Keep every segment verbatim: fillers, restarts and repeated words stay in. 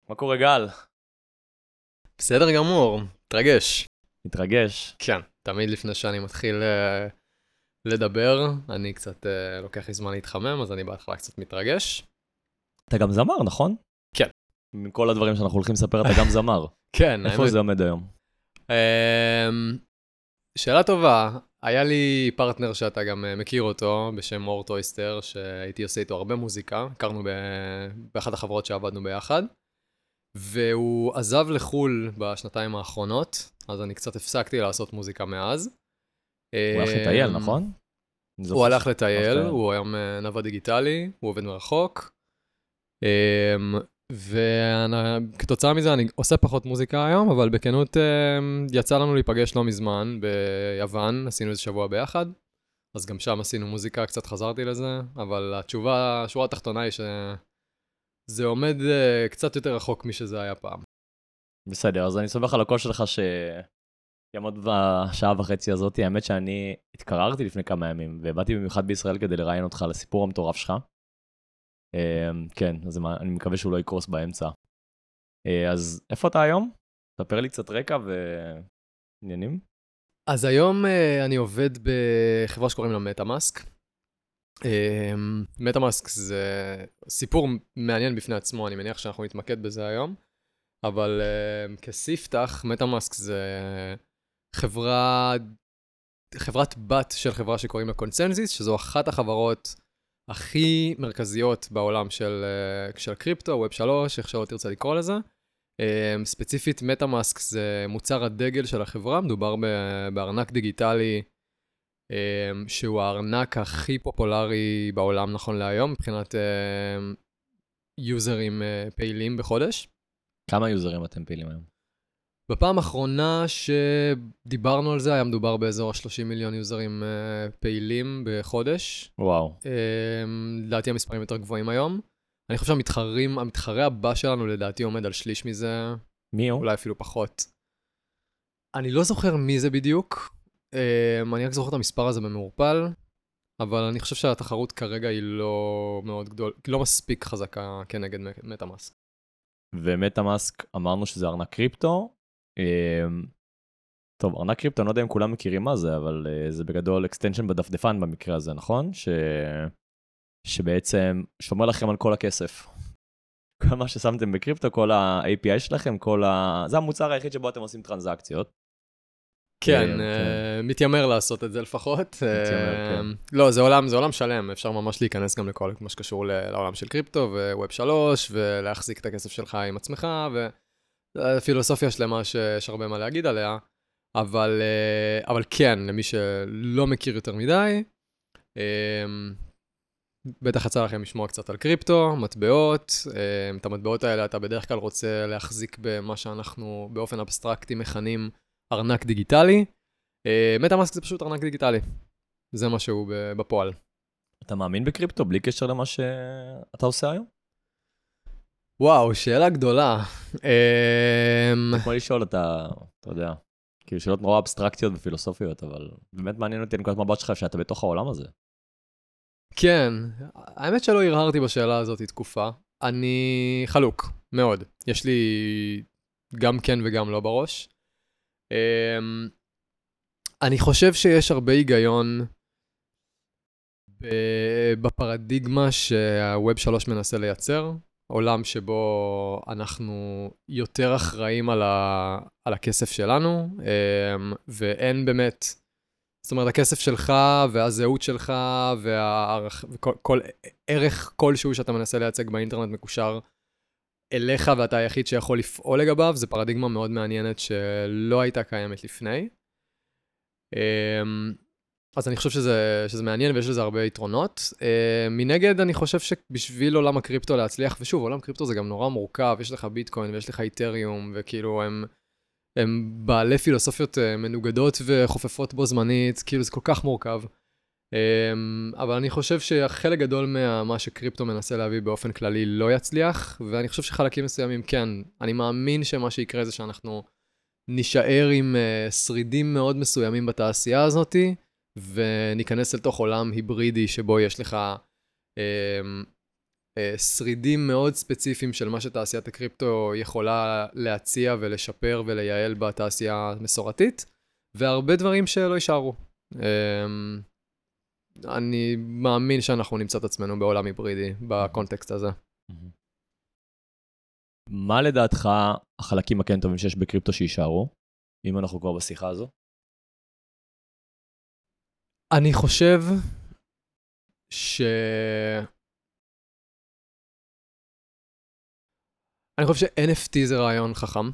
מה קורה גל? בסדר גמור, מתרגש. מתרגש. כן, תמיד לפני שאני מתחיל uh, לדבר, אני קצת uh, לוקח לי זמן להתחמם, אז אני בהתחלה קצת מתרגש. אתה גם זמר, נכון? כן. מכל הדברים שאנחנו הולכים לספר, אתה גם זמר. כן, איפה האמת. זה עומד היום? Um, שאלה טובה, היה לי פרטנר שאתה גם uh, מכיר אותו, בשם אור טויסטר, שהייתי עושה איתו הרבה מוזיקה, הכרנו ב- באחת החברות שעבדנו ביחד, והוא עזב לחול בשנתיים האחרונות, אז אני קצת הפסקתי לעשות מוזיקה מאז. הוא הלך לטייל, Um, נכון? אני זוכר הוא הלך ש- לטייל, הוא היום אה, נווד דיגיטלי, הוא עובד מרחוק. אמ, וכתוצאה מזה אני עושה פחות מוזיקה היום, אבל בכנות אמ, יצא לנו להיפגש לא מזמן ביוון, עשינו איזה שבוע ביחד, אז גם שם עשינו מוזיקה, קצת חזרתי לזה, אבל התשובה, השורה התחתונה היא שזה עומד אה, קצת יותר רחוק משזה היה פעם. בסדר, אז אני סומך על הקול שלך שיעמוד בשעה וחצי הזאת. האמת שאני התקררתי לפני כמה ימים, ובאתי במיוחד בישראל כדי לראיין אותך לסיפור המטורף שלך. אמ, כן, אז אני מקווה שהוא לא יקרוס באמצע. אה, אז איפה אתה היום? ספר לי קצת רקע ועניינים. אז היום uh, אני עובד בחברה שקוראים לה מטאמאסק. מטאמאסק זה סיפור מעניין בפני עצמו, אני מניח שאנחנו נתמקד בזה היום, אבל uh, כספתח, מטאמאסק זה חברה, חברת בת של חברה שקוראים לה קונצנזיס, שזו אחת החברות הכי מרכזיות בעולם של, uh, של קריפטו, ווב שלוש, איך שלא תרצה לקרוא לזה. Um, ספציפית, מטאמאסק זה מוצר הדגל של החברה, מדובר בארנק דיגיטלי, um, שהוא הארנק הכי פופולרי בעולם נכון להיום, מבחינת um, יוזרים uh, פעילים בחודש. כמה יוזרים אתם פעילים היום? בפעם האחרונה שדיברנו על זה, היה מדובר באזור ה-שלושים מיליון יוזרים uh, פעילים בחודש. וואו. Um, לדעתי המספרים יותר גבוהים היום. אני חושב שהמתחרים, המתחרה הבא שלנו לדעתי עומד על שליש מזה. מי הוא? אולי אפילו פחות. אני לא זוכר מי זה בדיוק, um, אני רק זוכר את המספר הזה במעורפל, אבל אני חושב שהתחרות כרגע היא לא מאוד גדול, לא מספיק חזקה כנגד מטאמאסק. ומטאמאסק אמרנו שזה ארנק קריפטו. Um, טוב, ארנק קריפטו, אני לא יודע אם כולם מכירים מה זה, אבל uh, זה בגדול extension בדפדפן במקרה הזה, נכון? ש... שבעצם שומר לכם על כל הכסף. כל מה ששמתם בקריפטו, כל ה-איי פי איי שלכם, כל ה... זה המוצר היחיד שבו אתם עושים טרנזקציות. כן, כן. uh, מתיימר לעשות את זה לפחות. מתיימר, כן. Uh, לא, זה עולם, זה עולם שלם, אפשר ממש להיכנס גם לכל מה שקשור לעולם של קריפטו וווב שלוש, ולהחזיק את הכסף שלך עם עצמך, ופילוסופיה שלמה שיש הרבה מה להגיד עליה, אבל, uh, אבל כן, למי שלא מכיר יותר מדי, uh, בטח יצא לכם לשמוע קצת על קריפטו, מטבעות, uh, את המטבעות האלה אתה בדרך כלל רוצה להחזיק במה שאנחנו באופן אבסטרקטי מכנים ארנק דיגיטלי. מטאמאסק זה פשוט ארנק דיגיטלי. זה מה שהוא בפועל. אתה מאמין בקריפטו בלי קשר למה שאתה עושה היום? וואו, שאלה גדולה. כמו לשאול, אתה, אתה יודע, כאילו שאלות נורא אבסטרקטיות ופילוסופיות, אבל באמת מעניין אותי נקודת מבט שלך שאתה בתוך העולם הזה. כן, האמת שלא הרהרתי בשאלה הזאת תקופה. אני חלוק, מאוד. יש לי גם כן וגם לא בראש. Um, אני חושב שיש הרבה היגיון בפרדיגמה שהווב שלוש מנסה לייצר, עולם שבו אנחנו יותר אחראים על, ה, על הכסף שלנו, um, ואין באמת, זאת אומרת, הכסף שלך והזהות שלך והערך, וכל כל, ערך כלשהו שאתה מנסה לייצג באינטרנט מקושר אליך ואתה היחיד שיכול לפעול לגביו, זה פרדיגמה מאוד מעניינת שלא הייתה קיימת לפני. אז אני חושב שזה, שזה מעניין ויש לזה הרבה יתרונות. מנגד, אני חושב שבשביל עולם הקריפטו להצליח, ושוב, עולם קריפטו זה גם נורא מורכב, יש לך ביטקוין ויש לך איתריום, וכאילו הם, הם בעלי פילוסופיות מנוגדות וחופפות בו זמנית, כאילו זה כל כך מורכב. אבל אני חושב שחלק גדול מה שקריפטו מנסה להביא באופן כללי לא יצליח, ואני חושב שחלקים מסוימים כן. אני מאמין שמה שיקרה זה שאנחנו נשאר עם שרידים מאוד מסוימים בתעשייה הזאת, וניכנס אל תוך עולם היברידי שבו יש לך אה, שרידים מאוד ספציפיים של מה שתעשיית הקריפטו יכולה להציע ולשפר ולייעל בתעשייה המסורתית, והרבה דברים שלא יישארו. אה, אני מאמין שאנחנו נמצא את עצמנו בעולם היברידי בקונטקסט הזה. מה לדעתך החלקים הכן טובים שיש בקריפטו שישארו, אם אנחנו כבר בשיחה הזו? אני חושב ש... אני חושב ש-אן אף טי זה רעיון חכם,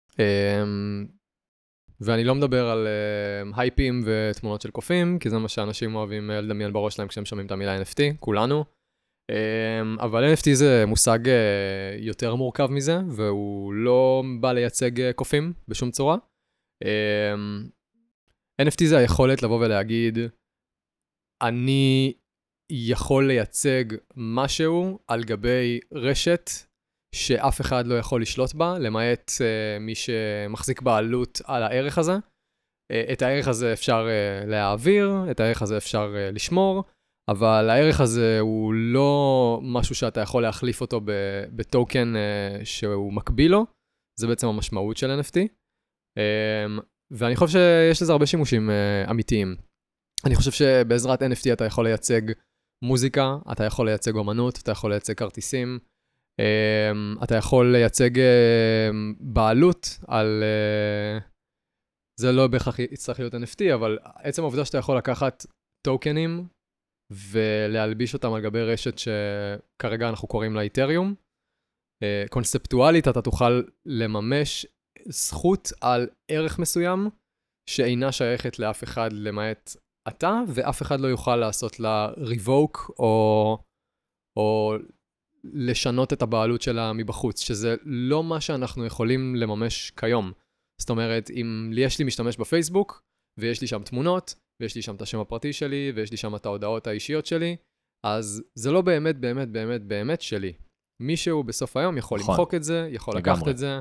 ואני לא מדבר על הייפים ותמונות של קופים, כי זה מה שאנשים אוהבים לדמיין בראש שלהם כשהם שומעים את המילה אן אף טי, כולנו. אבל אן אף טי זה מושג יותר מורכב מזה, והוא לא בא לייצג קופים בשום צורה. אן אף טי זה היכולת לבוא ולהגיד, אני יכול לייצג משהו על גבי רשת שאף אחד לא יכול לשלוט בה, למעט uh, מי שמחזיק בעלות על הערך הזה. Uh, את הערך הזה אפשר uh, להעביר, את הערך הזה אפשר uh, לשמור, אבל הערך הזה הוא לא משהו שאתה יכול להחליף אותו בטוקן uh, שהוא מקביל לו, זה בעצם המשמעות של אן אף טי. Um, ואני חושב שיש לזה הרבה שימושים uh, אמיתיים. אני חושב שבעזרת אן אף טי אתה יכול לייצג מוזיקה, אתה יכול לייצג אומנות, אתה יכול לייצג כרטיסים, Um, אתה יכול לייצג uh, בעלות על... Uh, זה לא בהכרח יצטרך להיות אן אף טי, אבל עצם העובדה שאתה יכול לקחת טוקנים ולהלביש אותם על גבי רשת שכרגע אנחנו קוראים לה איתריום, uh, קונספטואלית אתה תוכל לממש זכות על ערך מסוים שאינה שייכת לאף אחד למעט אתה, ואף אחד לא יוכל לעשות לה ריבוק או... או לשנות את הבעלות שלה מבחוץ, שזה לא מה שאנחנו יכולים לממש כיום. זאת אומרת, אם יש לי משתמש בפייסבוק, ויש לי שם תמונות, ויש לי שם את השם הפרטי שלי, ויש לי שם את ההודעות האישיות שלי, אז זה לא באמת, באמת, באמת, באמת שלי. מישהו בסוף היום יכול נכון. למחוק את זה, יכול לגמרי. לקחת את זה,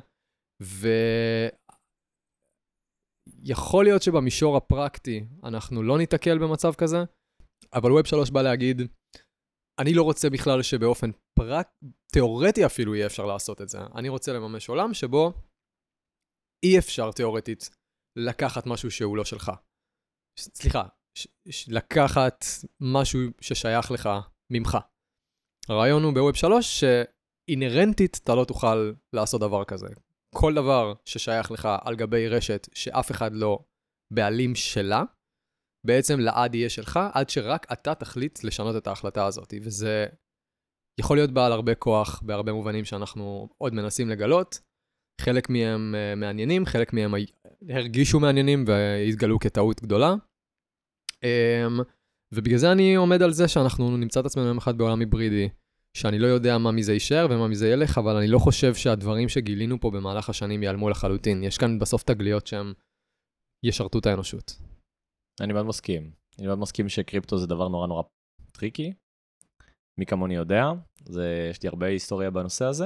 ויכול להיות שבמישור הפרקטי אנחנו לא ניתקל במצב כזה, אבל ווב שלוש בא להגיד, אני לא רוצה בכלל שבאופן פרק, תיאורטי אפילו יהיה אפשר לעשות את זה. אני רוצה לממש עולם שבו אי אפשר תיאורטית לקחת משהו שהוא לא שלך. סליחה, ש- ש- לקחת משהו ששייך לך ממך. הרעיון הוא בווב שלוש שאינרנטית אתה לא תוכל לעשות דבר כזה. כל דבר ששייך לך על גבי רשת שאף אחד לא בעלים שלה, בעצם לעד יהיה שלך, עד שרק אתה תחליט לשנות את ההחלטה הזאת. וזה יכול להיות בעל הרבה כוח, בהרבה מובנים שאנחנו עוד מנסים לגלות. חלק מהם uh, מעניינים, חלק מהם הרגישו מעניינים והתגלו כטעות גדולה. Um, ובגלל זה אני עומד על זה שאנחנו נמצא את עצמנו יום אחד בעולם היברידי, שאני לא יודע מה מזה יישאר ומה מזה ילך, אבל אני לא חושב שהדברים שגילינו פה במהלך השנים ייעלמו לחלוטין. יש כאן בסוף תגליות שהם ישרתו את האנושות. אני מאוד מסכים. אני מאוד מסכים שקריפטו זה דבר נורא נורא טריקי. מי כמוני יודע. זה, יש לי הרבה היסטוריה בנושא הזה.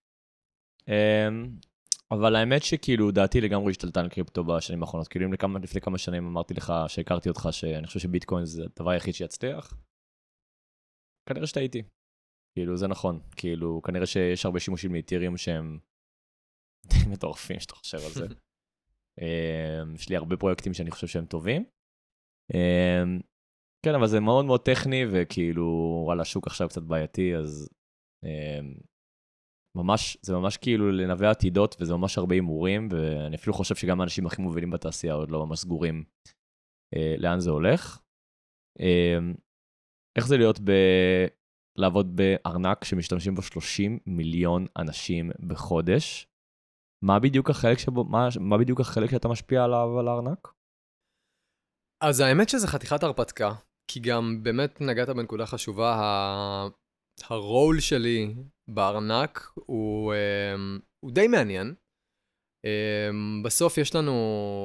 אבל האמת שכאילו דעתי לגמרי השתלטה על קריפטו בשנים האחרונות. כאילו לכמה, לפני כמה שנים אמרתי לך, שהכרתי אותך, שאני חושב שביטקוין זה הדבר היחיד שיצליח. כנראה שטעיתי. כאילו זה נכון. כאילו כנראה שיש הרבה שימושים לאתריום שהם די מטורפים שאתה חושב על זה. יש לי הרבה פרויקטים שאני חושב שהם טובים. כן, אבל זה מאוד מאוד טכני, וכאילו, וואלה, השוק עכשיו קצת בעייתי, אז ממש, זה ממש כאילו לנבא עתידות, וזה ממש הרבה אימורים, ואני אפילו חושב שגם האנשים הכי מובילים בתעשייה עוד לא ממש סגורים לאן זה הולך. איך זה להיות ב... לעבוד בארנק שמשתמשים בו שלושים מיליון אנשים בחודש? מה בדיוק החלק שבו, מה, מה בדיוק החלק שאתה משפיע עליו על הארנק? אז האמת שזה חתיכת הרפתקה, כי גם באמת נגעת בנקודה חשובה, ה... הרול שלי בארנק הוא, הוא די מעניין. בסוף יש לנו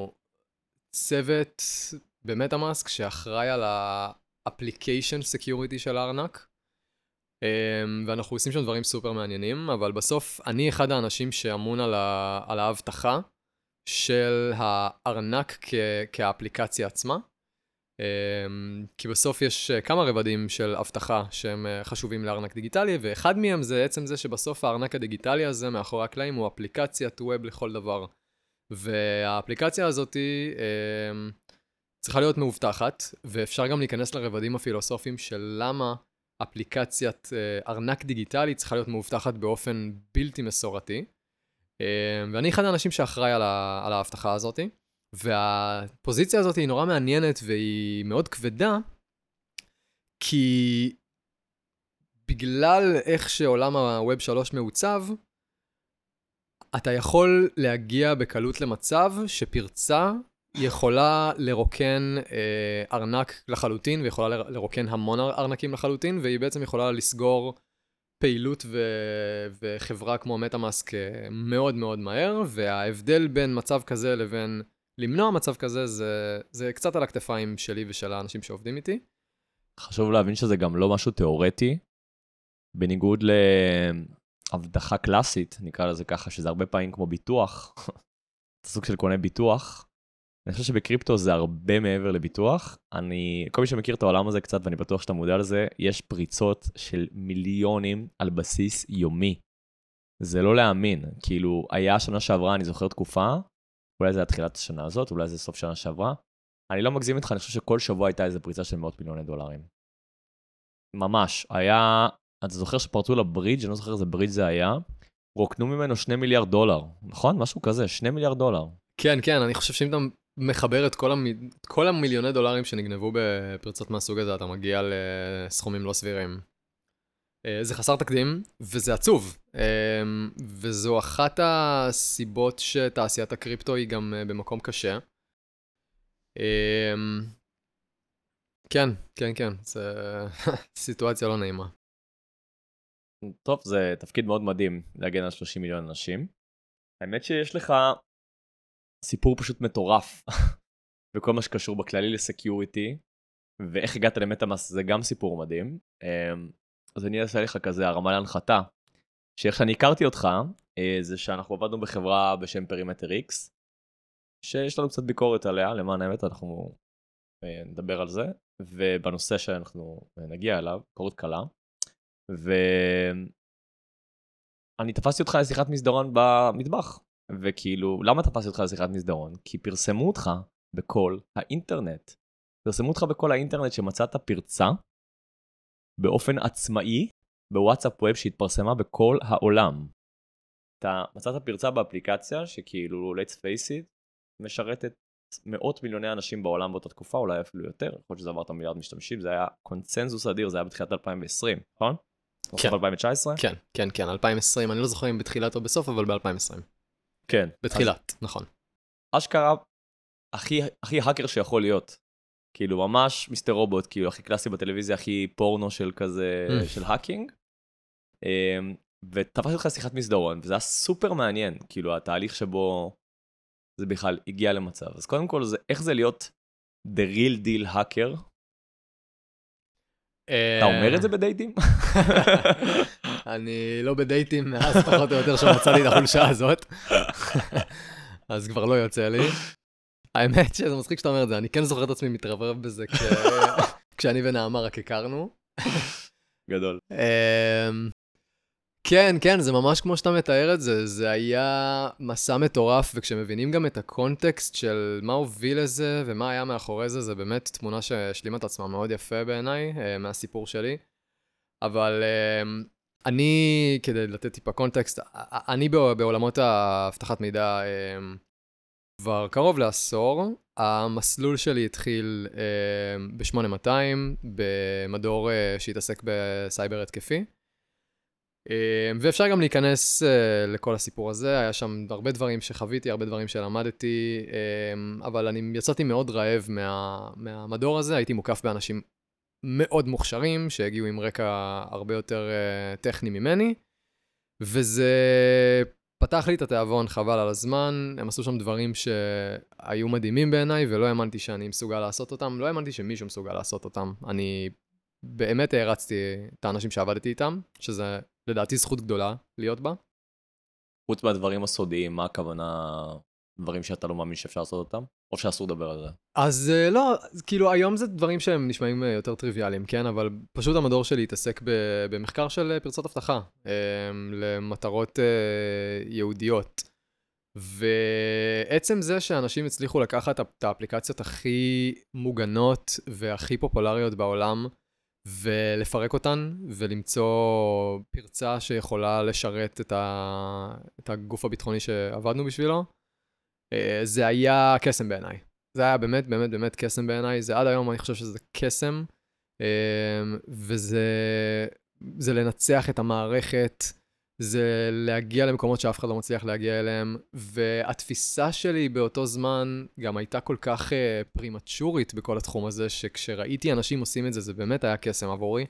צוות במטאמאסק שאחראי על ה-application security של הארנק, ואנחנו עושים שם דברים סופר מעניינים, אבל בסוף אני אחד האנשים שאמון על, ה... על ההבטחה של הארנק כ... כאפליקציה עצמה. כי בסוף יש כמה רבדים של הבטחה שהם חשובים לארנק דיגיטלי, ואחד מהם זה עצם זה שבסוף הארנק הדיגיטלי הזה מאחורי הקלעים הוא אפליקציית ווב לכל דבר. והאפליקציה הזאת צריכה להיות מאובטחת, ואפשר גם להיכנס לרבדים הפילוסופיים של למה אפליקציית ארנק דיגיטלי צריכה להיות מאובטחת באופן בלתי מסורתי. ואני אחד האנשים שאחראי על, ה, על ההבטחה הזאת, והפוזיציה הזאת היא נורא מעניינת והיא מאוד כבדה, כי בגלל איך שעולם הווב שלוש מעוצב, אתה יכול להגיע בקלות למצב שפרצה יכולה לרוקן אה, ארנק לחלוטין, ויכולה לרוקן המון ארנקים לחלוטין, והיא בעצם יכולה לסגור פעילות ו- וחברה כמו מטאמאסק מאוד מאוד מהר, וההבדל בין מצב כזה לבין למנוע מצב כזה, זה, זה קצת על הכתפיים שלי ושל האנשים שעובדים איתי. חשוב להבין שזה גם לא משהו תיאורטי, בניגוד להבטחה קלאסית, נקרא לזה ככה, שזה הרבה פעמים כמו ביטוח, סוג של קונה ביטוח. אני חושב שבקריפטו זה הרבה מעבר לביטוח. אני, כל מי שמכיר את העולם הזה קצת, ואני בטוח שאתה מודע לזה, יש פריצות של מיליונים על בסיס יומי. זה לא להאמין. כאילו, היה שנה שעברה, אני זוכר תקופה, אולי זה היה תחילת השנה הזאת, אולי זה סוף שנה שעברה. אני לא מגזים איתך, אני חושב שכל שבוע הייתה איזו פריצה של מאות מיליוני דולרים. ממש. היה, אתה זוכר שפרצו לברידג', אני לא זוכר איזה ברידג' זה היה, רוקנו ממנו שני מיליארד דולר. נכון? משהו כזה, שני מיליארד דולר. כן, כן, אני חושב שאם אתה מחבר את כל, המ... כל המיליוני דולרים שנגנבו בפרצות מהסוג הזה, אתה מגיע לסכומים לא סבירים. זה חסר תקדים, וזה עצוב. וזו אחת הסיבות שתעשיית הקריפטו היא גם במקום קשה. כן, כן, כן, זו סיטואציה לא נעימה. טוב, זה תפקיד מאוד מדהים להגן על שלושים מיליון אנשים. האמת שיש לך סיפור פשוט מטורף וכל מה שקשור בכללי לסקיוריטי, ואיך הגעת למטאמאסק זה גם סיפור מדהים. אז אני אעשה לך כזה הרמה להנחתה, שאיך שאני הכרתי אותך, זה שאנחנו עבדנו בחברה בשם פרימטר X, שיש לנו קצת ביקורת עליה, למען האמת אנחנו נדבר על זה, ובנושא שאנחנו נגיע אליו, ביקורת קלה, ואני תפסתי אותך לשיחת מסדרון במטבח, וכאילו, למה תפסתי אותך לשיחת מסדרון? כי פרסמו אותך בכל האינטרנט. פרסמו אותך בכל האינטרנט שמצאת פרצה באופן עצמאי בוואטסאפ ווב שהתפרסמה בכל העולם. אתה מצאת פרצה באפליקציה שכאילו, let's face it, משרתת מאות מיליוני אנשים בעולם באותה תקופה, אולי אפילו יותר, יכול להיות שזה עבר את המיליארד משתמשים, זה היה קונצנזוס אדיר, זה היה בתחילת אלפיים ועשרים, נכון? כן. אלפיים תשע עשרה? כן, כן, כן, אלפיים ועשרים, אני לא זוכר אם בתחילת או בסוף, אבל ב-אלפיים ועשרים. כן. בתחילת, אז... נכון. אשכרה, הכי, הכי האקר שיכול להיות. כאילו ממש מיסטר רובוט, כאילו הכי קלאסי בטלוויזיה, הכי פורנו של כזה, mm. של האקינג. ותפסתי אותך שיחת מסדרון, וזה היה סופר מעניין, כאילו התהליך שבו זה בכלל הגיע למצב. אז קודם כל, זה, איך זה להיות the real deal hacker? אתה אומר את זה בדייטים? אני לא בדייטים מאז פחות או יותר שמצא לי את החולשה הזאת. אז כבר לא יוצא לי. האמת שזה מצחיק שאתה אומר את זה, אני כן זוכר את עצמי מתרברב בזה כשאני ונעמה רק הכרנו. גדול. כן, כן, זה ממש כמו שאתה מתאר את זה, זה היה מסע מטורף, וכשמבינים גם את הקונטקסט של מה הוביל לזה ומה היה מאחורי זה, זה באמת תמונה שהשלימה את עצמה מאוד יפה בעיניי, מהסיפור שלי. אבל אני, כדי לתת טיפה קונטקסט, אני בעולמות האבטחת מידע כבר קרוב לעשור. המסלול שלי התחיל ב-שמונה מאתיים, במדור שהתעסק בסייבר התקפי. ואפשר גם להיכנס לכל הסיפור הזה, היה שם הרבה דברים שחוויתי, הרבה דברים שלמדתי, אבל אני יצאתי מאוד רעב מה, מהמדור הזה, הייתי מוקף באנשים מאוד מוכשרים, שהגיעו עם רקע הרבה יותר טכני ממני, וזה פתח לי את התיאבון, חבל על הזמן, הם עשו שם דברים שהיו מדהימים בעיניי, ולא האמנתי שאני מסוגל לעשות אותם, לא האמנתי שמישהו מסוגל לעשות אותם, אני באמת הערצתי את האנשים שעבדתי איתם, שזה לדעתי זכות גדולה להיות בה. חוץ מהדברים הסודיים, מה הכוונה, דברים שאתה לא מאמין שאפשר לעשות אותם? או שאסור לדבר על זה? אז לא, כאילו היום זה דברים שהם נשמעים יותר טריוויאליים, כן? אבל פשוט המדור שלי התעסק במחקר של פרצות אבטחה, למטרות יהודיות. ועצם זה שאנשים הצליחו לקחת את האפליקציות הכי מוגנות והכי פופולריות בעולם, ולפרק אותן, ולמצוא פרצה שיכולה לשרת את, ה... את הגוף הביטחוני שעבדנו בשבילו, זה היה קסם בעיניי. זה היה באמת, באמת, באמת קסם בעיניי. זה עד היום, אני חושב שזה קסם, וזה זה לנצח את המערכת, זה להגיע למקומות שאף אחד לא מצליח להגיע אליהם, והתפיסה שלי באותו זמן גם הייתה כל כך פרימצ'ורית בכל התחום הזה, שכשראיתי אנשים עושים את זה, זה באמת היה קסם עבורי.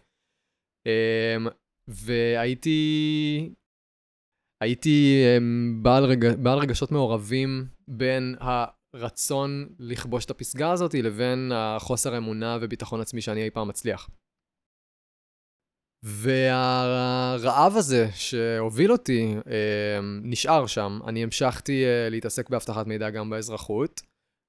והייתי הייתי בעל, רגע, בעל רגשות מעורבים בין הרצון לכבוש את הפסגה הזאת, לבין החוסר אמונה וביטחון עצמי שאני אי פעם מצליח. והרעב הזה שהוביל אותי נשאר שם. אני המשכתי להתעסק בהבטחת מידע גם באזרחות,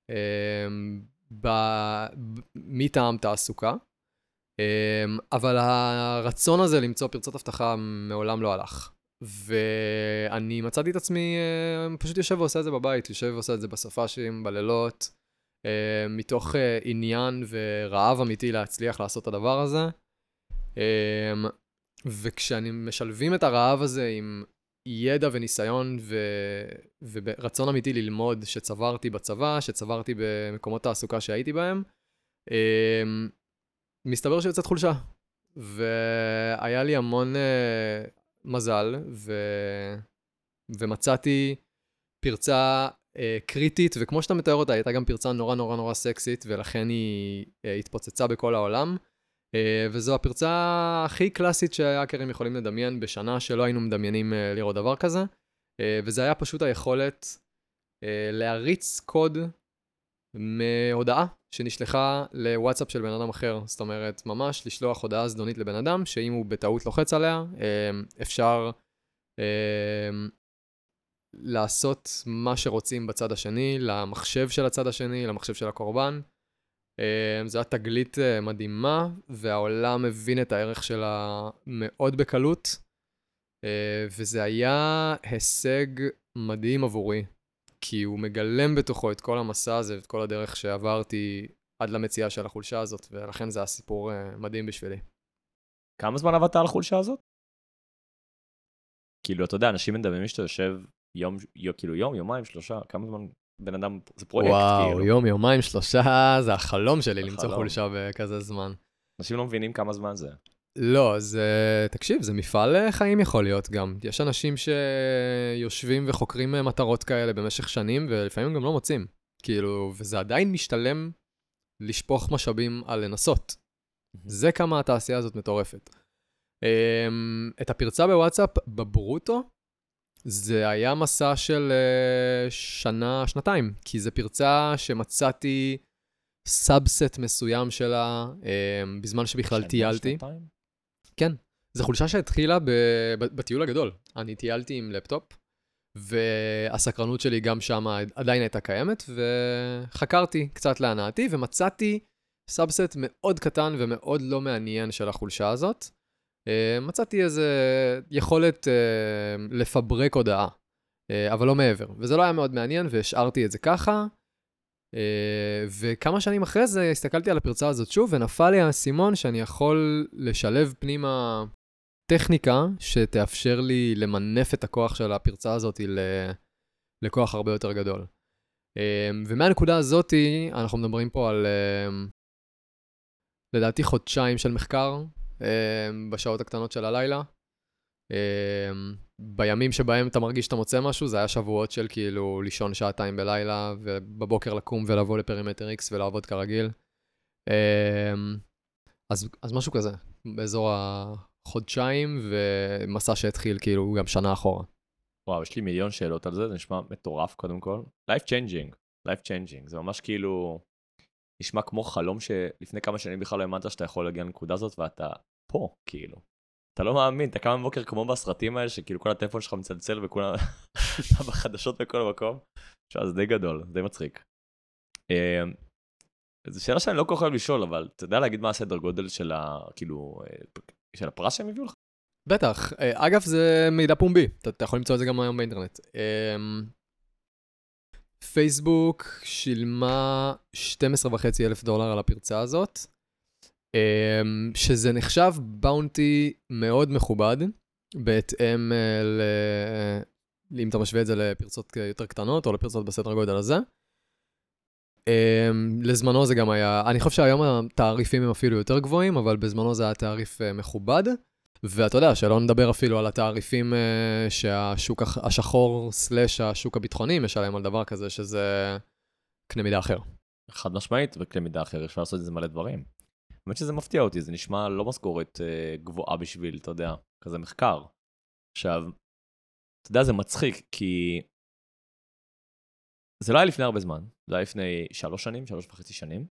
מטעם תעסוקה, אבל הרצון הזה למצוא פרצות הבטחה מעולם לא הלך. ואני מצאתי את עצמי פשוט יושב ועושה את זה בבית, יושב ועושה את זה בסופ"שים, בלילות, מתוך עניין ורעב אמיתי להצליח לעשות את הדבר הזה. וכשאני משלבים את הרעב הזה עם ידע וניסיון ו... ורצון אמיתי ללמוד שצברתי בצבא, שצברתי במקומות תעסוקה שהייתי בהם, מסתבר שיוצאת חולשה. והיה לי המון מזל, ו... ומצאתי פרצה קריטית, וכמו שאתה מתאר אותה, הייתה גם פרצה נורא נורא נורא סקסית, ולכן היא התפוצצה בכל העולם. וזו הפרצה הכי קלאסית שההאקרים יכולים לדמיין בשנה שלא היינו מדמיינים לראות דבר כזה. וזה היה פשוט היכולת להריץ קוד מהודעה שנשלחה לוואטסאפ של בן אדם אחר. זאת אומרת, ממש לשלוח הודעה זדונית לבן אדם, שאם הוא בטעות לוחץ עליה, אפשר לעשות מה שרוצים בצד השני, למחשב של הצד השני, למחשב של הקורבן. זו הייתה תגלית מדהימה, והעולם מבין את הערך שלה מאוד בקלות, וזה היה הישג מדהים עבורי, כי הוא מגלם בתוכו את כל המסע הזה, ואת כל הדרך שעברתי עד למציאה של החולשה הזאת, ולכן זה הסיפור מדהים בשבילי. כמה זמן עבדת על החולשה הזאת? כאילו, אתה יודע, אנשים מדברים שאתה יושב יום, כאילו יום, יומיים, שלושה, כמה זמן בן אדם, זה פרויקט, וואו, כאילו. יום, יומיים, שלושה, זה החלום שלי למצוא חולשה בכזה זמן. אנשים לא מבינים כמה זמן זה. לא, זה, תקשיב, זה מפעל חיים יכול להיות גם. יש אנשים שיושבים וחוקרים מטרות כאלה במשך שנים, ולפעמים גם לא מוצאים. כאילו, וזה עדיין משתלם לשפוך משאבים על לנסות. זה כמה התעשייה הזאת מטורפת. את הפרצה בוואטסאפ בברוטו, זה היה מסע של שנה, שנתיים, כי זה פרצה שמצאתי סאבסט מסוים שלה, בזמן שבכלל טיילתי. שנה, שנתיים? כן, זו חולשה שהתחילה בטיול הגדול. אני טיילתי עם לפטופ, והסקרנות שלי גם שם עדיין הייתה קיימת, וחקרתי קצת להנאתי, ומצאתי סאבסט מאוד קטן ומאוד לא מעניין של החולשה הזאת. מצאתי איזה יכולת לפברק הודעה, אבל לא מעבר. וזה לא היה מאוד מעניין, והשארתי את זה ככה. וכמה שנים אחרי זה הסתכלתי על הפרצה הזאת שוב, ונפל לי הסימון שאני יכול לשלב פנימה טכניקה שתאפשר לי למנף את הכוח של הפרצה הזאת לכוח הרבה יותר גדול. ומהנקודה הזאת אנחנו מדברים פה על לדעתי חודשיים של מחקר, בשעות הקטנות של הלילה. בימים שבהם אתה מרגיש שאתה מוצא משהו, זה היה שבועות של כאילו לישון שעתיים בלילה, ובבוקר לקום ולבוא לפרימטר X ולעבוד כרגיל. אז, אז משהו כזה, באזור החודשיים, ומסע שהתחיל כאילו גם שנה אחורה. וואו, יש לי מיליון שאלות על זה, זה נשמע מטורף קודם כל. life changing, life changing, זה ממש כאילו, נשמע כמו חלום שלפני כמה שנים בכלל לא האמנת שאתה יכול להגיע לנקודה הזאת, ואתה פה, כאילו. אתה לא מאמין, אתה קם בבוקר כמו בסרטים האלה, שכאילו כל הטלפון שלך מצלצל וכולם בחדשות בכל המקום. עכשיו, זה די גדול, זה די מצחיק. זו שאלה שאני לא כל כך אוהב לשאול, אבל אתה יודע להגיד מה הסדר גודל של ה... כאילו, של הפרס שהם הביאו לך? בטח. אגב, זה מידע פומבי. אתה, אתה יכול למצוא את זה גם היום באינטרנט. פייסבוק שילמה שנים עשר וחצי אלף דולר על הפרצה הזאת, שזה נחשב באונטי מאוד מכובד, בהתאם ל... אם אתה משווה את זה לפרצות יותר קטנות, או לפרצות בסדר גודל הזה. לזמנו זה גם היה, אני חושב שהיום התעריפים הם אפילו יותר גבוהים, אבל בזמנו זה היה תעריף מכובד. ואתה יודע, שלא נדבר אפילו על התעריפים שהשוק השחור סלש השוק הביטחוני משלם על דבר כזה, שזה קנה מידה אחר. חד משמעית, בקנה מידה אחר, אפשר לעשות את זה מלא דברים. באמת שזה מפתיע אותי, זה נשמע לא משכורת גבוהה בשביל, אתה יודע, כזה מחקר. עכשיו, אתה יודע, זה מצחיק, כי זה לא היה לפני הרבה זמן, זה היה לפני שלוש שנים, שלוש וחצי שנים,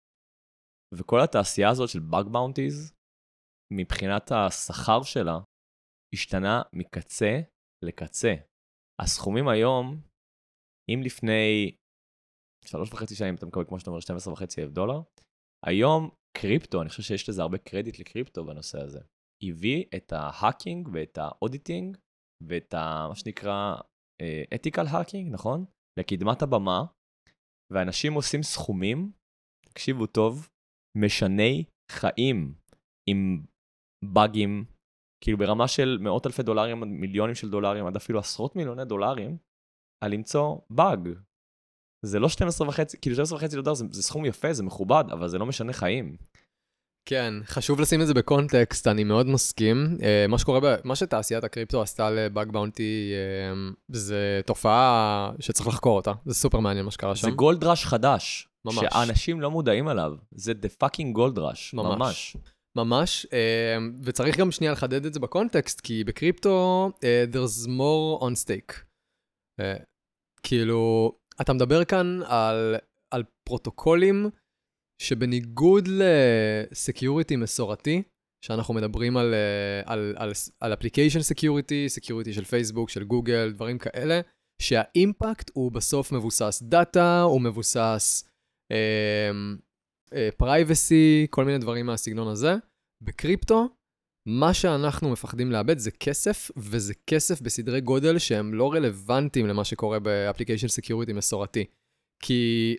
וכל התעשייה הזאת של בג באונטיז, מבחינת השכר שלה, השתנה מקצה לקצה. הסכומים היום, אם לפני שלוש וחצי שנים, אתה מקבל, כמו שאתה אומר, שנים עשר וחצי אלף דולר, היום קריפטו, אני חושב שיש לזה הרבה קרדיט לקריפטו בנושא הזה, הביא את ההאקינג ואת האודיטינג, ואת ה, מה שנקרא, אתיקל האקינג, נכון? לקדמת הבמה, ואנשים עושים סכומים, תקשיבו טוב, משני חיים, עם בגים, כאילו ברמה של מאות אלפי דולרים, מיליונים של דולרים, עד אפילו עשרות מיליוני דולרים, על למצוא בג. זה לא שתים עשרה וחצי, כאילו שתים עשרה וחצי דולר, זה, זה סכום יפה, זה מכובד, אבל זה לא משנה חיים. כן, חשוב לשים את זה בקונטקסט, אני מאוד מסכים. Uh, מה שקורה, ב- מה שתעשיית הקריפטו עשתה לבאג באונטי, uh, זה תופעה שצריך לחקור אותה. זה סופר מעניין מה שקרה שם. זה גולד ראש חדש, ממש. שהאנשים לא מודעים עליו. זה the fucking גולד ראש, ממש. ממש. ממש, uh, וצריך גם שנייה לחדד את זה בקונטקסט, כי בקריפטו, uh, there's more on stake. Uh, כאילו, אתה מדבר כאן על, על פרוטוקולים, שבניגוד לסקיוריטי מסורתי, שאנחנו מדברים על, על, על, על application security, security של פייסבוק, של גוגל, דברים כאלה, שהאימפקט הוא בסוף מבוסס דאטה, הוא מבוסס אה, אה, privacy, כל מיני דברים מהסגנון הזה. בקריפטו, מה שאנחנו מפחדים לאבד זה כסף, וזה כסף בסדרי גודל שהם לא רלוונטיים למה שקורה ב-application security מסורתי. כי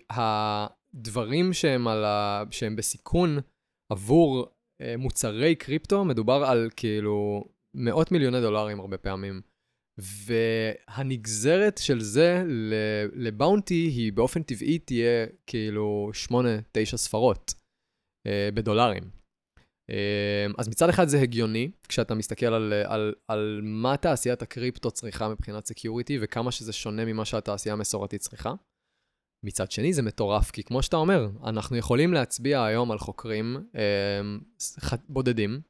הדברים שהם, על ה... שהם בסיכון עבור אה, מוצרי קריפטו, מדובר על כאילו מאות מיליוני דולרים הרבה פעמים. והנגזרת של זה לבאונטי היא באופן טבעי תהיה כאילו שמונה, תשע ספרות אה, בדולרים. אה, אז מצד אחד זה הגיוני, כשאתה מסתכל על, על, על מה תעשיית הקריפטו צריכה מבחינת סקיוריטי, וכמה שזה שונה ממה שהתעשייה המסורתית צריכה. מצד שני זה מטורף, כי כמו שאתה אומר, אנחנו יכולים להצביע היום על חוקרים אה, בודדים,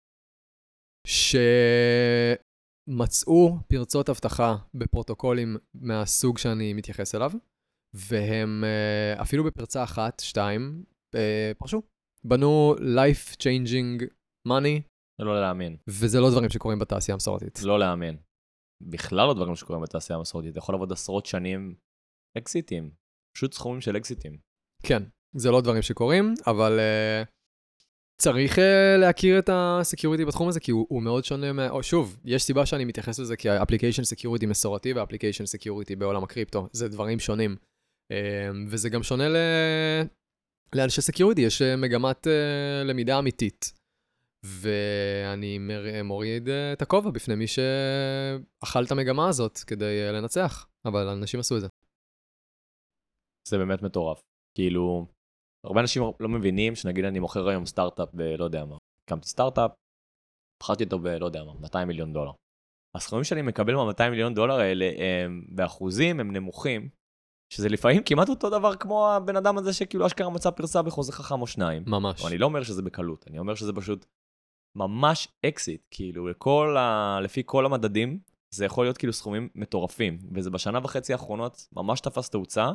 שמצאו פרצות אבטחה בפרוטוקולים מהסוג שאני מתייחס אליו, והם אה, אפילו בפרצה אחת, שתיים, אה, פרשו. בנו life changing money. זה לא להאמין. וזה לא דברים שקורים בתעשייה המסורתית. לא להאמין. בכלל לא דברים שקורים בתעשייה המסורתית. אתה יכול לעבוד עשרות שנים אקזיטים. פשוט סכומים של אקזיטים. כן, זה לא דברים שקורים, אבל uh, צריך uh, להכיר את הסקיוריטי בתחום הזה, כי הוא, הוא מאוד שונה מה... או, שוב, יש סיבה שאני מתייחס לזה כאפליקיישן סקיוריטי מסורתי, ואפליקיישן סקיוריטי בעולם הקריפטו. זה דברים שונים. Uh, וזה גם שונה ל... לאנשי סקיוריטי, יש מגמת uh, למידה אמיתית. ואני מר... מוריד uh, את הכובע בפני מי שאכל את המגמה הזאת כדי uh, לנצח, אבל אנשים עשו את זה. זה באמת מטורף. כאילו, הרבה אנשים לא מבינים שנגיד אני מוכר היום סטארט-אפ בלא יודע מה. קמתי סטארט-אפ, בחרתי אותו בלא יודע מה, מאתיים מיליון דולר. הסכומים שאני מקבל מה-מאתיים מיליון דולר האלה, הם, באחוזים הם נמוכים, שזה לפעמים כמעט אותו דבר כמו הבן אדם הזה שכאילו אשכרה מצא פרסה בחוזה חכם או שניים. ממש. אני לא אומר שזה בקלות, אני אומר שזה פשוט ממש אקסיט, כאילו, לכל ה... לפי כל המדדים, זה יכול להיות כאילו סכומים מטורפים, וזה בשנה וחצי האחרונות ממש תפס תאוצה,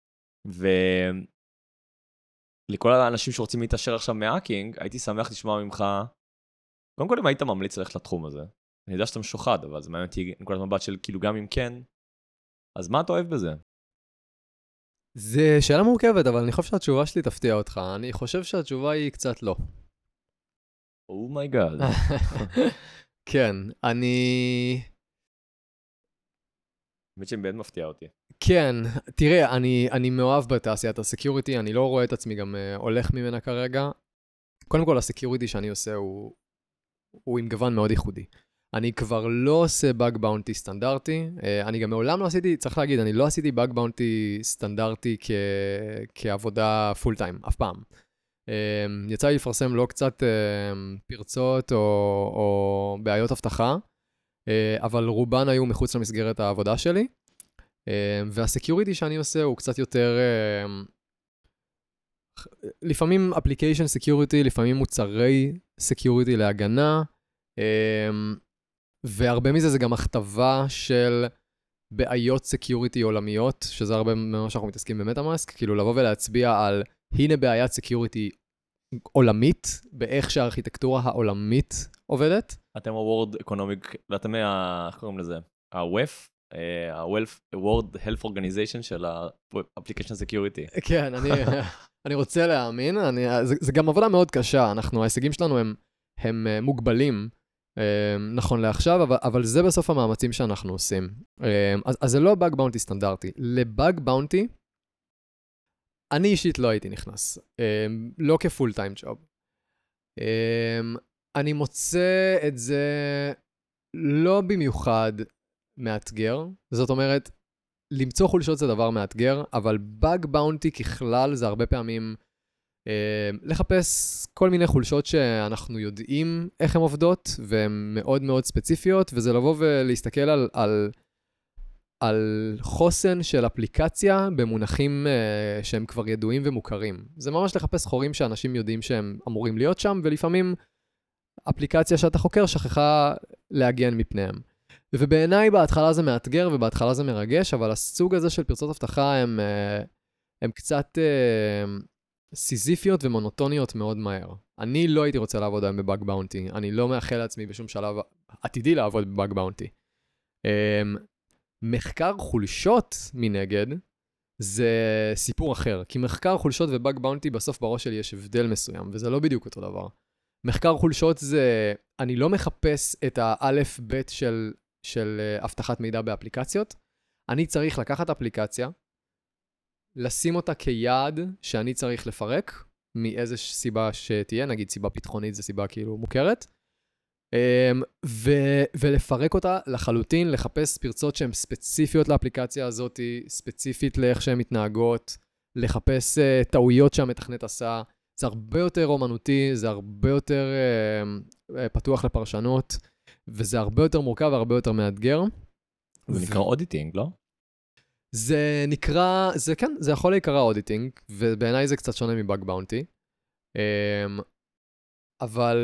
ולכל האנשים שרוצים להתעשר עכשיו מהאקינג, הייתי שמח לשמוע ממך, קודם כל אם היית ממליץ ללכת לתחום הזה, אני יודע שאתה משוחד, אבל זה מעניין אותי נקודת מבט של כאילו גם אם כן, אז מה אתה אוהב בזה? זה שאלה מורכבת, אבל אני חושב שהתשובה שלי תפתיע אותך. אני חושב שהתשובה היא קצת לא. אומייגאד. כן, אני... האמת שבאמת מפתיע אותי. כן, תראה, אני, אני מאוהב בתעשיית הסקיוריטי, אני לא רואה את עצמי גם uh, הולך ממנה כרגע. קודם כל, הסקיוריטי שאני עושה הוא, הוא עם גוון מאוד ייחודי. אני כבר לא עושה באג באונטי סטנדרטי, uh, אני גם מעולם לא עשיתי, צריך להגיד, אני לא עשיתי באג באונטי סטנדרטי כ, כעבודה פול טיים, אף פעם. Uh, יצא לי לפרסם לא קצת uh, פרצות או, או בעיות הבטחה, uh, אבל רובן היו מחוץ למסגרת העבודה שלי. והסקיוריטי שאני עושה הוא קצת יותר, לפעמים אפליקיישן סקיוריטי, לפעמים מוצרי סקיוריטי להגנה, והרבה מזה זה גם הכתבה של בעיות סקיוריטי עולמיות, שזה הרבה ממה שאנחנו מתעסקים במטאמאסק, כאילו לבוא ולהצביע על הנה בעיית סקיוריטי עולמית, באיך שהארכיטקטורה העולמית עובדת. אתם ה-World Economic, ואתם, איך קוראים לזה? ה-W E F, ה-World Health Organization של ה-Application Security. כן, אני, אני רוצה להאמין, אני, זה, זה גם עבודה מאוד קשה, אנחנו, ההישגים שלנו הם, הם מוגבלים, נכון לעכשיו, אבל, אבל זה בסוף המאמצים שאנחנו עושים. אז, אז זה לא באג באונטי סטנדרטי. לבאג באונטי, אני אישית לא הייתי נכנס, לא כפול טיים ג'וב. אני מוצא את זה לא במיוחד מאתגר, זאת אומרת, למצוא חולשות זה דבר מאתגר, אבל באג באונטי ככלל זה הרבה פעמים אה, לחפש כל מיני חולשות שאנחנו יודעים איך הן עובדות, והן מאוד מאוד ספציפיות, וזה לבוא ולהסתכל על, על, על חוסן של אפליקציה במונחים אה, שהם כבר ידועים ומוכרים. זה ממש לחפש חורים שאנשים יודעים שהם אמורים להיות שם, ולפעמים אפליקציה שאתה חוקר שכחה להגן מפניהם. ובעיניי בהתחלה זה מאתגר ובהתחלה זה מרגש, אבל הסוג הזה של פרצות הבטחה הם, הם קצת סיזיפיות ומונוטוניות מאוד מהר. אני לא הייתי רוצה לעבוד היום בבאג באונטי, אני לא מאחל לעצמי בשום שלב עתידי לעבוד בבאג באונטי. מחקר חולשות מנגד זה סיפור אחר, כי מחקר חולשות ובאג באונטי בסוף בראש שלי יש הבדל מסוים, וזה לא בדיוק אותו דבר. מחקר חולשות זה, אני לא מחפש את האלף בית של, של הבטחת מידע באפליקציות, אני צריך לקחת אפליקציה, לשים אותה כיעד שאני צריך לפרק, מאיזו סיבה שתהיה, נגיד סיבה פתחונית זה סיבה כאילו מוכרת, ו- ולפרק אותה לחלוטין, לחפש פרצות שהן ספציפיות לאפליקציה הזאת, ספציפית לאיך שהן מתנהגות, לחפש uh, טעויות שהמתכנת עשה, זה הרבה יותר אומנותי, זה הרבה יותר uh, פתוח לפרשנות, וזה הרבה יותר מורכב והרבה יותר מאתגר. זה נקרא אודיטינג, לא? זה נקרא, זה כן, זה יכול להיקרא אודיטינג, ובעיניי זה קצת שונה מבאג באונטי. Um, אבל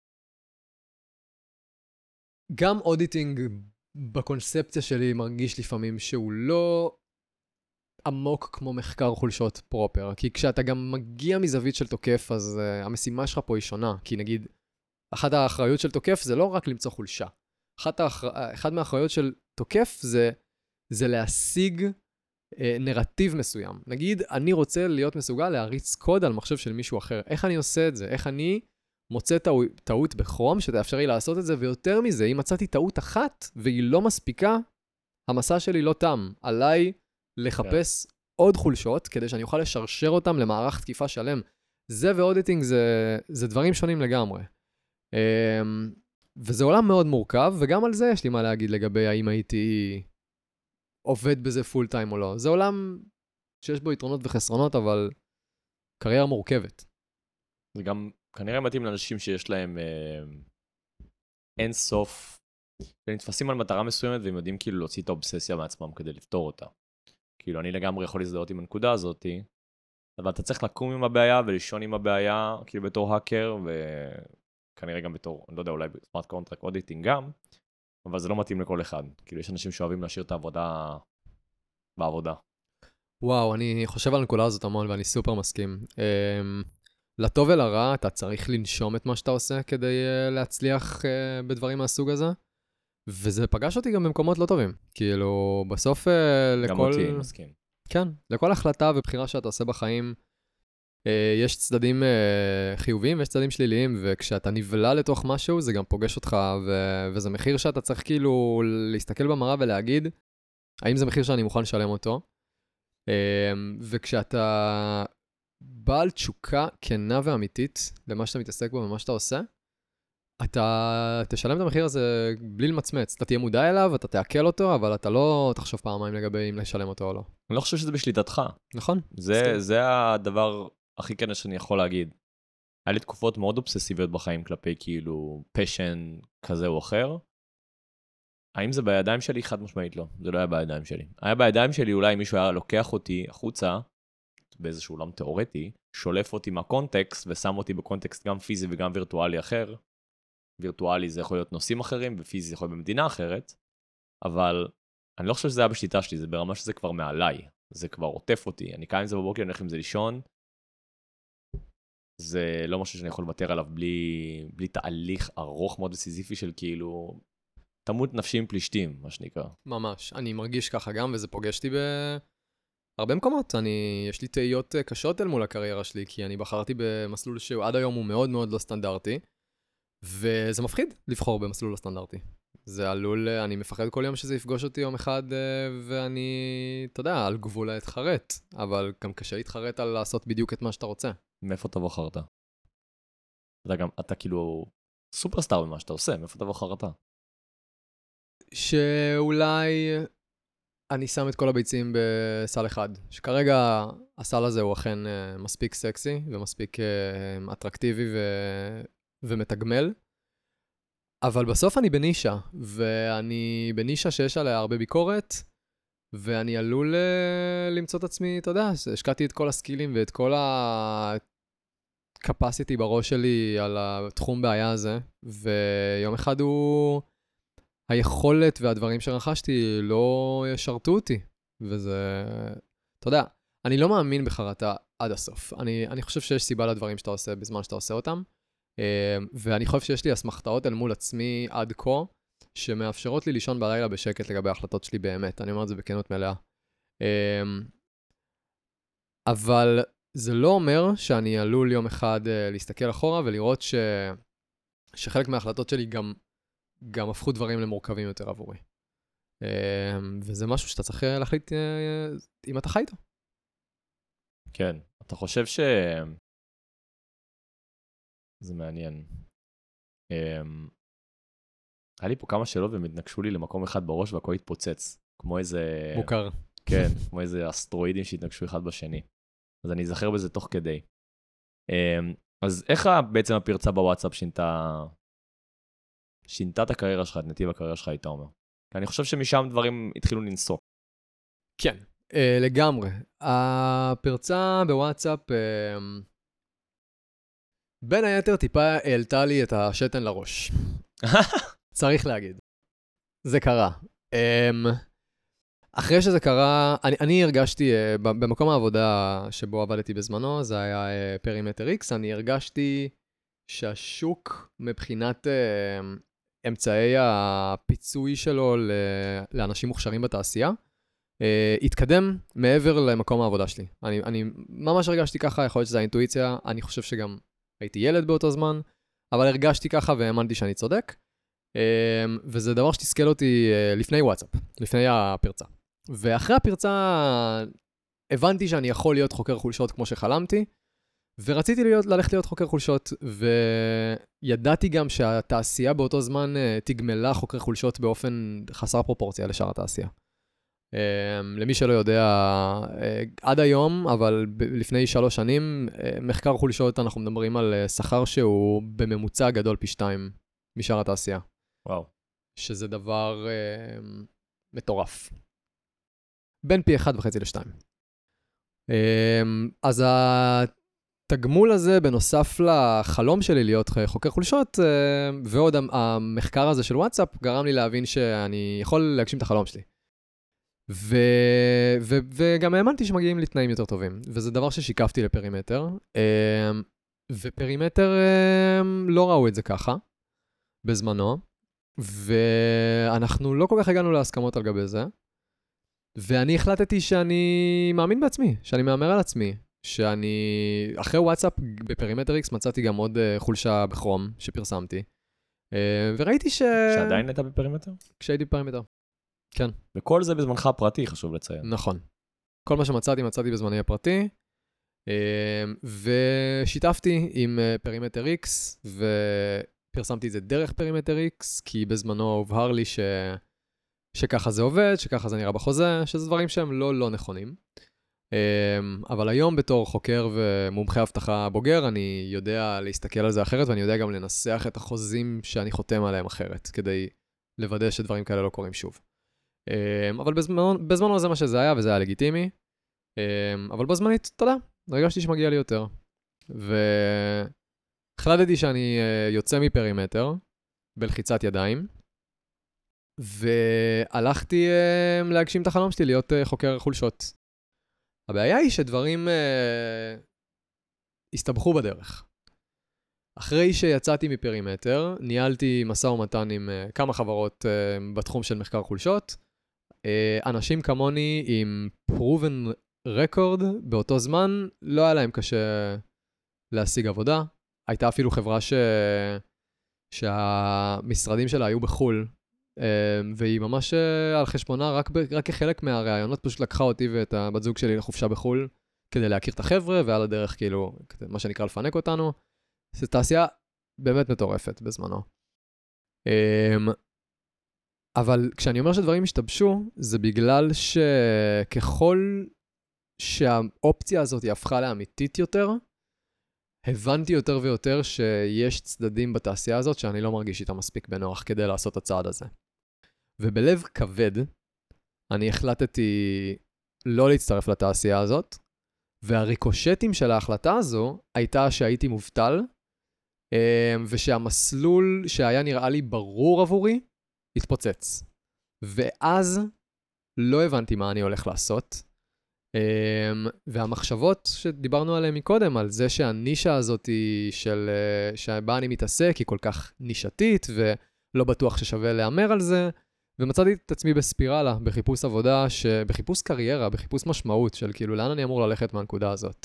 גם אודיטינג בקונספציה שלי מרגיש לפעמים שהוא לא עמוק כמו מחקר חולשות פרופר, כי כשאתה גם מגיע מזווית של תוקף, אז uh, המשימה שלך פה היא שונה, כי נגיד, אחת האחריות של תוקף זה לא רק למצוא חולשה. אחת האחר... אחד מהאחריות של תוקף זה, זה להשיג uh, נרטיב מסוים. נגיד, אני רוצה להיות מסוגל להריץ קוד על מחשב של מישהו אחר. איך אני עושה את זה? איך אני מוצא טעו... טעות בכרום שתאפשר לי לעשות את זה? ויותר מזה, אם מצאתי טעות אחת והיא לא מספיקה, המסע שלי לא תם. עליי לחפש yeah. עוד חולשות, כדי שאני אוכל לשרשר אותם למערך תקיפה שלם. זה ואודיטינג זה, זה דברים שונים לגמרי. Um, וזה עולם מאוד מורכב, וגם על זה יש לי מה להגיד לגבי האם הייתי עובד בזה פול טיים או לא. זה עולם שיש בו יתרונות וחסרונות, אבל קריירה מורכבת. זה גם כנראה מתאים לאנשים שיש להם אה, אין סוף, ונתפסים על מטרה מסוימת, והם יודעים כאילו להוציא את האובססיה מעצמם כדי לפתור אותה. כאילו אני לגמרי יכול להזדהות עם הנקודה הזאת, אבל אתה צריך לקום עם הבעיה ולישון עם הבעיה, כאילו בתור האקר, וכנראה גם בתור, אני לא יודע, אולי סמארט קונטרקט אודיטינג גם, אבל זה לא מתאים לכל אחד. כאילו יש אנשים שאוהבים להשאיר את העבודה בעבודה. וואו, אני חושב על הנקודה הזאת המון ואני סופר מסכים. Um, לטוב ולרע, אתה צריך לנשום את מה שאתה עושה כדי uh, להצליח uh, בדברים מהסוג הזה. וזה פגש אותי גם במקומות לא טובים. כאילו, בסוף uh, לכל... גם אותי, מסכים. כן, לכל החלטה ובחירה שאתה עושה בחיים, אה, יש צדדים אה, חיוביים ויש צדדים שליליים, וכשאתה נבלה לתוך משהו, זה גם פוגש אותך, ו- וזה מחיר שאתה צריך כאילו להסתכל במראה ולהגיד, האם זה מחיר שאני מוכן לשלם אותו? אה, וכשאתה בעל תשוקה כנה ואמיתית למה שאתה מתעסק בו ומה שאתה עושה, אתה תשלם את המחיר הזה בלי למצמץ. אתה תהיה מודע אליו, אתה תעכל אותו, אבל אתה לא תחשוב פעמיים לגבי אם לשלם אותו או לא. אני לא חושב שזה בשליטתך. נכון? זה, זה הדבר הכי כן שאני יכול להגיד. היה לי תקופות מאוד אובססיביות בחיים כלפי כאילו פשן כזה או אחר. האם זה בידיים שלי? חד משמעית לא. זה לא היה בידיים שלי. היה בידיים שלי אולי מישהו היה לוקח אותי החוצה, באיזשהו עולם תיאורטי, שולף אותי מהקונטקסט ושם אותי בקונטקסט גם פיזי וגם וירטואלי אחר. וירטואלי זה יכול להיות נושאים אחרים, ופיזי זה יכול להיות במדינה אחרת, אבל אני לא חושב שזה היה בשליטה שלי, זה ברמה שזה כבר מעליי, זה כבר עוטף אותי, אני קיים עם זה בבוקר, אני הולך עם זה לישון, זה לא משהו שאני יכול לוותר עליו בלי, בלי תהליך ארוך מאוד וסיזיפי של כאילו, תמות נפשי עם פלישתים, מה שנקרא. ממש, אני מרגיש ככה גם, וזה פוגש אותי בהרבה מקומות. אני, יש לי תהיות קשות אל מול הקריירה שלי, כי אני בחרתי במסלול שהוא עד היום הוא מאוד מאוד לא סטנדרטי, וזה מפחיד לבחור במסלול לא סטנדרטי. זה עלול, אני מפחד כל יום שזה יפגוש אותי יום אחד, ואני, אתה יודע, על גבול להתחרט, אבל גם קשה להתחרט על לעשות בדיוק את מה שאתה רוצה. מאיפה אתה בחרת? אתה גם, אתה כאילו סופרסטאר במה שאתה עושה, מאיפה אתה בחרת? שאולי אני שם את כל הביצים בסל אחד, שכרגע הסל הזה הוא אכן מספיק סקסי ומספיק אטרקטיבי ו... ומתגמל, אבל בסוף אני בנישה, ואני בנישה שיש עליה הרבה ביקורת, ואני עלול למצוא את עצמי, אתה יודע, השקעתי את כל הסקילים ואת כל הקפסיטי בראש שלי על התחום בעיה הזה, ויום אחד הוא... היכולת והדברים שרכשתי לא ישרתו אותי, וזה, אתה יודע, אני לא מאמין בחרטה עד הסוף. אני, אני חושב שיש סיבה לדברים שאתה עושה בזמן שאתה עושה אותם, ואני חושב שיש לי אסמכתאות אל מול עצמי עד כה, שמאפשרות לי לישון בלילה בשקט לגבי ההחלטות שלי באמת, אני אומר את זה בכנות מלאה. אבל זה לא אומר שאני עלול יום אחד להסתכל אחורה ולראות ש... שחלק מההחלטות שלי גם גם הפכו דברים למורכבים יותר עבורי. וזה משהו שאתה צריך להחליט אם אתה חי איתו. כן, אתה חושב ש... זה מעניין. היה לי פה כמה שאלות והם התנגשו לי למקום אחד בראש והכל התפוצץ. כמו איזה... מוכר. כן, כמו איזה אסטרואידים שהתנגשו אחד בשני. אז אני אזכר בזה תוך כדי. אז איך בעצם הפרצה בוואטסאפ שינתה... שינתה את הקריירה שלך, את נתיב הקריירה שלך, היית אומר. כי אני חושב שמשם דברים התחילו לנסוק. כן, אה, לגמרי. הפרצה בוואטסאפ, אה, בין היתר טיפה העלתה לי את השתן לראש. צריך להגיד. זה קרה. אה, אחרי שזה קרה, אני, אני הרגשתי, אה, במקום העבודה שבו עבדתי בזמנו, זה היה אה, פרימטר X, אני הרגשתי שהשוק מבחינת... אה, אמצעי הפיצוי שלו לאנשים מוכשרים בתעשייה, התקדם מעבר למקום העבודה שלי. אני, אני ממש הרגשתי ככה, יכול להיות שזה האינטואיציה, אני חושב שגם הייתי ילד באותו זמן, אבל הרגשתי ככה והאמנתי שאני צודק, וזה דבר שתסכל אותי לפני וואטסאפ, לפני הפרצה. ואחרי הפרצה הבנתי שאני יכול להיות חוקר חולשות כמו שחלמתי, ורציתי להיות, ללכת להיות חוקר חולשות, וידעתי גם שהתעשייה באותו זמן תגמלה חוקר חולשות באופן חסר פרופורציה לשאר התעשייה. למי שלא יודע, עד היום, אבל לפני שלוש שנים, מחקר חולשות, אנחנו מדברים על שכר שהוא בממוצע גדול פי שתיים משאר התעשייה. וואו. שזה דבר מטורף. בין פי אחד וחצי לשתיים. אז התגמול הזה, בנוסף לחלום שלי להיות חוקר חולשות, ועוד המחקר הזה של וואטסאפ, גרם לי להבין שאני יכול להגשים את החלום שלי. ו... ו... וגם האמנתי שמגיעים לי תנאים יותר טובים, וזה דבר ששיקפתי לפרימטר, ופרימטר לא ראו את זה ככה, בזמנו, ואנחנו לא כל כך הגענו להסכמות על גבי זה, ואני החלטתי שאני מאמין בעצמי, שאני מאמר על עצמי, שאני, אחרי וואטסאפ בפרימטר איקס מצאתי גם עוד חולשה בכרום שפרסמתי, וראיתי ש... שעדיין הייתה בפרימטר? כשהייתי בפרימטר, כן. וכל זה בזמנך הפרטי, חשוב לציין. נכון. כל מה שמצאתי, מצאתי בזמני הפרטי, ושיתפתי עם פרימטר איקס, ופרסמתי את זה דרך פרימטר איקס, כי בזמנו הובהר לי ש... שככה זה עובד, שככה זה נראה בחוזה, שזה דברים שהם לא לא נכונים. אבל היום בתור חוקר ומומחה הבטחה בוגר, אני יודע להסתכל על זה אחרת, ואני יודע גם לנסח את החוזים שאני חותם עליהם אחרת, כדי לוודא שדברים כאלה לא קורים שוב. אבל בזמנו, בזמנו זה מה שזה היה, וזה היה לגיטימי. אבל בזמנית, תודה, הרגשתי שמגיע לי יותר. והחלטתי שאני יוצא מפרימטר, בלחיצת ידיים, והלכתי להגשים את החלום שלי, להיות חוקר חולשות. הבעיה היא שדברים הסתבכו בדרך. אחרי שיצאתי מפרימטר, ניהלתי משא ומתן עם כמה חברות בתחום של מחקר חולשות. אנשים כמוני עם proven record באותו זמן, לא היה להם קשה להשיג עבודה. הייתה אפילו חברה ש... שהמשרדים שלה היו בחול, והיא ממש על חשבונה, רק, ב... רק כחלק מהרעיונות, פשוט לקחה אותי ואת הבת זוג שלי לחופשה בחול, כדי להכיר את החבר'ה, ועל הדרך כאילו, מה שנקרא לפנק אותנו. זו תעשייה באמת מטורפת בזמנו. אבל כשאני אומר שדברים השתבשו, זה בגלל שככל שהאופציה הזאת היא הפכה לאמיתית יותר, הבנתי יותר ויותר שיש צדדים בתעשייה הזאת שאני לא מרגיש איתה מספיק בנוח כדי לעשות את הצעד הזה. ובלב כבד, אני החלטתי לא להצטרף לתעשייה הזאת, והריקושטים של ההחלטה הזו הייתה שהייתי מובטל, ושהמסלול שהיה נראה לי ברור עבורי, התפוצץ. ואז לא הבנתי מה אני הולך לעשות. והמחשבות שדיברנו עליהן מקודם, על זה שהנישה הזאת של, שבה אני מתעסק היא כל כך נישתית, ולא בטוח ששווה לאמר על זה, ומצאתי את עצמי בספירלה, בחיפוש עבודה, בחיפוש קריירה, בחיפוש משמעות של כאילו לאן אני אמור ללכת מהנקודה הזאת.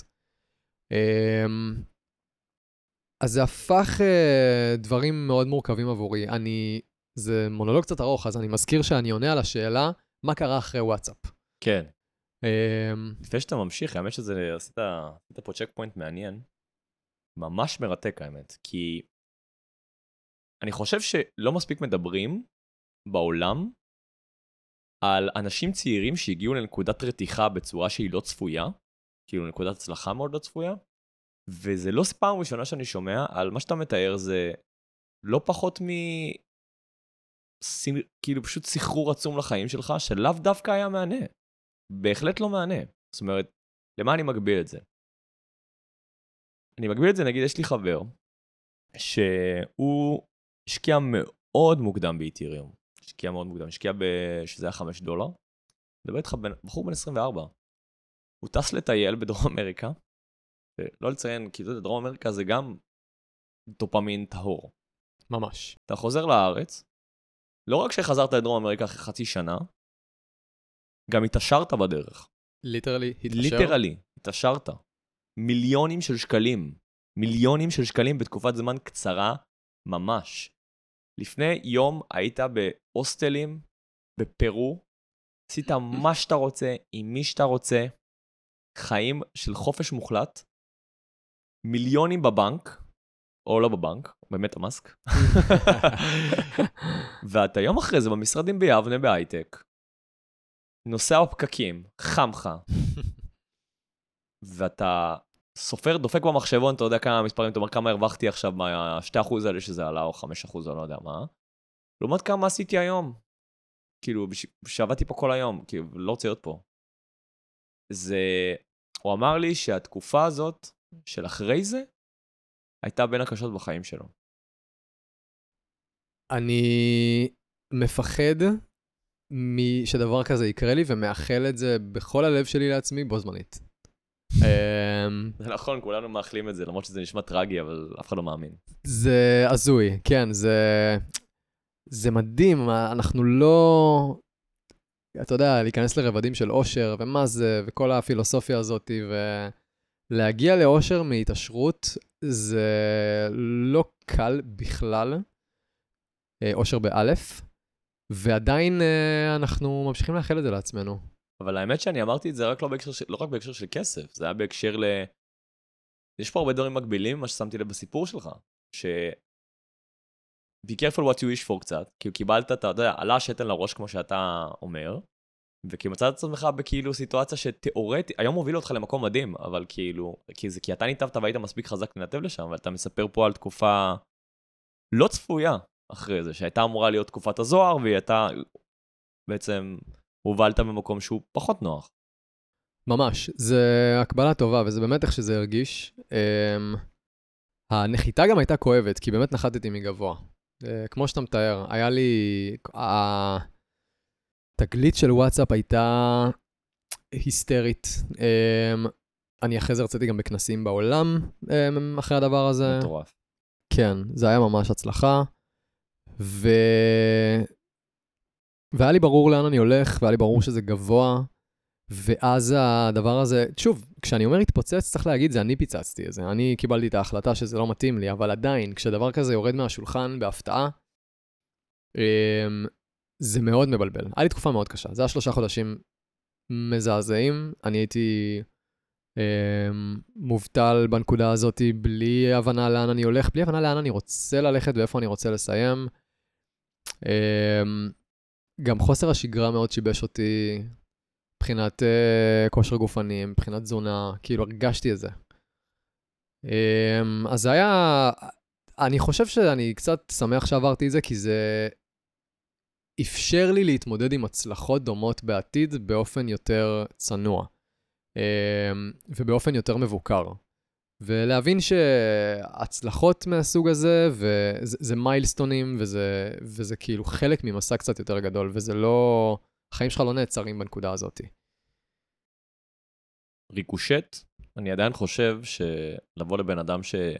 אז זה הפך דברים מאוד מורכבים עבורי. אני, זה מונולוג קצת ארוך, אז אני מזכיר שאני עונה על השאלה, מה קרה אחרי וואטסאפ? כן. לפני שאתה ממשיך, האמת שזה, עשית, עשית פה צ'ק פוינט מעניין, ממש מרתק האמת, כי אני חושב שלא מספיק מדברים בעולם על אנשים צעירים שהגיעו לנקודת רתיחה בצורה שהיא לא צפויה, כאילו נקודת הצלחה מאוד לא צפויה, וזה לא פעם ראשונה שאני שומע על מה שאתה מתאר, זה לא פחות מ... כאילו פשוט סחרור עצום לחיים שלך, שלאו דווקא היה מענה. בהחלט לא מענה. זאת אומרת, למה אני מגביל את זה? אני מגביל את זה, נגיד, יש לי חבר, שהוא השקיע מאוד מוקדם באתריום. השקיע מאוד מוקדם, השקיע ב... שזה היה חמש דולר. מדבר איתך בחור בן עשרים וארבע. הוא טס לטייל בדרום אמריקה, ולא לציין, כי דרום אמריקה זה גם דופמין טהור. ממש. אתה חוזר לארץ, לא רק שחזרת לדרום אמריקה אחרי חצי שנה, גם התעשרת בדרך. ליטרלי, התעשר? ליטרלי, התעשרת. מיליונים של שקלים. מיליונים של שקלים בתקופת זמן קצרה ממש. לפני יום היית בהוסטלים, בפרו, עשית מה שאתה רוצה, עם מי שאתה רוצה, חיים של חופש מוחלט, מיליונים בבנק, או לא בבנק, באמת המסק. ואתה יום אחרי זה במשרדים ביבנה בהייטק, נוסע בפקקים, חמך, ואתה סופר, דופק במחשבון, אתה יודע כמה מספרים, אתה אומר כמה הרווחתי עכשיו מה-שני אחוז האלה שזה עלה, או חמישה אחוז, אני לא יודע מה. לעומת כמה עשיתי היום. כאילו, שעבדתי פה כל היום, כאילו, לא רוצה להיות פה. זה, הוא אמר לי שהתקופה הזאת, של אחרי זה, הייתה בין הקשות בחיים שלו. אני מפחד שדבר כזה יקרה לי, ומאחל את זה בכל הלב שלי לעצמי בו זמנית. זה נכון, כולנו מאחלים את זה, למרות שזה נשמע טרגי, אבל אף אחד לא מאמין. זה הזוי, כן, זה, זה מדהים, אנחנו לא, אתה יודע, להיכנס לרבדים של אושר, ומה זה, וכל הפילוסופיה הזאת, ולהגיע לאושר מהתעשרות, זה לא קל בכלל, אושר באלף, ועדיין אנחנו ממשיכים לאחל את זה לעצמנו. אבל האמת שאני אמרתי את זה רק לא, בהקשר של, לא רק בהקשר של כסף, זה היה בהקשר ל... יש פה הרבה דברים מקבילים, מה ששמתי לב בסיפור שלך, ש... be careful what you wish for קצת, כי קיבלת, אתה יודע, עלה שתן לראש כמו שאתה אומר, וכי מצאת את עצמך בכאילו סיטואציה שתיאורטית, היום מוביל אותך למקום מדהים, אבל כאילו, כי, זה, כי אתה ניתבת והיית מספיק חזק לנתב לשם, ואתה מספר פה על תקופה לא צפויה אחרי זה, שהייתה אמורה להיות תקופת הזוהר, והיא הייתה בעצם הובלת במקום שהוא פחות נוח. ממש, זה הקבלה טובה, וזה באמת איך שזה הרגיש. Um, הנחיתה גם הייתה כואבת, כי באמת נחתתי מגבוה. Uh, כמו שאתה מתאר, היה לי... התגלית של וואטסאפ הייתה היסטרית. Um, אני אחרי זה רציתי גם בכנסים בעולם, um, אחרי הדבר הזה. מטורף. כן, זה היה ממש הצלחה. ו... והיה לי ברור לאן אני הולך, והיה לי ברור שזה גבוה. ואז הדבר הזה, שוב, כשאני אומר התפוצץ, צריך להגיד, זה אני פיצצתי את זה. אני קיבלתי את ההחלטה שזה לא מתאים לי, אבל עדיין, כשדבר כזה יורד מהשולחן בהפתעה, זה מאוד מבלבל. היה לי תקופה מאוד קשה. זה היה שלושה חודשים מזעזעים. אני הייתי מובטל בנקודה הזאת, בלי הבנה לאן אני הולך, בלי הבנה לאן אני רוצה ללכת ואיפה אני רוצה לסיים. גם חוסר השגרה מאוד שיבש אותי, מבחינת uh, כושר גופני, מבחינת תזונה, כאילו הרגשתי את זה. Um, אז זה היה, אני חושב שאני קצת שמח שעברתי את זה, כי זה אפשר לי להתמודד עם הצלחות דומות בעתיד באופן יותר צנוע, um, ובאופן יותר מבוקר. ולהבין שהצלחות מהסוג הזה, וזה זה מיילסטונים, וזה, וזה כאילו חלק ממסע קצת יותר גדול, וזה לא... החיים שלך לא נעצרים בנקודה הזאת. ריקושט, אני עדיין חושב שלבוא לבן אדם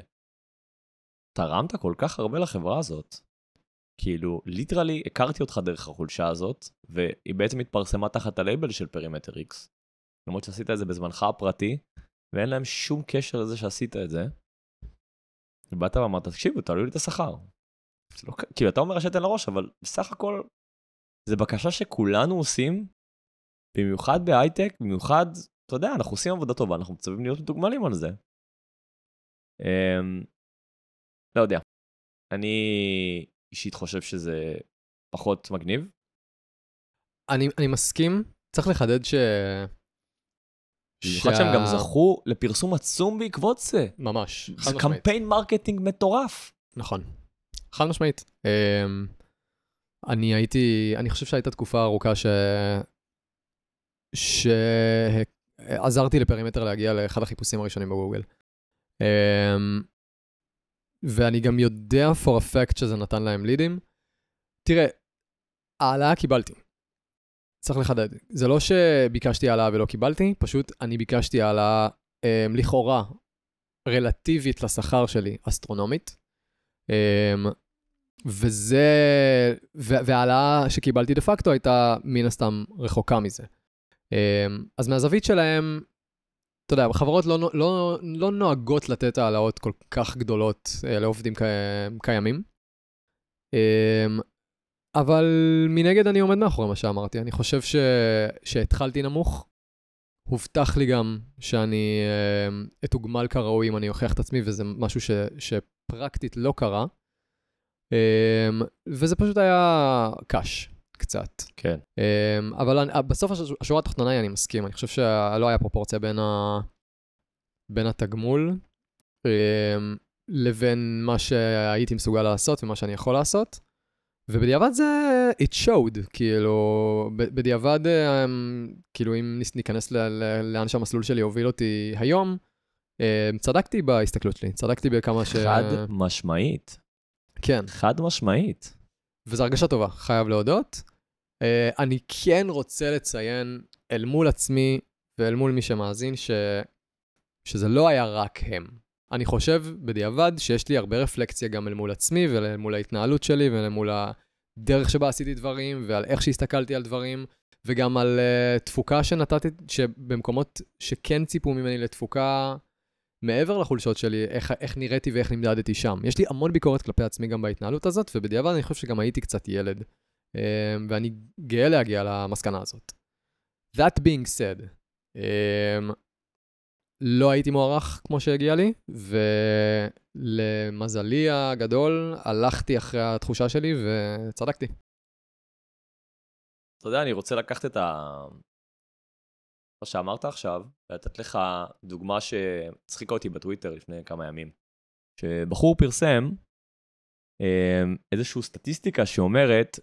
שתרמת כל כך הרבה לחברה הזאת, כאילו, ליטרלי, הכרתי אותך דרך החולשה הזאת, והיא בעצם התפרסמה תחת הלייבל של פרימטר איקס, למרות שעשית את זה בזמנך הפרטי, ואין להם שום קשר לזה שעשית את זה, ובאת ואמרת, תקשיבו, תעלו לי את השכר. לא, כאילו, אתה אומר השתן לראש, אבל בסך הכל, זה בקשה שכולנו עושים, במיוחד בהייטק, במיוחד, אתה יודע, אנחנו עושים עבודה טובה, אנחנו מצווים להיות מתוגמלים על זה. Um, לא יודע. אני אישית חושב שזה פחות מגניב. אני, אני מסכים, צריך לחדד ש... במיוחד שה... שהם גם זכו לפרסום עצום בעקבות זה. ממש. זה קמפיין מרקטינג מטורף. נכון. חד משמעית. Um... אני הייתי, אני חושב שהייתה תקופה ארוכה ש... שעזרתי לפרימטר להגיע לאחד החיפושים הראשונים בגוגל. ואני גם יודע for a fact שזה נתן להם לידים. תראה, העלאה קיבלתי. צריך לחדד. זה לא שביקשתי העלאה ולא קיבלתי, פשוט אני ביקשתי העלאה לכאורה רלטיבית לשכר שלי, אסטרונומית. וזה, והעלאה שקיבלתי דה פקטו הייתה מן הסתם רחוקה מזה. אז מהזווית שלהם, אתה יודע, חברות לא, לא, לא נוהגות לתת העלאות כל כך גדולות לעובדים קיימים. אבל מנגד אני עומד מאחורי מה שאמרתי. אני חושב ש, שהתחלתי נמוך. הובטח לי גם שאני אתוגמל כראוי אם אני אוכיח את עצמי, וזה משהו ש, שפרקטית לא קרה. Um, וזה פשוט היה קש, קצת. כן. Um, אבל אני, בסוף השורה התחתונה היא אני מסכים. אני חושב שלא היה פרופורציה בין, ה... בין התגמול um, לבין מה שהייתי מסוגל לעשות ומה שאני יכול לעשות. ובדיעבד זה, it showed, כאילו, בדיעבד, um, כאילו אם ניכנס ל- ל- לאן שהמסלול שלי הוביל אותי היום, um, צדקתי בהסתכלות שלי, צדקתי בכמה ש... חד משמעית. כן. חד משמעית. וזו הרגשה טובה, חייב להודות. Uh, אני כן רוצה לציין אל מול עצמי ואל מול מי שמאזין ש... שזה לא היה רק הם. אני חושב בדיעבד שיש לי הרבה רפלקציה גם אל מול עצמי ואל מול ההתנהלות שלי ואל מול דרך שבה עשיתי דברים, ועל איך שהסתכלתי על דברים, וגם על uh, תפוקה שנתתי, שבמקומות שכן ציפו ממני לתפוקה, מעבר לחולשות שלי, איך, איך נראיתי ואיך נמדדתי שם. יש לי המון ביקורת כלפי עצמי גם בהתנהלות הזאת, ובדיעבד אני חושב שגם הייתי קצת ילד, um, ואני גאה להגיע למסקנה הזאת. That being said, um, לא הייתי מוערך כמו שהגיע לי, ולמזלי הגדול, הלכתי אחרי התחושה שלי וצדקתי. אתה יודע, אני רוצה לקחת את ה... מה שאמרת עכשיו, ולתת לך דוגמה שצחיקה אותי בטוויטר לפני כמה ימים. שבחור פרסם איזושהי סטטיסטיקה שאומרת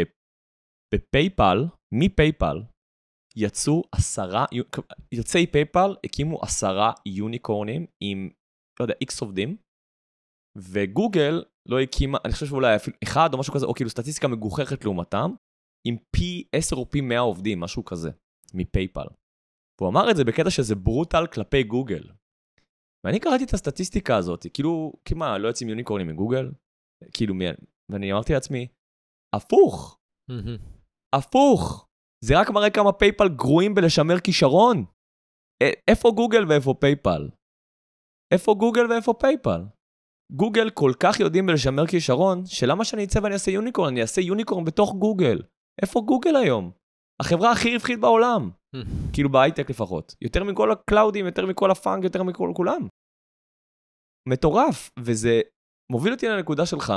שבפייפל, מפייפל, יצאו עשרה, יוצאי פייפל הקימו עשרה יוניקורנים עם, לא יודע, איקס עובדים, וגוגל לא הקימה, אני חושב שאולי אפילו אחד או משהו כזה, או כאילו סטטיסטיקה מגוחכת לעומתם, עם פי עשר או פי מאה עובדים, משהו כזה, מפייפל. והוא אמר את זה בקטע שזה ברוטל כלפי גוגל. ואני קראתי את הסטטיסטיקה הזאת, כאילו, כמה, לא יוצאים יוניקורנים מגוגל? כאילו, ואני אמרתי לעצמי, הפוך, הפוך. זה רק מראה כמה פייפל גרועים בלשמר כישרון. איפה גוגל ואיפה פייפל? איפה גוגל ואיפה פייפל? גוגל כל כך יודעים בלשמר כישרון, שלמה שאני אצא ואני אעשה יוניקורן? אני אעשה יוניקורן בתוך גוגל. איפה גוגל היום? החברה הכי רווחית בעולם. כאילו בהייטק לפחות. יותר מכל הקלאודים, יותר מכל הפאנק, יותר מכל כולם. מטורף. וזה מוביל אותי לנקודה שלך.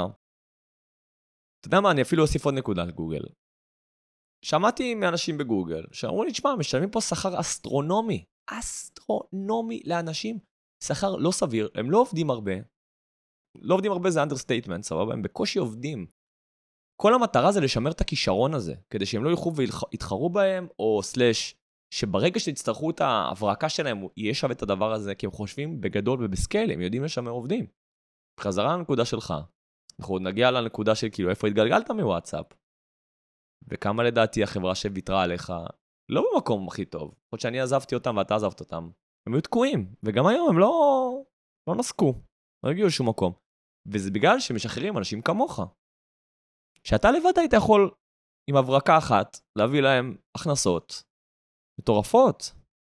אתה יודע מה? אני אפילו אוסיף עוד נקודה לגוגל. שמעתי מאנשים בגוגל, שאמרו לי, תשמע, משלמים פה שכר אסטרונומי, אסטרונומי לאנשים, שכר לא סביר, הם לא עובדים הרבה, לא עובדים הרבה זה understatement, סבבה, הם בקושי עובדים. כל המטרה זה לשמר את הכישרון הזה, כדי שהם לא ילכו ויתחרו בהם, או סלש, שברגע שתצטרכו את ההברקה שלהם, יהיה שווה את הדבר הזה, כי הם חושבים בגדול ובסקייל, הם יודעים לשמר עובדים. בחזרה לנקודה שלך, אנחנו עוד נגיע לנקודה של כאילו, איפה התגלגלת מוואטסאפ? וכמה לדעתי החברה שוויתרה עליך, לא במקום הכי טוב. עוד שאני עזבתי אותם ואתה עזבת אותם. הם היו תקועים, וגם היום הם לא, לא נסקו. לא הגיעו לשום מקום. וזה בגלל שמשחררים אנשים כמוך. שאתה לבד היית יכול, עם הברקה אחת, להביא להם הכנסות מטורפות.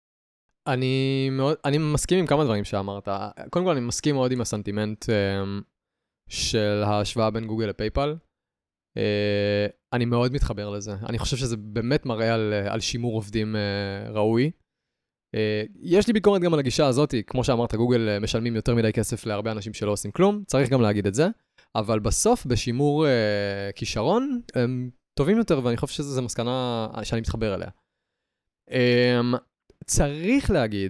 אני מאוד, אני מסכים עם כמה דברים שאמרת. קודם כל, אני מסכים מאוד עם הסנטימנט um, של ההשוואה בין גוגל לפייפל. Uh, אני מאוד מתחבר לזה. אני חושב שזה באמת מראה על, על שימור עובדים uh, ראוי. Uh, יש לי ביקורת גם על הגישה הזאת, כמו שאמרת, גוגל uh, משלמים יותר מדי כסף להרבה אנשים שלא עושים כלום, צריך גם להגיד את זה, אבל בסוף בשימור uh, כישרון, הם טובים יותר, ואני חושב שזו מסקנה שאני מתחבר אליה. Um, צריך להגיד,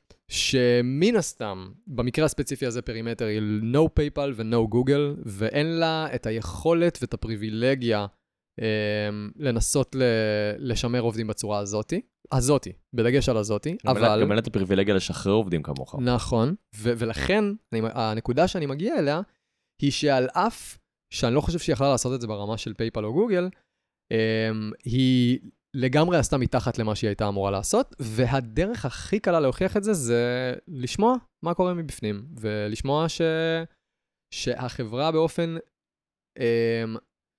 שמן הסתם, במקרה הספציפי הזה פרימטר היא no PayPal ו-no Google, ואין לה את היכולת ואת הפריבילגיה אה, לנסות ל- לשמר עובדים בצורה הזאתי, הזאתי, בדגש על הזאתי, אבל... גם אין את הפריבילגיה לשחרר עובדים כמוך. נכון, ו- ולכן אני, הנקודה שאני מגיע אליה, היא שעל אף שאני לא חושב שהיא יכלה לעשות את זה ברמה של PayPal או Google, אה, היא... לגמרי עשתה מתחת למה שהיא הייתה אמורה לעשות, והדרך הכי קלה להוכיח את זה, זה לשמוע מה קורה מבפנים, ולשמוע ש... שהחברה באופן אמ,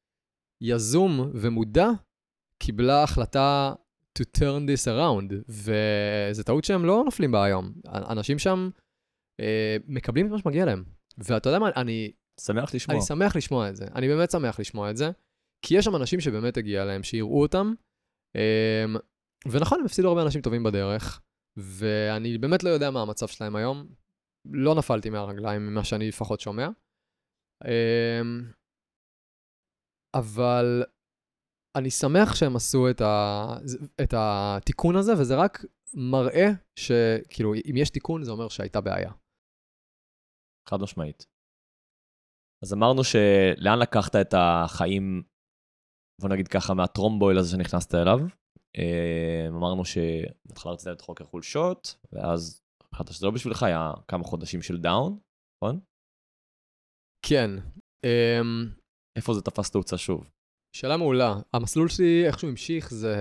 יזום ומודע, קיבלה החלטה to turn this around, וזו טעות שהם לא נופלים בה היום. אנשים שם אה, מקבלים את מה שמגיע להם. ואתה יודע מה, אני... שמח לשמוע. אני שמח לשמוע את זה. אני באמת שמח לשמוע את זה, כי יש שם אנשים שבאמת הגיע להם, שיראו אותם, Um, ונכון, הם הפסידו הרבה אנשים טובים בדרך, ואני באמת לא יודע מה המצב שלהם היום. לא נפלתי מהרגליים ממה שאני לפחות שומע. Um, אבל אני שמח שהם עשו את, ה, את התיקון הזה, וזה רק מראה שכאילו, אם יש תיקון, זה אומר שהייתה בעיה. חד משמעית. אז אמרנו שלאן לקחת את החיים, בוא נגיד ככה, מהטרומבויל הזה שנכנסת אליו. אמרנו שבהתחלה רצית את חוקר חולשות, ואז החלטת שזה לא בשבילך, היה כמה חודשים של דאון, נכון? כן. איפה זה תפס תאוצה שוב? שאלה מעולה. המסלול שלי איכשהו המשיך, זה...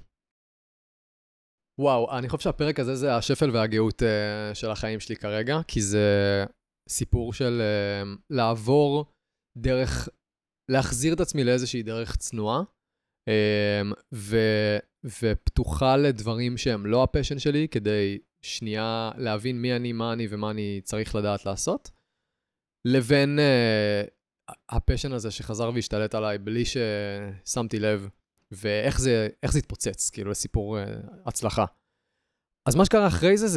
וואו, אני חושב שהפרק הזה זה השפל והגאות של החיים שלי כרגע, כי זה סיפור של לעבור דרך להחזיר את עצמי לאיזושהי דרך צנועה, ו, ופתוחה לדברים שהם לא הפשן שלי, כדי שנייה להבין מי אני, מה אני ומה אני צריך לדעת לעשות, לבין uh, הפשן הזה שחזר והשתלט עליי בלי ששמתי לב, ואיך זה, איך זה התפוצץ, כאילו לסיפור uh, הצלחה. אז מה שקרה אחרי זה זה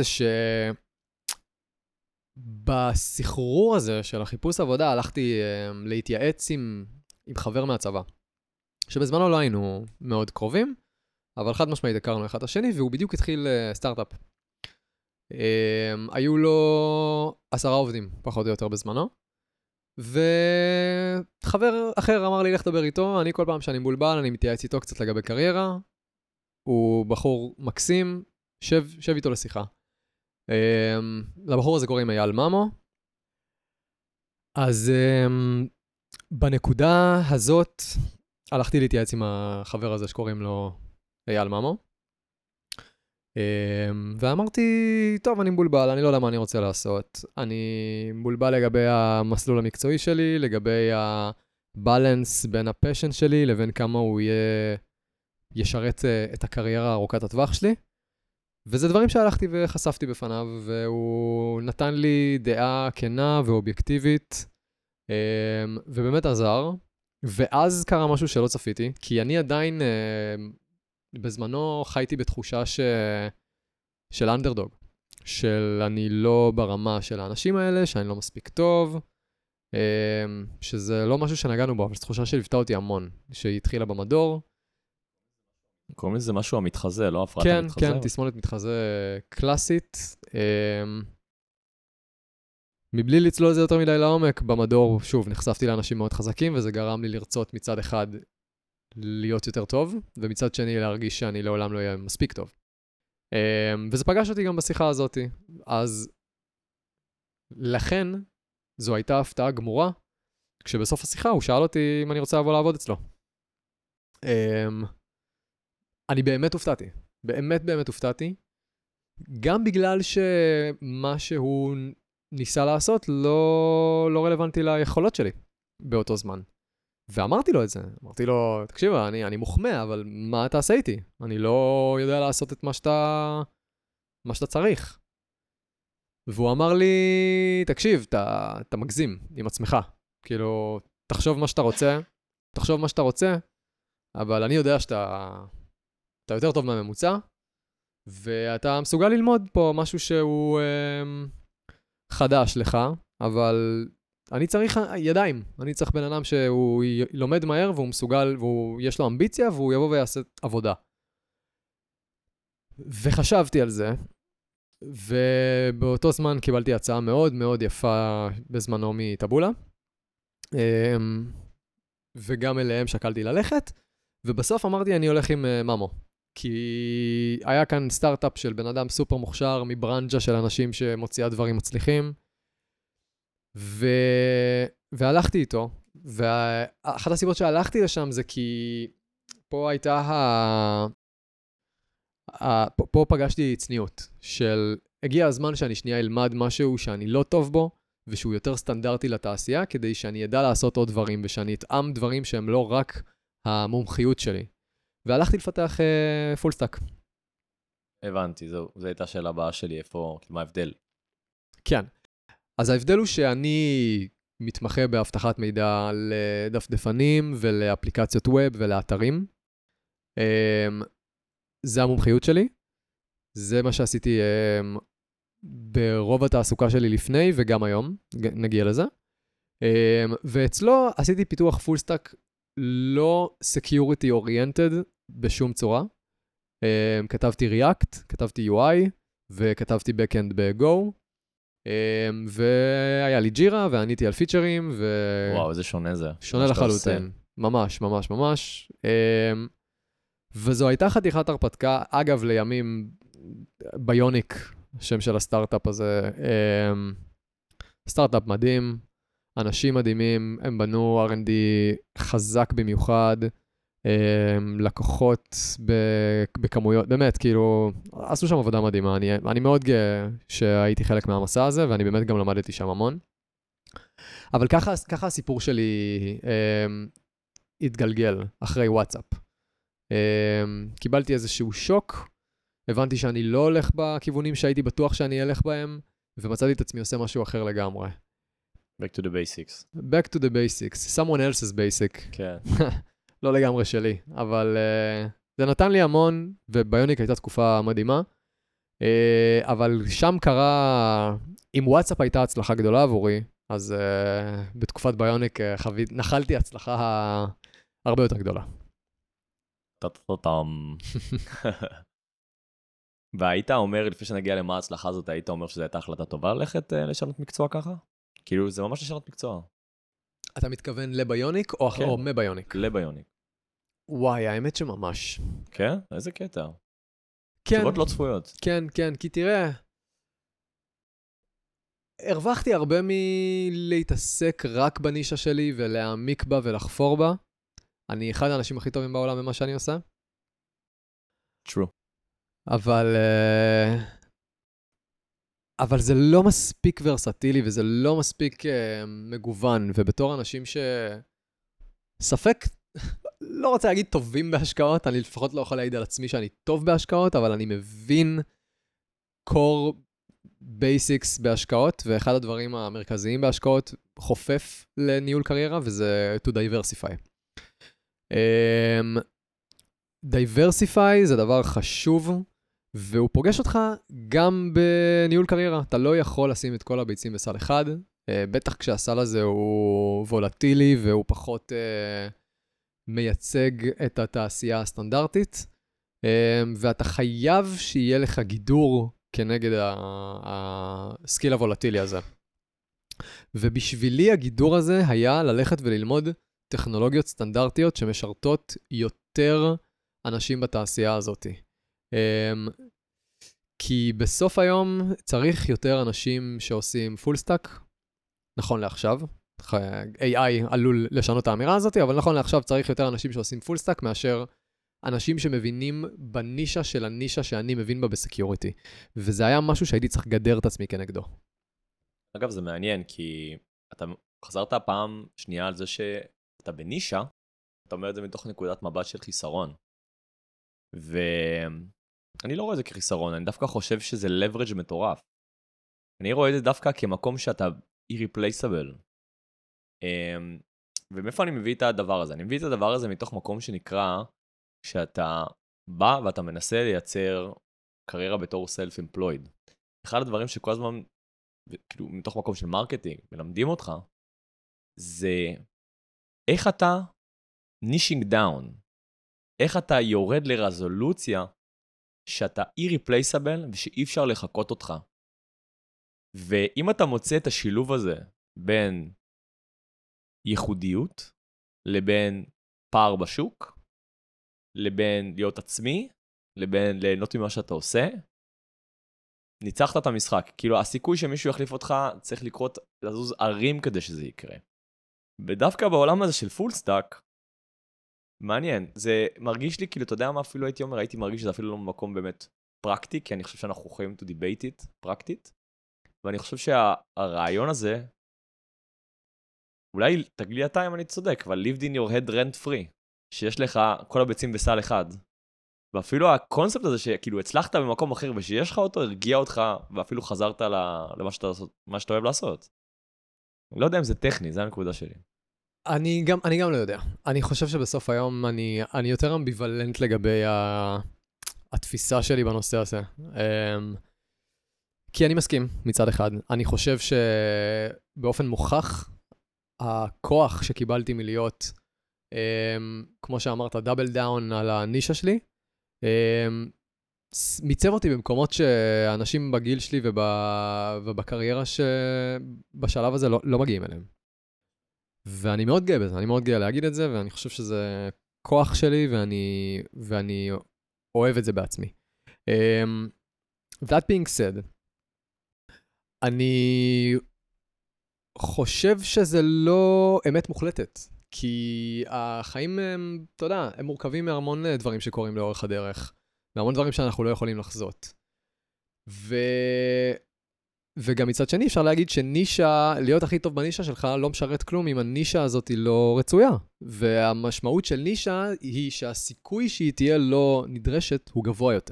שבסחרור הזה של החיפוש עבודה הלכתי uh, להתייעץ עם, עם חבר מהצבא, שבזמנו לא היינו מאוד קרובים, אבל חד משמעית הכרנו אחד השני, והוא בדיוק התחיל uh, סטארט-אפ. Um, היו לו עשרה עובדים, פחות או יותר בזמנו, וחבר אחר אמר לי, לך דבר איתו, אני כל פעם שאני מבולבל, אני מתייעץ איתו קצת לגבי קריירה, הוא בחור מקסים, שב, שב איתו לשיחה. Um, לבחור הזה קוראים אייל ממו, אז um, בנקודה הזאת, הלכתי להתייעץ עם החבר הזה שקוראים לו אייל ממו, ואמרתי, טוב, אני מבולבל, אני לא יודע מה אני רוצה לעשות. אני מבולבל לגבי המסלול המקצועי שלי, לגבי הבלנס בין הפשן שלי, לבין כמה הוא יהיה, ישרת את הקריירה ארוכת הטווח שלי. וזה דברים שהלכתי וחשפתי בפניו, והוא נתן לי דעה כנה ואובייקטיבית, ובאמת עזר. ואז קרה משהו שלא צפיתי, כי אני עדיין... בזמנו חייתי בתחושה ש... של אנדרדוג, של אני לא ברמה של האנשים האלה, שאני לא מספיק טוב, שזה לא משהו שנגענו בו, אבל זו תחושה שליוותה אותי המון, שהיא התחילה במדור. קוראים לזה משהו המתחזה, לא הפרעת כן, המתחזה? כן, כן, תסמונת מתחזה קלאסית. מבלי לצלול את זה יותר מדי לעומק, במדור, שוב, נחשפתי לאנשים מאוד חזקים, וזה גרם לי לרצות מצד אחד להיות יותר טוב, ומצד שני להרגיש שאני לעולם לא אהיה מספיק טוב. וזה פגש אותי גם בשיחה הזאת. אז לכן, זו הייתה הפתעה גמורה, כשבסוף השיחה הוא שאל אותי אם אני רוצה לבוא לעבוד אצלו. אני באמת הופתעתי. באמת באמת הופתעתי. גם בגלל שמה שהוא ניסה לעשות לא, לא רלוונטי ליכולות שלי באותו זמן. ואמרתי לו את זה, אמרתי לו, תקשיב, אני, אני מוחמא, אבל מה אתה עושה איתי? אני לא יודע לעשות את מה שאתה, מה שאתה צריך. והוא אמר לי, תקשיב, אתה, אתה מגזים עם עצמך. כאילו, תחשוב מה שאתה רוצה, תחשוב מה שאתה רוצה, אבל אני יודע שאתה, אתה יותר טוב מהממוצע, ואתה מסוגל ללמוד פה משהו שהוא אה, חדש לך, אבל... אני צריך ידיים, אני צריך בן אדם שהוא לומד מהר והוא מסוגל, ויש לו אמביציה והוא יבוא ויעשה עבודה. וחשבתי על זה, ובאותו זמן קיבלתי הצעה מאוד מאוד יפה בזמנו מטבולה, וגם אליהם שקלתי ללכת, ובסוף אמרתי אני הולך עם ממו, כי היה כאן סטארט-אפ של בן אדם סופר מוכשר, מברנג'ה של אנשים שמוציאה דברים מצליחים, ו... והלכתי איתו, ואחת הסיבות שהלכתי לשם זה כי פה הייתה ה... ה... פה, פה פגשתי צניעות של הגיע הזמן שאני שנייה אלמד משהו שאני לא טוב בו, ושהוא יותר סטנדרטי לתעשייה, כדי שאני ידע לעשות עוד דברים, ושאני אתאם דברים שהם לא רק המומחיות שלי. והלכתי לפתח uh, פול סטאק. הבנתי, זו, זו הייתה שאלה הבאה שלי, איפה, מה ההבדל? כן. אז ההבדל הוא שאני מתמחה בהבטחת מידע לדפדפנים ולאפליקציות ווב ולאתרים. זה המומחיות שלי. זה מה שעשיתי ברוב התעסוקה שלי לפני וגם היום. נגיע לזה. ואצלו עשיתי פיתוח פול סטאק לא security oriented בשום צורה. כתבתי React, כתבתי יו איי וכתבתי Backend ב-Go. והיה לי ג'ירה, ועניתי על פיצ'רים, ו... וואו, איזה שונה זה. שונה לחלוטין. ממש, ממש, ממש. וזו הייתה חתיכת הרפתקה, אגב, לימים ביוניק, שם של הסטארט-אפ הזה, סטארט-אפ מדהים, אנשים מדהימים, הם בנו אר אנד די חזק במיוחד, לקוחות בכמויות, באמת, כאילו, עשו שם עבודה מדהימה, אני, אני מאוד גאה שהייתי חלק מהמסע הזה, ואני באמת גם למדתי שם המון. אבל ככה, ככה הסיפור שלי um, התגלגל אחרי וואטסאפ. Um, קיבלתי איזשהו שוק, הבנתי שאני לא הולך בכיוונים שהייתי בטוח שאני אלך בהם, ומצאתי את עצמי עושה משהו אחר לגמרי. Back to the basics. Back to the basics. Someone else's basic. כן. לא לגמרי שלי, אבל uh, זה נתן לי המון, וביוניק הייתה תקופה מדהימה, uh, אבל שם קרה, אם וואטסאפ הייתה הצלחה גדולה עבורי, אז uh, בתקופת ביוניק uh, חווית, נחלתי הצלחה הרבה יותר גדולה. טה-טה-טם. והיית אומר, לפני שנגיע למה ההצלחה הזאת, היית אומר שזו הייתה החלטה טובה ללכת uh, לשנות מקצוע ככה? כאילו, זה ממש לשנות מקצוע. אתה מתכוון לביוניק או, כן. או מביוניק? לביוניק. וואי, האמת שממש. כן? איזה קטע. כן. תשובות לא צפויות. כן, כן, כי תראה, הרווחתי הרבה מלהתעסק רק בנישה שלי ולהעמיק בה ולחפור בה. אני אחד האנשים הכי טובים בעולם במה שאני עושה. True. אבל, אבל זה לא מספיק ורסטילי וזה לא מספיק מגוון, ובתור אנשים שספק, לא רוצה להגיד טובים בהשקעות, אני לפחות לא יכול להעיד על עצמי שאני טוב בהשקעות, אבל אני מבין core basics בהשקעות, ואחד הדברים המרכזיים בהשקעות חופף לניהול קריירה, וזה to diversify. Um, diversify זה דבר חשוב, והוא פוגש אותך גם בניהול קריירה. אתה לא יכול לשים את כל הביצים בסל אחד, uh, בטח כשהסל הזה הוא וולטילי, והוא פחות uh, מייצג את התעשייה הסטנדרטית, um, ואתה חייב שיהיה לך גידור כנגד הסקיל הוולטילי הזה. ובשבילי הגידור הזה היה ללכת וללמוד טכנולוגיות סטנדרטיות שמשרתות יותר אנשים בתעשייה הזאת. כי בסוף היום צריך יותר אנשים שעושים פול סטאק, נכון לעכשיו, איי איי עלול לשנות את האמירה הזאת, אבל נכון לעכשיו צריך יותר אנשים שעושים פול סטאק מאשר אנשים שמבינים בנישה של הנישה שאני מבין בה בסקיוריטי. וזה היה משהו שהייתי צריך לגדר את עצמי כנגדו. אגב, זה מעניין, כי אתה חזרת פעם שנייה על זה שאתה בנישה, אתה אומר את זה מתוך נקודת מבט של חיסרון. ואני לא רואה את זה כחיסרון, אני דווקא חושב שזה leverage מטורף. אני רואה את זה דווקא כמקום שאתה irreplaceable. ומאיפה אני מביא את הדבר הזה? אני מביא את הדבר הזה מתוך מקום שנקרא, שאתה בא ואתה מנסה לייצר קריירה בתור self-employed. אחד הדברים שכל הזמן, כאילו מתוך מקום של מרקטינג, מלמדים אותך, זה איך אתה נישינג דאון, איך אתה יורד לרזולוציה שאתה irreplaceable ושאי אפשר לחכות אותך. ואם אתה מוצא את השילוב הזה בין ייחודיות לבין פער בשוק, לבין להיות עצמי, לבין ליהנות ממה שאתה עושה, ניצחת את המשחק. כאילו הסיכוי שמישהו יחליף אותך צריך לקרות, לזוז ערים כדי שזה יקרה. ודווקא בעולם הזה של פול סטאק, מעניין, זה מרגיש לי, כאילו אתה יודע מה אפילו הייתי אומר, הייתי מרגיש שזה אפילו לא מקום באמת פרקטי, כי אני חושב שאנחנו יכולים to debate it, פרקטית, ואני חושב שהרעיון הזה, אולי תגלי אתה אם אני צודק, אבל lived in your head rent free, שיש לך כל הביצים בסל אחד, ואפילו הקונספט הזה שכאילו הצלחת במקום אחר ושיש לך אותו, הרגיע אותך ואפילו חזרת למה שאתה, מה שאתה אוהב לעשות. אני לא יודע אם זה טכני, זה הנקודה שלי. אני גם, אני גם לא יודע. אני חושב שבסוף היום אני, אני יותר אמביוולנט לגבי ה, התפיסה שלי בנושא הזה. כי אני מסכים מצד אחד. אני חושב שבאופן מוכח, הכוח שקיבלתי מלהיות, כמו שאמרת, דאבל דאון על הנישה שלי, מיצב אותי במקומות שאנשים בגיל שלי וב, ובקריירה שבשלב הזה לא, לא מגיעים אליהם. ואני מאוד גאה בזה, אני מאוד גאה להגיד את זה, ואני חושב שזה כוח שלי, ואני, ואני אוהב את זה בעצמי. Um, that being said, אני חושב שזה לא אמת מוחלטת, כי החיים הם, אתה יודע, הם מורכבים מהמון דברים שקורים לאורך הדרך, מהמון דברים שאנחנו לא יכולים לחזות. וגם מצד שני אפשר להגיד שנישה, להיות הכי טוב בנישה שלך לא משרת כלום אם הנישה הזאת היא לא רצויה. והמשמעות של נישה היא שהסיכוי שהיא תהיה לא נדרשת הוא גבוה יותר.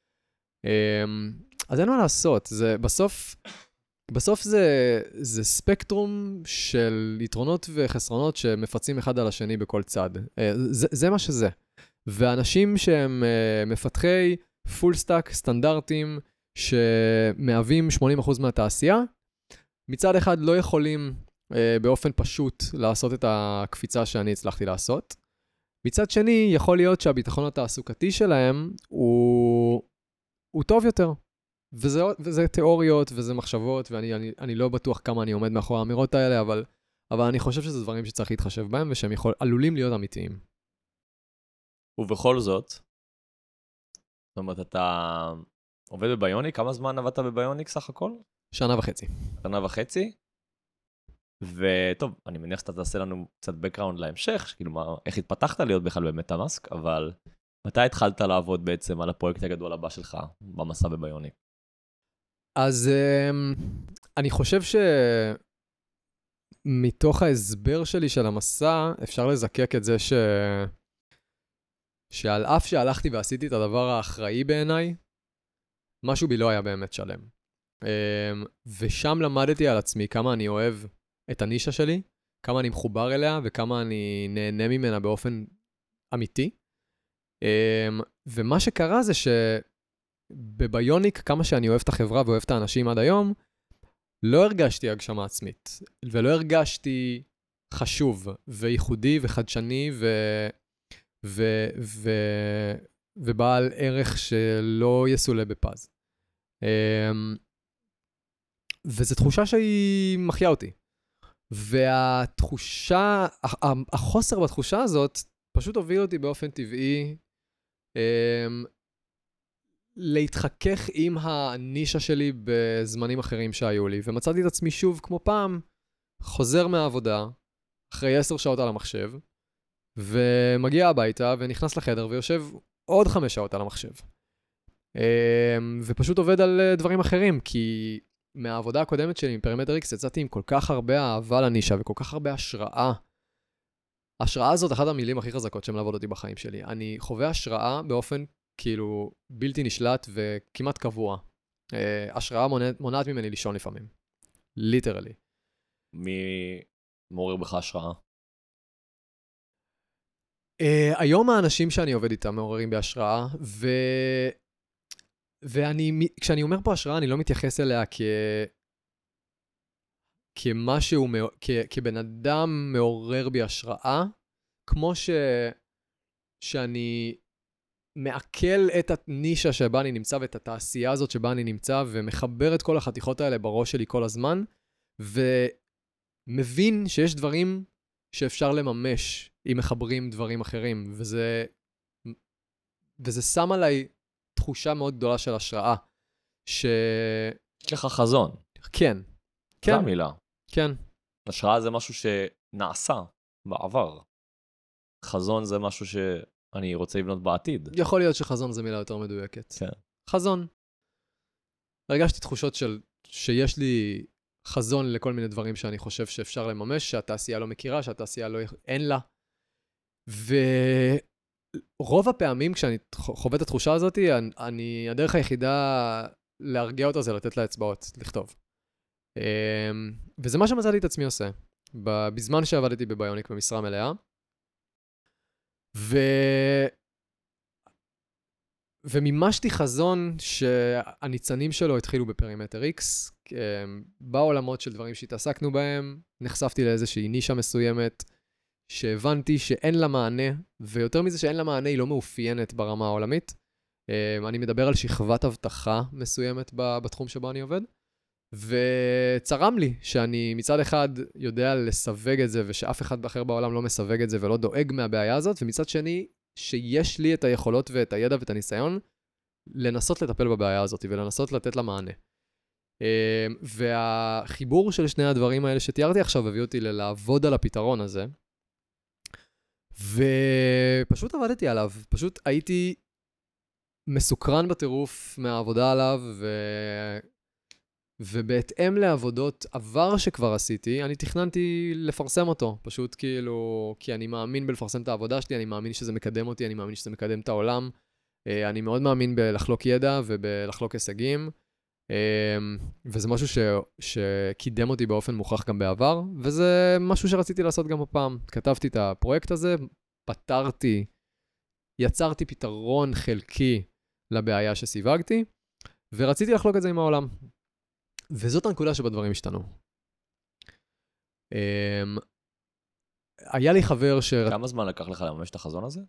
אז אין מה לעשות, זה בסוף, בסוף זה, זה ספקטרום של יתרונות וחסרונות שמפצים אחד על השני בכל צד. זה, זה מה שזה. ואנשים שהם מפתחי פול סטאק סטנדרטים שמהווים שמונים אחוז מהתעשייה, מצד אחד לא יכולים באופן פשוט לעשות את הקפיצה שאני הצלחתי לעשות. מצד שני, יכול להיות שהביטחון התעסוקתי שלהם הוא, הוא טוב יותר. וזה, וזה תיאוריות וזה מחשבות, ואני אני, אני לא בטוח כמה אני עומד מאחורי האמירות האלה, אבל, אבל אני חושב שזה דברים שצריך להתחשב בהם, ושהם יכול, עלולים להיות אמיתיים. ובכל זאת, זאת אומרת, אתה עובד בביוניק, כמה זמן עבדת בביוניק סך הכל? שנה וחצי. שנה וחצי? וטוב, אני מניח שאתה תעשה לנו קצת בקראונד להמשך, כאילו מה, איך התפתחת להיות בכלל במטאמאסק, אבל מתי התחלת לעבוד בעצם על הפרויקט הגדול הבא שלך במסע בביוניק? אז אני חושב שמתוך ההסבר שלי של המסע, אפשר לזקק את זה ש... שעל אף שהלכתי ועשיתי את הדבר האחראי בעיניי, משהו בי לא היה באמת שלם. ושם למדתי על עצמי כמה אני אוהב את הנישה שלי, כמה אני מחובר אליה וכמה אני נהנה ממנה באופן אמיתי. ומה שקרה זה שבביוניק, כמה שאני אוהב את החברה ואוהב את האנשים עד היום, לא הרגשתי הגשמה עצמית, ולא הרגשתי חשוב וייחודי וחדשני ו... ו... ו... ובעל ערך שלא יסולה בפז. וזו תחושה שהיא מחיה אותי. והתחושה, החוסר בתחושה הזאת, פשוט הוביל אותי באופן טבעי להתחכך עם הנישה שלי בזמנים אחרים שהיו לי. ומצאתי את עצמי שוב כמו פעם, חוזר מהעבודה, אחרי עשר שעות על המחשב, ומגיע הביתה ונכנס לחדר ויושב עוד חמש שעות על המחשב. ופשוט עובד על דברים אחרים, כי מהעבודה הקודמת שלי עם פרימטר איקס יצאתי עם כל כך הרבה אהבה לנישה וכל כך הרבה השראה. ההשראה הזאת אחת המילים הכי חזקות שמלוות אותי בחיים שלי. אני חווה השראה באופן כאילו בלתי נשלט וכמעט קבוע. השראה מונעת, מונעת ממני לישון לפעמים. ליטרלי. מי מעורר בך השראה? Uh, היום האנשים שאני עובד איתם מעוררים בהשראה, ו... ואני, כשאני אומר פה השראה, אני לא מתייחס אליה כ... כמשהו, כ... כבן אדם מעורר בי השראה, כמו ש... שאני מעכל את הנישה שבה אני נמצא, ואת התעשייה הזאת שבה אני נמצא, ומחבר את כל החתיכות האלה בראש שלי כל הזמן, ומבין שיש דברים שאפשר לממש אם מחברים דברים אחרים, וזה, וזה שם עליי תחושה מאוד גדולה של השראה, ש... יש לך חזון. כן. כן. זו המילה. כן. השראה זה משהו שנעשה בעבר. חזון זה משהו שאני רוצה לבנות בעתיד. יכול להיות שחזון זה מילה יותר מדויקת. כן. חזון. הרגשתי תחושות של, שיש לי חזון לכל מיני דברים שאני חושב שאפשר לממש, שהתעשייה לא מכירה, שהתעשייה לא... אין לה. ורוב הפעמים כשאני חווה את התחושה הזאת, אני, אני, הדרך היחידה להרגיע אותה זה לתת לה אצבעות, לכתוב. וזה מה שמצאתי את עצמי עושה, בזמן שעבדתי בביוניק במשרה מלאה. ו... ומימשתי חזון שהניצנים שלו התחילו בפרימטר איקס, בעולמות של דברים שהתעסקנו בהם, נחשפתי לאיזושהי נישה מסוימת, שהבנתי שאין לה מענה, ויותר מזה שאין לה מענה, היא לא מאופיינת ברמה העולמית. אני מדבר על שכבת הבטחה מסוימת בתחום שבו אני עובד, וצרם לי שאני מצד אחד יודע לסווג את זה, ושאף אחד אחר בעולם לא מסווג את זה ולא דואג מהבעיה הזאת, ומצד שני, שיש לי את היכולות ואת הידע ואת הניסיון לנסות לטפל בבעיה הזאת ולנסות לתת לה מענה. והחיבור של שני הדברים האלה שתיארתי עכשיו הביא אותי לעבוד על הפתרון הזה, ופשוט עבדתי עליו, פשוט הייתי מסוקרן בטירוף מהעבודה עליו, ובהתאם לעבודות עבר שכבר עשיתי, אני תכננתי לפרסם אותו, פשוט כאילו, כי אני מאמין בלפרסם את העבודה שלי, אני מאמין שזה מקדם אותי, אני מאמין שזה מקדם את העולם, אני מאוד מאמין בלחלוק ידע ובלחלוק הישגים, וזה משהו ש... שקידם אותי באופן מוכח גם בעבר, וזה משהו שרציתי לעשות גם הפעם. כתבתי את הפרויקט הזה, פתרתי, יצרתי פתרון חלקי לבעיה שסיווגתי, ורציתי לחלוק את זה עם העולם. וזאת הנקודה שבה דברים השתנו. היה לי חבר ש... כמה זמן לקח לך לממש את החזון הזה?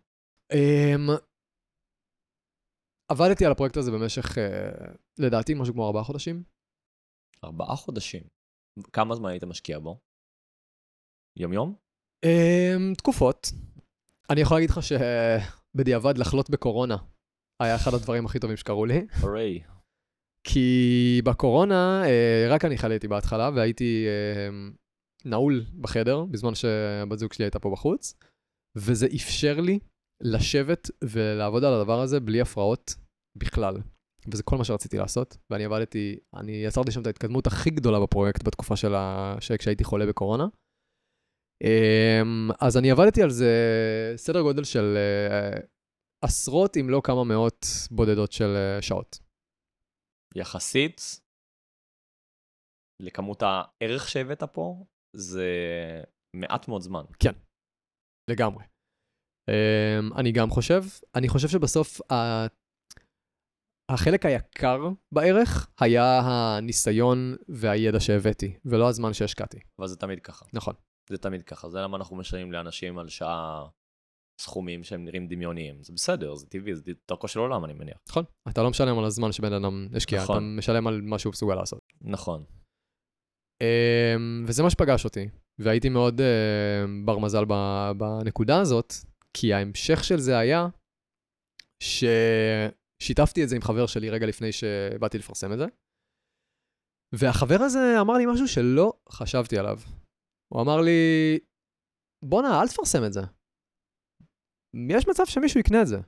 עבדתי על הפרויקט הזה במשך, לדעתי, משהו כמו ארבעה חודשים. ארבעה חודשים? כמה זמן היית משקיע בו? יום יום? תקופות. אני יכול להגיד לך שבדיעבד לחלות בקורונה היה אחד הדברים הכי טובים שקרו לי. הורי. כי בקורונה, רק אני חליתי בהתחלה, והייתי נעול בחדר, בזמן שהבת זוג שלי הייתה פה בחוץ, וזה אפשר לי לשבת ולעבוד על הדבר הזה בלי הפרעות בכלל. וזה כל מה שרציתי לעשות, ואני עבדתי, אני יצרתי שם את ההתקדמות הכי גדולה בפרויקט בתקופה של ה... כשהייתי חולה בקורונה. אז אני עבדתי על זה סדר גודל של עשרות, אם לא כמה מאות בודדות של שעות. יחסית לכמות הערך שהבאת פה, זה מעט מאוד זמן. כן, לגמרי. אני גם חושב, אני חושב שבסוף החלק היקר בערך היה הניסיון והידע שהבאתי, ולא הזמן שהשקעתי. אבל זה תמיד ככה. נכון. זה תמיד ככה. זה למה אנחנו משלמים לאנשים על שעה סכומים שהם נראים דמיוניים. זה בסדר, זה טבעי, זה דרכו של עולם, אני מניח. נכון. אתה לא משלם על הזמן שבן אדם השקיע, נכון. אתה משלם על מה שהוא מסוגל לעשות. נכון. וזה מה שפגש אותי, והייתי מאוד בר מזל בנקודה הזאת, כי ההמשך של זה היה ששיתפתי את זה עם חבר שלי רגע לפני שבאתי לפרסם את זה, והחבר הזה אמר לי משהו שלא חשבתי עליו. הוא אמר לי, בוא נע, אל תפרסם את זה. יש מצב שמישהו יקנה את זה.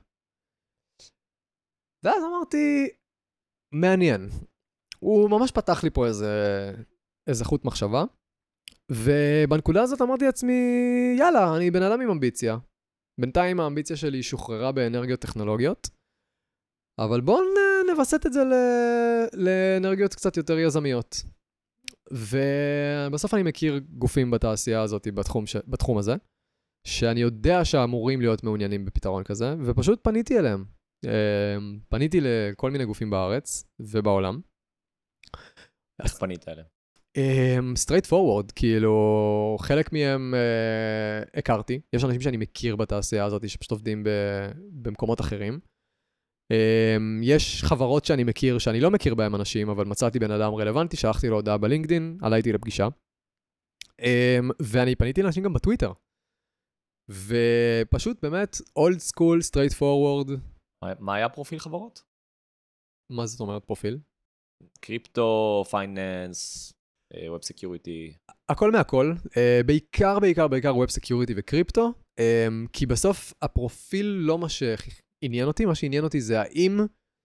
ואז אמרתי, מעניין. הוא ממש פתח לי פה איזה, איזה חוט מחשבה, ובנקודה הזאת אמרתי לעצמי, יאללה, אני בן אדם עם אמביציה. בינתיים האמביציה שלי שוחררה באנרגיות טכנולוגיות, אבל בואו נבסט את זה לאנרגיות קצת יותר יזמיות. ובסוף אני מכיר גופים בתעשייה הזאת, בתחום, ש... בתחום הזה, שאני יודע שאמורים להיות מעוניינים בפתרון כזה, ופשוט פניתי אליהם. פניתי לכל מיני גופים בארץ ובעולם. איך פנית אליהם? straight forward, כאילו, חלק מהם uh, הכרתי. יש אנשים שאני מכיר בתעשייה הזאת, שפשוט עובדים ב- במקומות אחרים. Um, יש חברות שאני מכיר, שאני לא מכיר בהם אנשים, אבל מצאתי בן אדם רלוונטי, שלחתי לו הודעה בלינקדין, עלה איתי לפגישה. Um, ואני פניתי לאנשים גם בטוויטר. ופשוט באמת, old school, straight forward. מה היה פרופיל חברות? מה זאת אומרת פרופיל? קריפטו, פייננס, ווב סקיוריטי. הכל מהכל, uh, בעיקר, בעיקר, בעיקר ווב סקיוריטי וקריפטו, um, כי בסוף הפרופיל לא מה שעניין אותי, מה שעניין אותי זה האם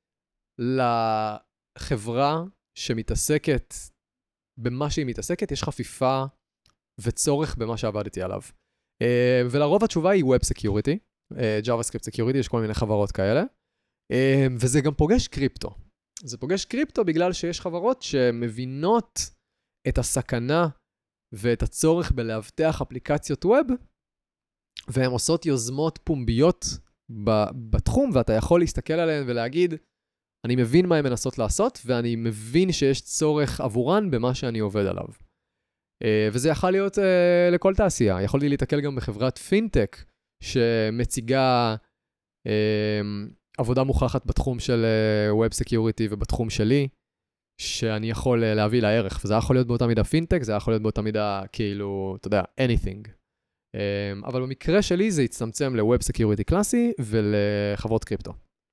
לחברה שמתעסקת במה שהיא מתעסקת, יש חפיפה וצורך במה שעבדתי עליו. Uh, ולרוב התשובה היא ווב סקיוריטי, JavaScript סקיוריטי, יש כל מיני חברות כאלה, uh, וזה גם פוגש קריפטו. זה פוגש קריפטו בגלל שיש חברות שמבינות את הסכנה ואת הצורך בלאבטח אפליקציות ווב, והן עושות יוזמות פומביות בתחום, ואתה יכול להסתכל עליהן ולהגיד, אני מבין מה הן מנסות לעשות, ואני מבין שיש צורך עבורן במה שאני עובד עליו. וזה יכול להיות לכל תעשייה. יכולתי להתקל גם בחברת פינטק, שמציגה עבודה מוכחת בתחום של ווב סקיוריטי ובתחום שלי, שאני יכול להביא לערך, וזה יכול להיות באותה מידה פינטק, זה יכול להיות באותה מידה כאילו, אתה יודע, anything. אבל במקרה שלי זה יצטמצם לווב סקיוריטי קלאסי ולחברות קריפטו.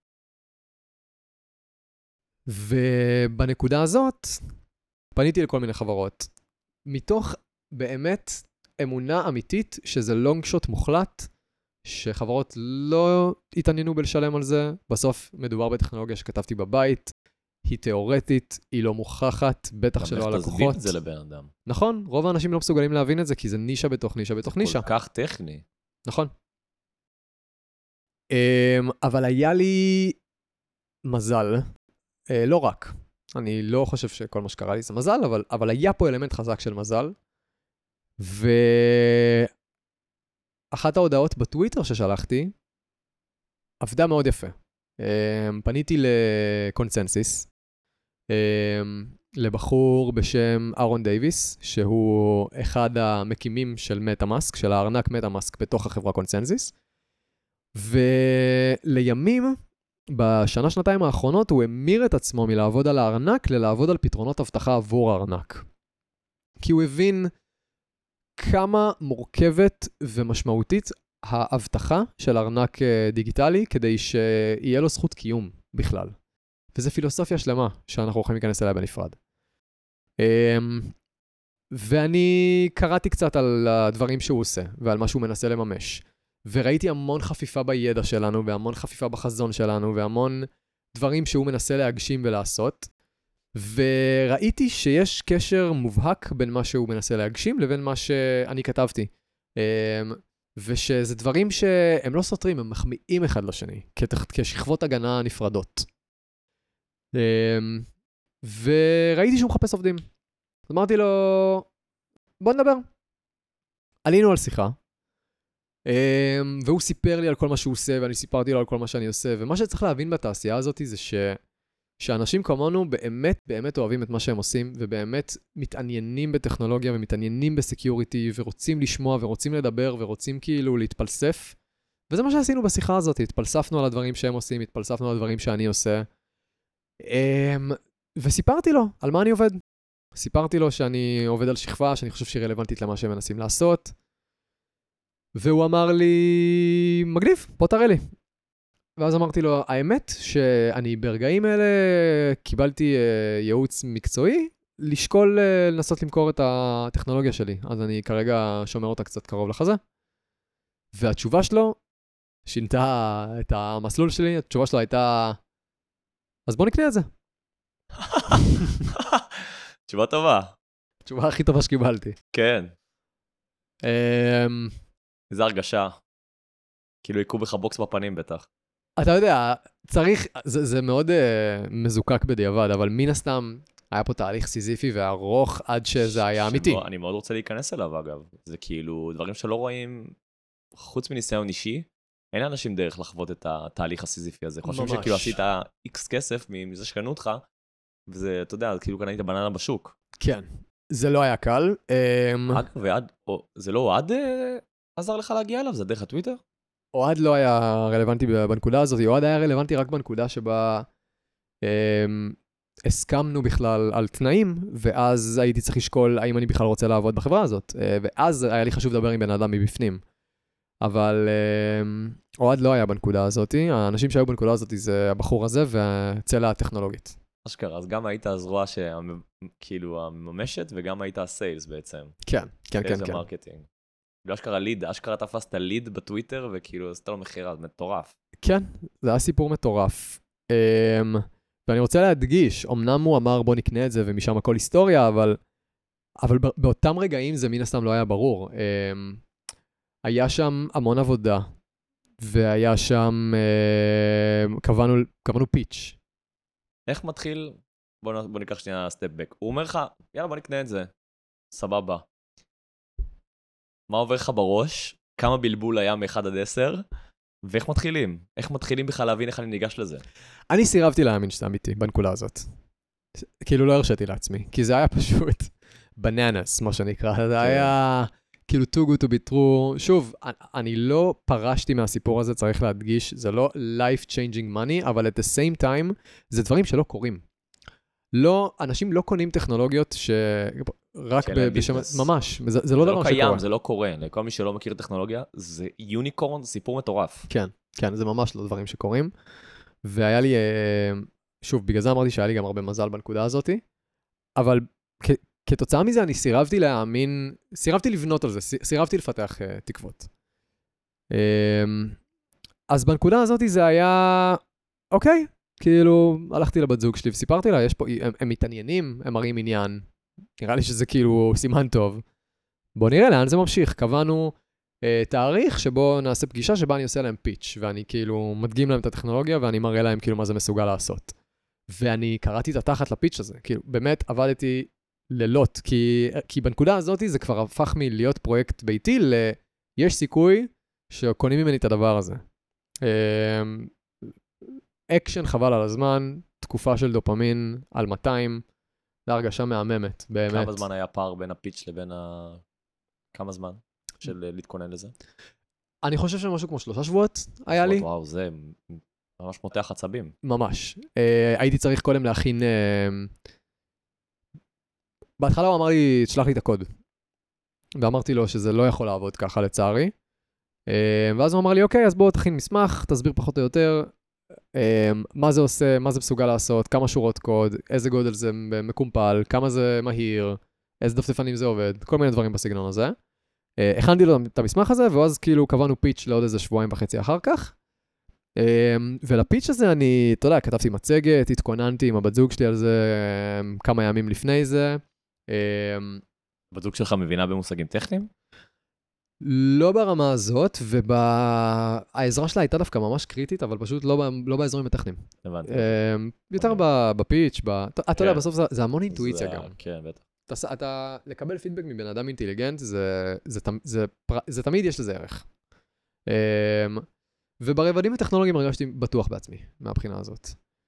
ובנקודה הזאת, פניתי לכל מיני חברות, מתוך באמת אמונה אמיתית שזה לונג שוט מוחלט, שחברות לא התעניינו בלשלם על זה, בסוף מדובר בטכנולוגיה שכתבתי בבית, היא תיאורטית, היא לא מוכחת, בטח שלא הלקוחות. גם איך תסביר את זה לבן אדם. נכון, רוב האנשים לא מסוגלים להבין את זה, כי זה נישה בתוך נישה בתוך נישה. כל כך טכני. נכון. אבל היה לי מזל, לא רק. אני לא חושב שכל מה שקרה לי זה מזל, אבל, אבל היה פה אלמנט חזק של מזל. ואחת ההודעות בטוויטר ששלחתי, עבדה מאוד יפה. פניתי לקונסנסיס, לבחור בשם אהרון דייביס, שהוא אחד המקימים של מטאמאסק, של הארנק מטאמאסק בתוך החברה קונסנסיס. ולימים, בשנה שנתיים האחרונות, הוא המיר את עצמו מלעבוד על הארנק ללעבוד על פתרונות אבטחה עבור הארנק. כי הוא הבין כמה מורכבת ומשמעותית האבטחה של ארנק דיגיטלי, כדי שיהיה לו זכות קיום בכלל. וזו פילוסופיה שלמה שאנחנו יכולים להיכנס אליה בנפרד. ואני קראתי קצת על הדברים שהוא עושה, ועל מה שהוא מנסה לממש. וראיתי המון חפיפה בידע שלנו, והמון חפיפה בחזון שלנו, והמון דברים שהוא מנסה להגשים ולעשות. וראיתי שיש קשר מובהק בין מה שהוא מנסה להגשים, לבין מה שאני כתבתי. ושזה דברים שהם לא סותרים, הם מחמיאים אחד לשני, כשכבות הגנה נפרדות. וראיתי שהוא מחפש עובדים. אז אמרתי לו, בוא נדבר. עלינו על שיחה, והוא סיפר לי על כל מה שהוא עושה, ואני סיפרתי לו על כל מה שאני עושה, ומה שצריך להבין בתעשייה הזאת זה ש... שאנשים כמונו באמת באמת אוהבים את מה שהם עושים, ובאמת מתעניינים בטכנולוגיה, ומתעניינים בסקיוריטי, ורוצים לשמוע, ורוצים לדבר, ורוצים כאילו להתפלסף. וזה מה שעשינו בשיחה הזאת, התפלספנו על הדברים שהם עושים, התפלספנו על הדברים שאני עושה. וסיפרתי לו על מה אני עובד. סיפרתי לו שאני עובד על שכבה, שאני חושב שהיא רלוונטית למה שהם מנסים לעשות. והוא אמר לי, מגניב, בוא תראה לי. ואז אמרתי לו, האמת שאני ברגעים האלה קיבלתי ייעוץ מקצועי, לשקול לנסות למכור את הטכנולוגיה שלי. אז אני כרגע שומר אותה קצת קרוב לחזה. והתשובה שלו שינתה את המסלול שלי, התשובה שלו הייתה, אז בוא נקנה את זה. תשובה טובה. התשובה הכי טובה שקיבלתי. כן. איזה הרגשה. כאילו יקו בך בוקס בפנים בטח. אתה יודע, צריך, זה, זה מאוד uh, מזוקק בדיעבד, אבל מן הסתם היה פה תהליך סיזיפי וארוך עד שזה היה אמיתי. שבו, אני מאוד רוצה להיכנס אליו אגב. זה כאילו דברים שלא רואים, חוץ מניסיון אישי, אין לאנשים דרך לחוות את התהליך הסיזיפי הזה. חושבים שכאילו עשית איקס כסף מזה שקנו אותך, וזה, אתה יודע, כאילו קנית בננה בשוק. כן, זה לא היה קל. אגב, ועד, או, זה לא אוהד עזר לך להגיע אליו? זה דרך הטוויטר? אוהד לא היה רלוונטי בנקודה הזאת, אוהד היה רלוונטי רק בנקודה שבה אה, הסכמנו בכלל על תנאים, ואז הייתי צריך לשקול האם אני בכלל רוצה לעבוד בחברה הזאת, אה, ואז היה לי חשוב לדבר עם בן אדם מבפנים. אבל אה, אוהד לא היה בנקודה הזאת, האנשים שהיו בנקודה הזאת זה הבחור הזה והצלע הטכנולוגית. אשכרה, אז גם היית הזרוע שכאילו המממשת, וגם היית הסיילס בעצם. כן, כן, כן. איזה מרקטינג. אשכרה ליד, אשכרה תפסת ליד בטוויטר, וכאילו עשית לו מחירה, זה מטורף. כן, זה היה סיפור מטורף. ואני רוצה להדגיש, אמנם הוא אמר בוא נקנה את זה, ומשם הכל היסטוריה, אבל, אבל באותם רגעים זה מן הסתם לא היה ברור. היה שם המון עבודה, והיה שם, קבענו, קבענו פיץ'. איך מתחיל? בוא, בוא ניקח שנייה סטפ בק. הוא אומר לך, יאללה בוא נקנה את זה. סבבה. מה עובר לך בראש? כמה בלבול היה מ-אחד עד עשר? ואיך מתחילים? איך מתחילים בכלל להבין איך אני ניגש לזה? אני סירבתי להאמין שאתה אמיתי בנקודה הזאת. כאילו לא הרשיתי לעצמי, כי זה היה פשוט בננס, מה שנקרא. זה היה כאילו too good to be true. שוב, אני לא פרשתי מהסיפור הזה, צריך להדגיש, זה לא life changing money, אבל at the same time, זה דברים שלא קורים. לא, אנשים לא קונים טכנולוגיות ש... רק בשם... ממש, זה, זה לא דבר שקורה. זה לא קיים, זה לא קורה. לכל מי שלא מכיר טכנולוגיה, זה יוניקורן, זה סיפור מטורף. כן, כן, זה ממש לא דברים שקורים. והיה לי, שוב, בגלל זה אמרתי שהיה לי גם הרבה מזל בנקודה הזאת, אבל כ- כתוצאה מזה אני סירבתי להאמין, סירבתי לבנות על זה, סירבתי לפתח uh, תקוות. Um, אז בנקודה הזאת זה היה, אוקיי, כאילו, הלכתי לבת זוג שלי וסיפרתי לה, יש פה, הם, הם מתעניינים, הם מראים עניין. נראה לי שזה כאילו סימן טוב. בוא נראה לאן זה ממשיך. קבענו אה, תאריך שבו נעשה פגישה שבה אני עושה להם פיץ', ואני כאילו מדגים להם את הטכנולוגיה, ואני מראה להם כאילו מה זה מסוגל לעשות. ואני קראתי את התחת לפיץ' הזה. כאילו, באמת עבדתי לילות, כי, כי בנקודה הזאת זה כבר הפך מלהיות פרויקט ביתי ל... יש סיכוי שקונים ממני את הדבר הזה. אקשן חבל על הזמן, תקופה של דופמין על מאתיים, להרגשה מהממת, באמת. כמה זמן היה פער בין הפיץ' לבין ה... כמה זמן של להתכונן לזה? אני חושב שמשהו כמו שלושה שבועות היה לי. וואו, זה ממש מותח עצבים. ממש. הייתי צריך קודם להכין... בהתחלה הוא אמר לי, תשלח לי את הקוד. ואמרתי לו שזה לא יכול לעבוד ככה לצערי. ואז הוא אמר לי, אוקיי, אז בוא תכין מסמך, תסביר פחות או יותר מה זה עושה, מה זה מסוגל לעשות, כמה שורות קוד, איזה גודל זה מקומפל, כמה זה מהיר, איזה דפדפנים זה עובד, כל מיני דברים בסגנון הזה. הכנתי לו את המסמך הזה, ואז כאילו קבענו פיץ' לעוד איזה שבועיים וחצי אחר כך. ולפיץ' הזה אני, אתה יודע, כתבתי מצגת, התכוננתי עם הבת זוג שלי על זה כמה ימים לפני זה. הבת זוג שלך מבינה במושגים טכניים? לא ברמה הזאת, והעזרה שלה הייתה דווקא ממש קריטית, אבל פשוט לא באזורים הטכניים. הבנתי. יותר בפיץ', אתה יודע, בסוף זה המון אינטואיציה גם. כן, בטח. אתה, לקבל פידבק מבן אדם אינטליגנט, זה תמיד יש לזה ערך. וברבדים הטכנולוגיים הרגשתי בטוח בעצמי, מהבחינה הזאת.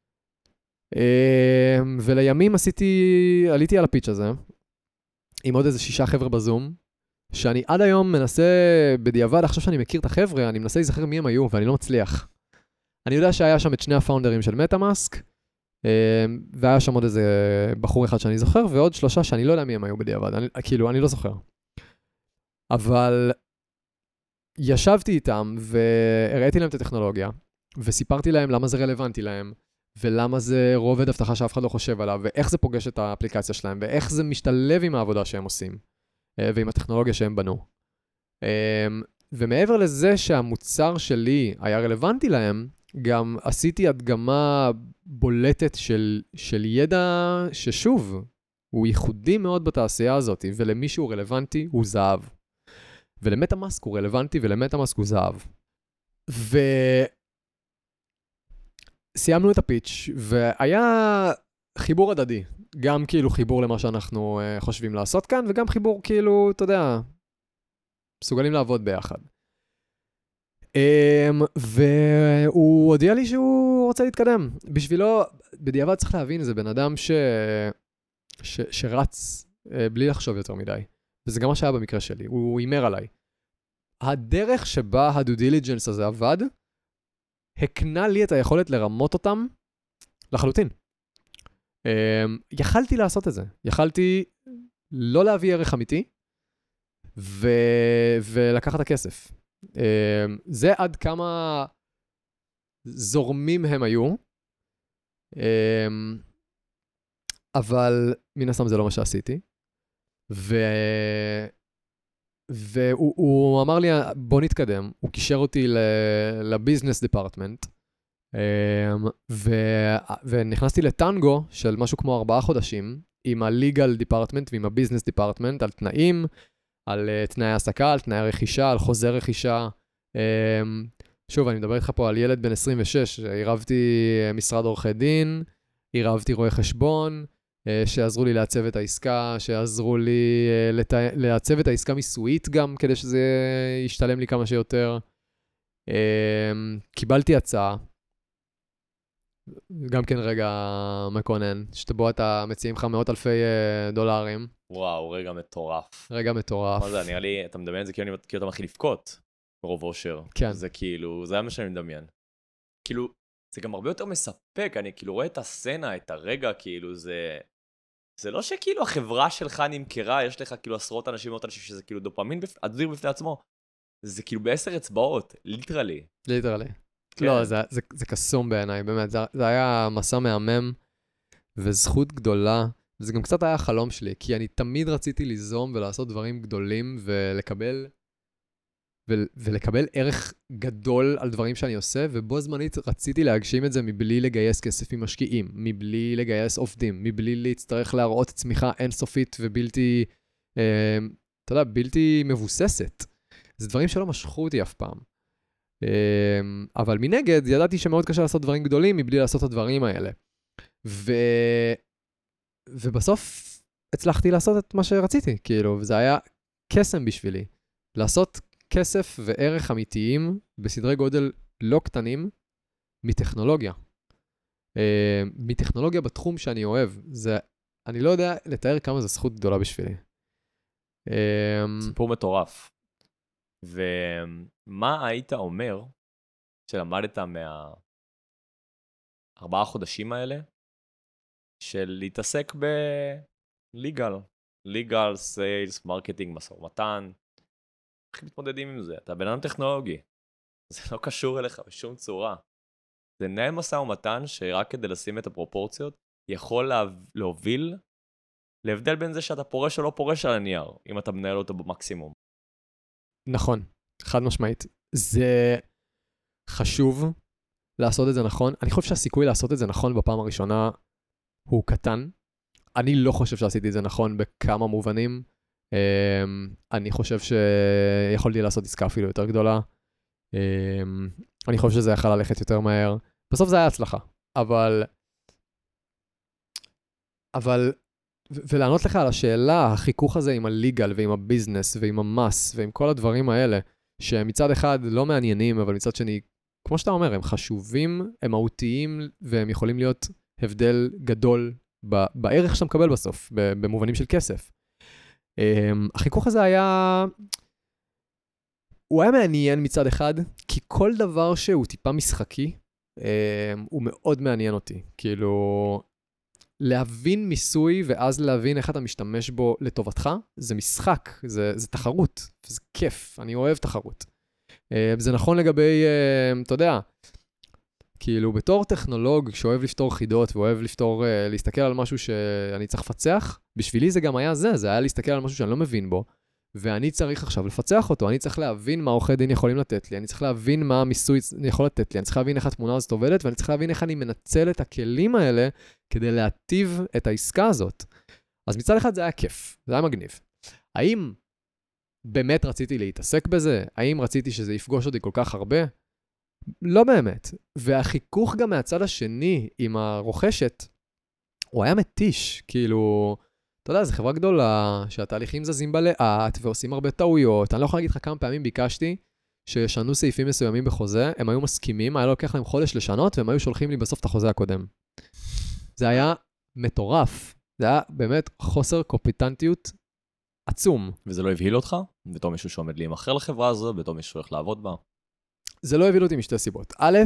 ולימים עשיתי, עליתי על הפיץ' הזה, עם עוד איזה שישה חבר'ה בזום, שאני עד היום מנסה בדיעבד, עכשיו שאני מכיר את החבר'ה, אני מנסה להיזכר מי הם היו, ואני לא מצליח. אני יודע שהיה שם את שני הפאונדרים של מטאמאסק, והיה שם עוד איזה בחור אחד שאני זוכר, ועוד שלושה שאני לא יודע מי הם היו בדיעבד, אני, כאילו, אני לא זוכר. אבל ישבתי איתם, והראיתי להם את הטכנולוגיה, וסיפרתי להם למה זה רלוונטי להם, ולמה זה רובד הבטחה שאף אחד לא חושב עליו, ואיך זה פוגש את האפליקציה שלהם, ואיך זה משתלב עם העבודה שהם עושים. ועם הטכנולוגיה שהם בנו. ומעבר לזה שהמוצר שלי היה רלוונטי להם, גם עשיתי הדגמה בולטת של, של ידע ששוב, הוא ייחודי מאוד בתעשייה הזאת, ולמי שהוא רלוונטי הוא זהב. ולמטאמאסק הוא רלוונטי, ולמטאמאסק הוא זהב. וסיימנו את הפיץ', והיה חיבור הדדי. גם כאילו חיבור למה שאנחנו uh, חושבים לעשות כאן, וגם חיבור כאילו, אתה יודע, מסוגלים לעבוד ביחד. Um, והוא הודיע לי שהוא רוצה להתקדם. בשבילו, בדיעבד צריך להבין, זה בן אדם ש... ש... שרץ uh, בלי לחשוב יותר מדי. וזה גם מה שהיה במקרה שלי, הוא אימר עליי. הדרך שבה הדו דיליג'נס הזה עבד, הקנה לי את היכולת לרמות אותם לחלוטין. Um, יכלתי לעשות את זה, יכלתי לא להביא ערך אמיתי ו... ולקחת את הכסף. Um, זה עד כמה זורמים הם היו, um, אבל מן הסתם זה לא מה שעשיתי. ו... והוא אמר לי, בוא נתקדם, הוא קישר אותי לביזנס דיפרטמנט, ו... ונכנסתי לטנגו של משהו כמו ארבעה חודשים, עם ה-legal department ועם ה-business department, על תנאים, על uh, תנאי העסקה, על תנאי רכישה, על חוזר רכישה. Um, שוב, אני מדבר איתך פה על ילד בן עשרים ושש, עירבתי משרד עורכי דין, עירבתי רואה חשבון, uh, שעזרו לי לעצב את העסקה, שעזרו לי uh, לת... לעצב את העסקה מסוויט גם, כדי שזה ישתלם לי כמה שיותר. Um, קיבלתי הצעה, גם כן רגע מקונן, שתבוא אתה מציעים לך מאות אלפי uh, דולרים. וואו, רגע מטורף. רגע מטורף. מה זה, נראה לי, אתה מדמיין את זה כאילו, כאילו אתה מתחיל לבכות, ברוב אושר. כן. זה כאילו, זה היה מה שאני מדמיין. כאילו, זה גם הרבה יותר מספק, אני כאילו רואה את הסצנה, את הרגע, כאילו זה... זה לא שכאילו החברה שלך נמכרה, יש לך כאילו עשרות אנשים, מאות אנשים, שזה כאילו דופמין בפ... אדיר בפני עצמו. זה כאילו בעשר אצבעות, ליטרלי. ליטרלי. כן. לא, זה, זה, זה קסום בעיניי, באמת. זה, זה היה מסע מהמם וזכות גדולה. וזה גם קצת היה החלום שלי, כי אני תמיד רציתי ליזום ולעשות דברים גדולים ולקבל ו- ולקבל ערך גדול על דברים שאני עושה, ובו זמנית רציתי להגשים את זה מבלי לגייס כסף ממשקיעים, מבלי לגייס עובדים, מבלי להצטרך להראות צמיחה אינסופית ובלתי, אה, אתה יודע, בלתי מבוססת. זה דברים שלא משכו אותי אף פעם. אה, אבל מנגד, ידעתי שמאוד קשה לעשות דברים גדולים מבלי לעשות את הדברים האלה. ו... ובסוף הצלחתי לעשות את מה שרציתי, כאילו, וזה היה קסם בשבילי. לעשות כסף וערך אמיתיים בסדרי גודל לא קטנים מטכנולוגיה. Uh, מטכנולוגיה בתחום שאני אוהב. זה, אני לא יודע לתאר כמה זו זכות גדולה בשבילי. Uh, סיפור מטורף. ומה היית אומר שלמדת מהארבעה חודשים האלה של להתעסק בליגל, ליגל, סיילס, מרקטינג, משא ומתן? איך מתמודדים עם זה? אתה בן אדם טכנולוגי. זה לא קשור אליך בשום צורה. זה נהל משא ומתן שרק כדי לשים את הפרופורציות יכול לה... להוביל להבדל בין זה שאתה פורש או לא פורש על הנייר, אם אתה מנהל אותו במקסימום. נכון, חד משמעית. זה חשוב לעשות את זה נכון. אני חושב שהסיכוי לעשות את זה נכון בפעם הראשונה הוא קטן. אני לא חושב שעשיתי את זה נכון בכמה מובנים. Um, אני חושב שיכולתי לעשות עסקה אפילו יותר גדולה. Um, אני חושב שזה יכול ללכת יותר מהר. בסוף זה היה הצלחה. אבל... אבל... ו- ולענות לך על השאלה, החיכוך הזה עם הליגל ועם הביזנס ועם המס ועם כל הדברים האלה, שמצד אחד לא מעניינים, אבל מצד שני, כמו שאתה אומר, הם חשובים, הם מהותיים, והם יכולים להיות הבדל גדול ב- בערך שאתה מקבל בסוף, ב- במובנים של כסף. Um, החיכוך הזה היה... הוא היה מעניין מצד אחד, כי כל דבר שהוא טיפה משחקי, um, הוא מאוד מעניין אותי. כאילו, להבין מיסוי ואז להבין איך אתה משתמש בו לטובתך, זה משחק, זה, זה תחרות, זה כיף, אני אוהב תחרות. Um, זה נכון לגבי, um, אתה יודע, כאילו בתור טכנולוג שאוהב לפתור חידות ואוהב לפתור, uh, להסתכל על משהו שאני צריך לפצח, בשבילי זה גם היה זה, זה היה להסתכל על משהו שאני לא מבין בו, ואני צריך עכשיו לפצח אותו, אני צריך להבין מה עורכי דין יכולים לתת לי, אני צריך להבין מה המיסוי יכול לתת לי, אני צריך להבין איך התמונה הזאת עובדת, ואני צריך להבין איך אני מנצל את הכלים האלה כדי להטיב את העסקה הזאת. אז מצד אחד זה היה כיף, זה היה מגניב. האם באמת רציתי להתעסק בזה? האם רציתי שזה יפגוש אותי כל כך הרבה? לא באמת. והחיכוך גם מהצד השני עם הרוכשת, הוא היה מתיש, כאילו, אתה יודע, זו חברה גדולה, שהתהליכים זזים בלאט, ועושים הרבה טעויות. אני לא יכול להגיד לך כמה פעמים ביקשתי, שישנו סעיפים מסוימים בחוזה, הם היו מסכימים, היה לוקח להם חודש לשנות, והם היו שולחים לי בסוף את החוזה הקודם. זה היה מטורף. זה היה באמת חוסר קופיטנטיות עצום. וזה לא הבהיל אותך? בתור מישהו שעומד להימכר לחברה הזו, בתור מישהו שהולך לעבוד בה? זה לא הבהיל אותי משתי סיבות. א',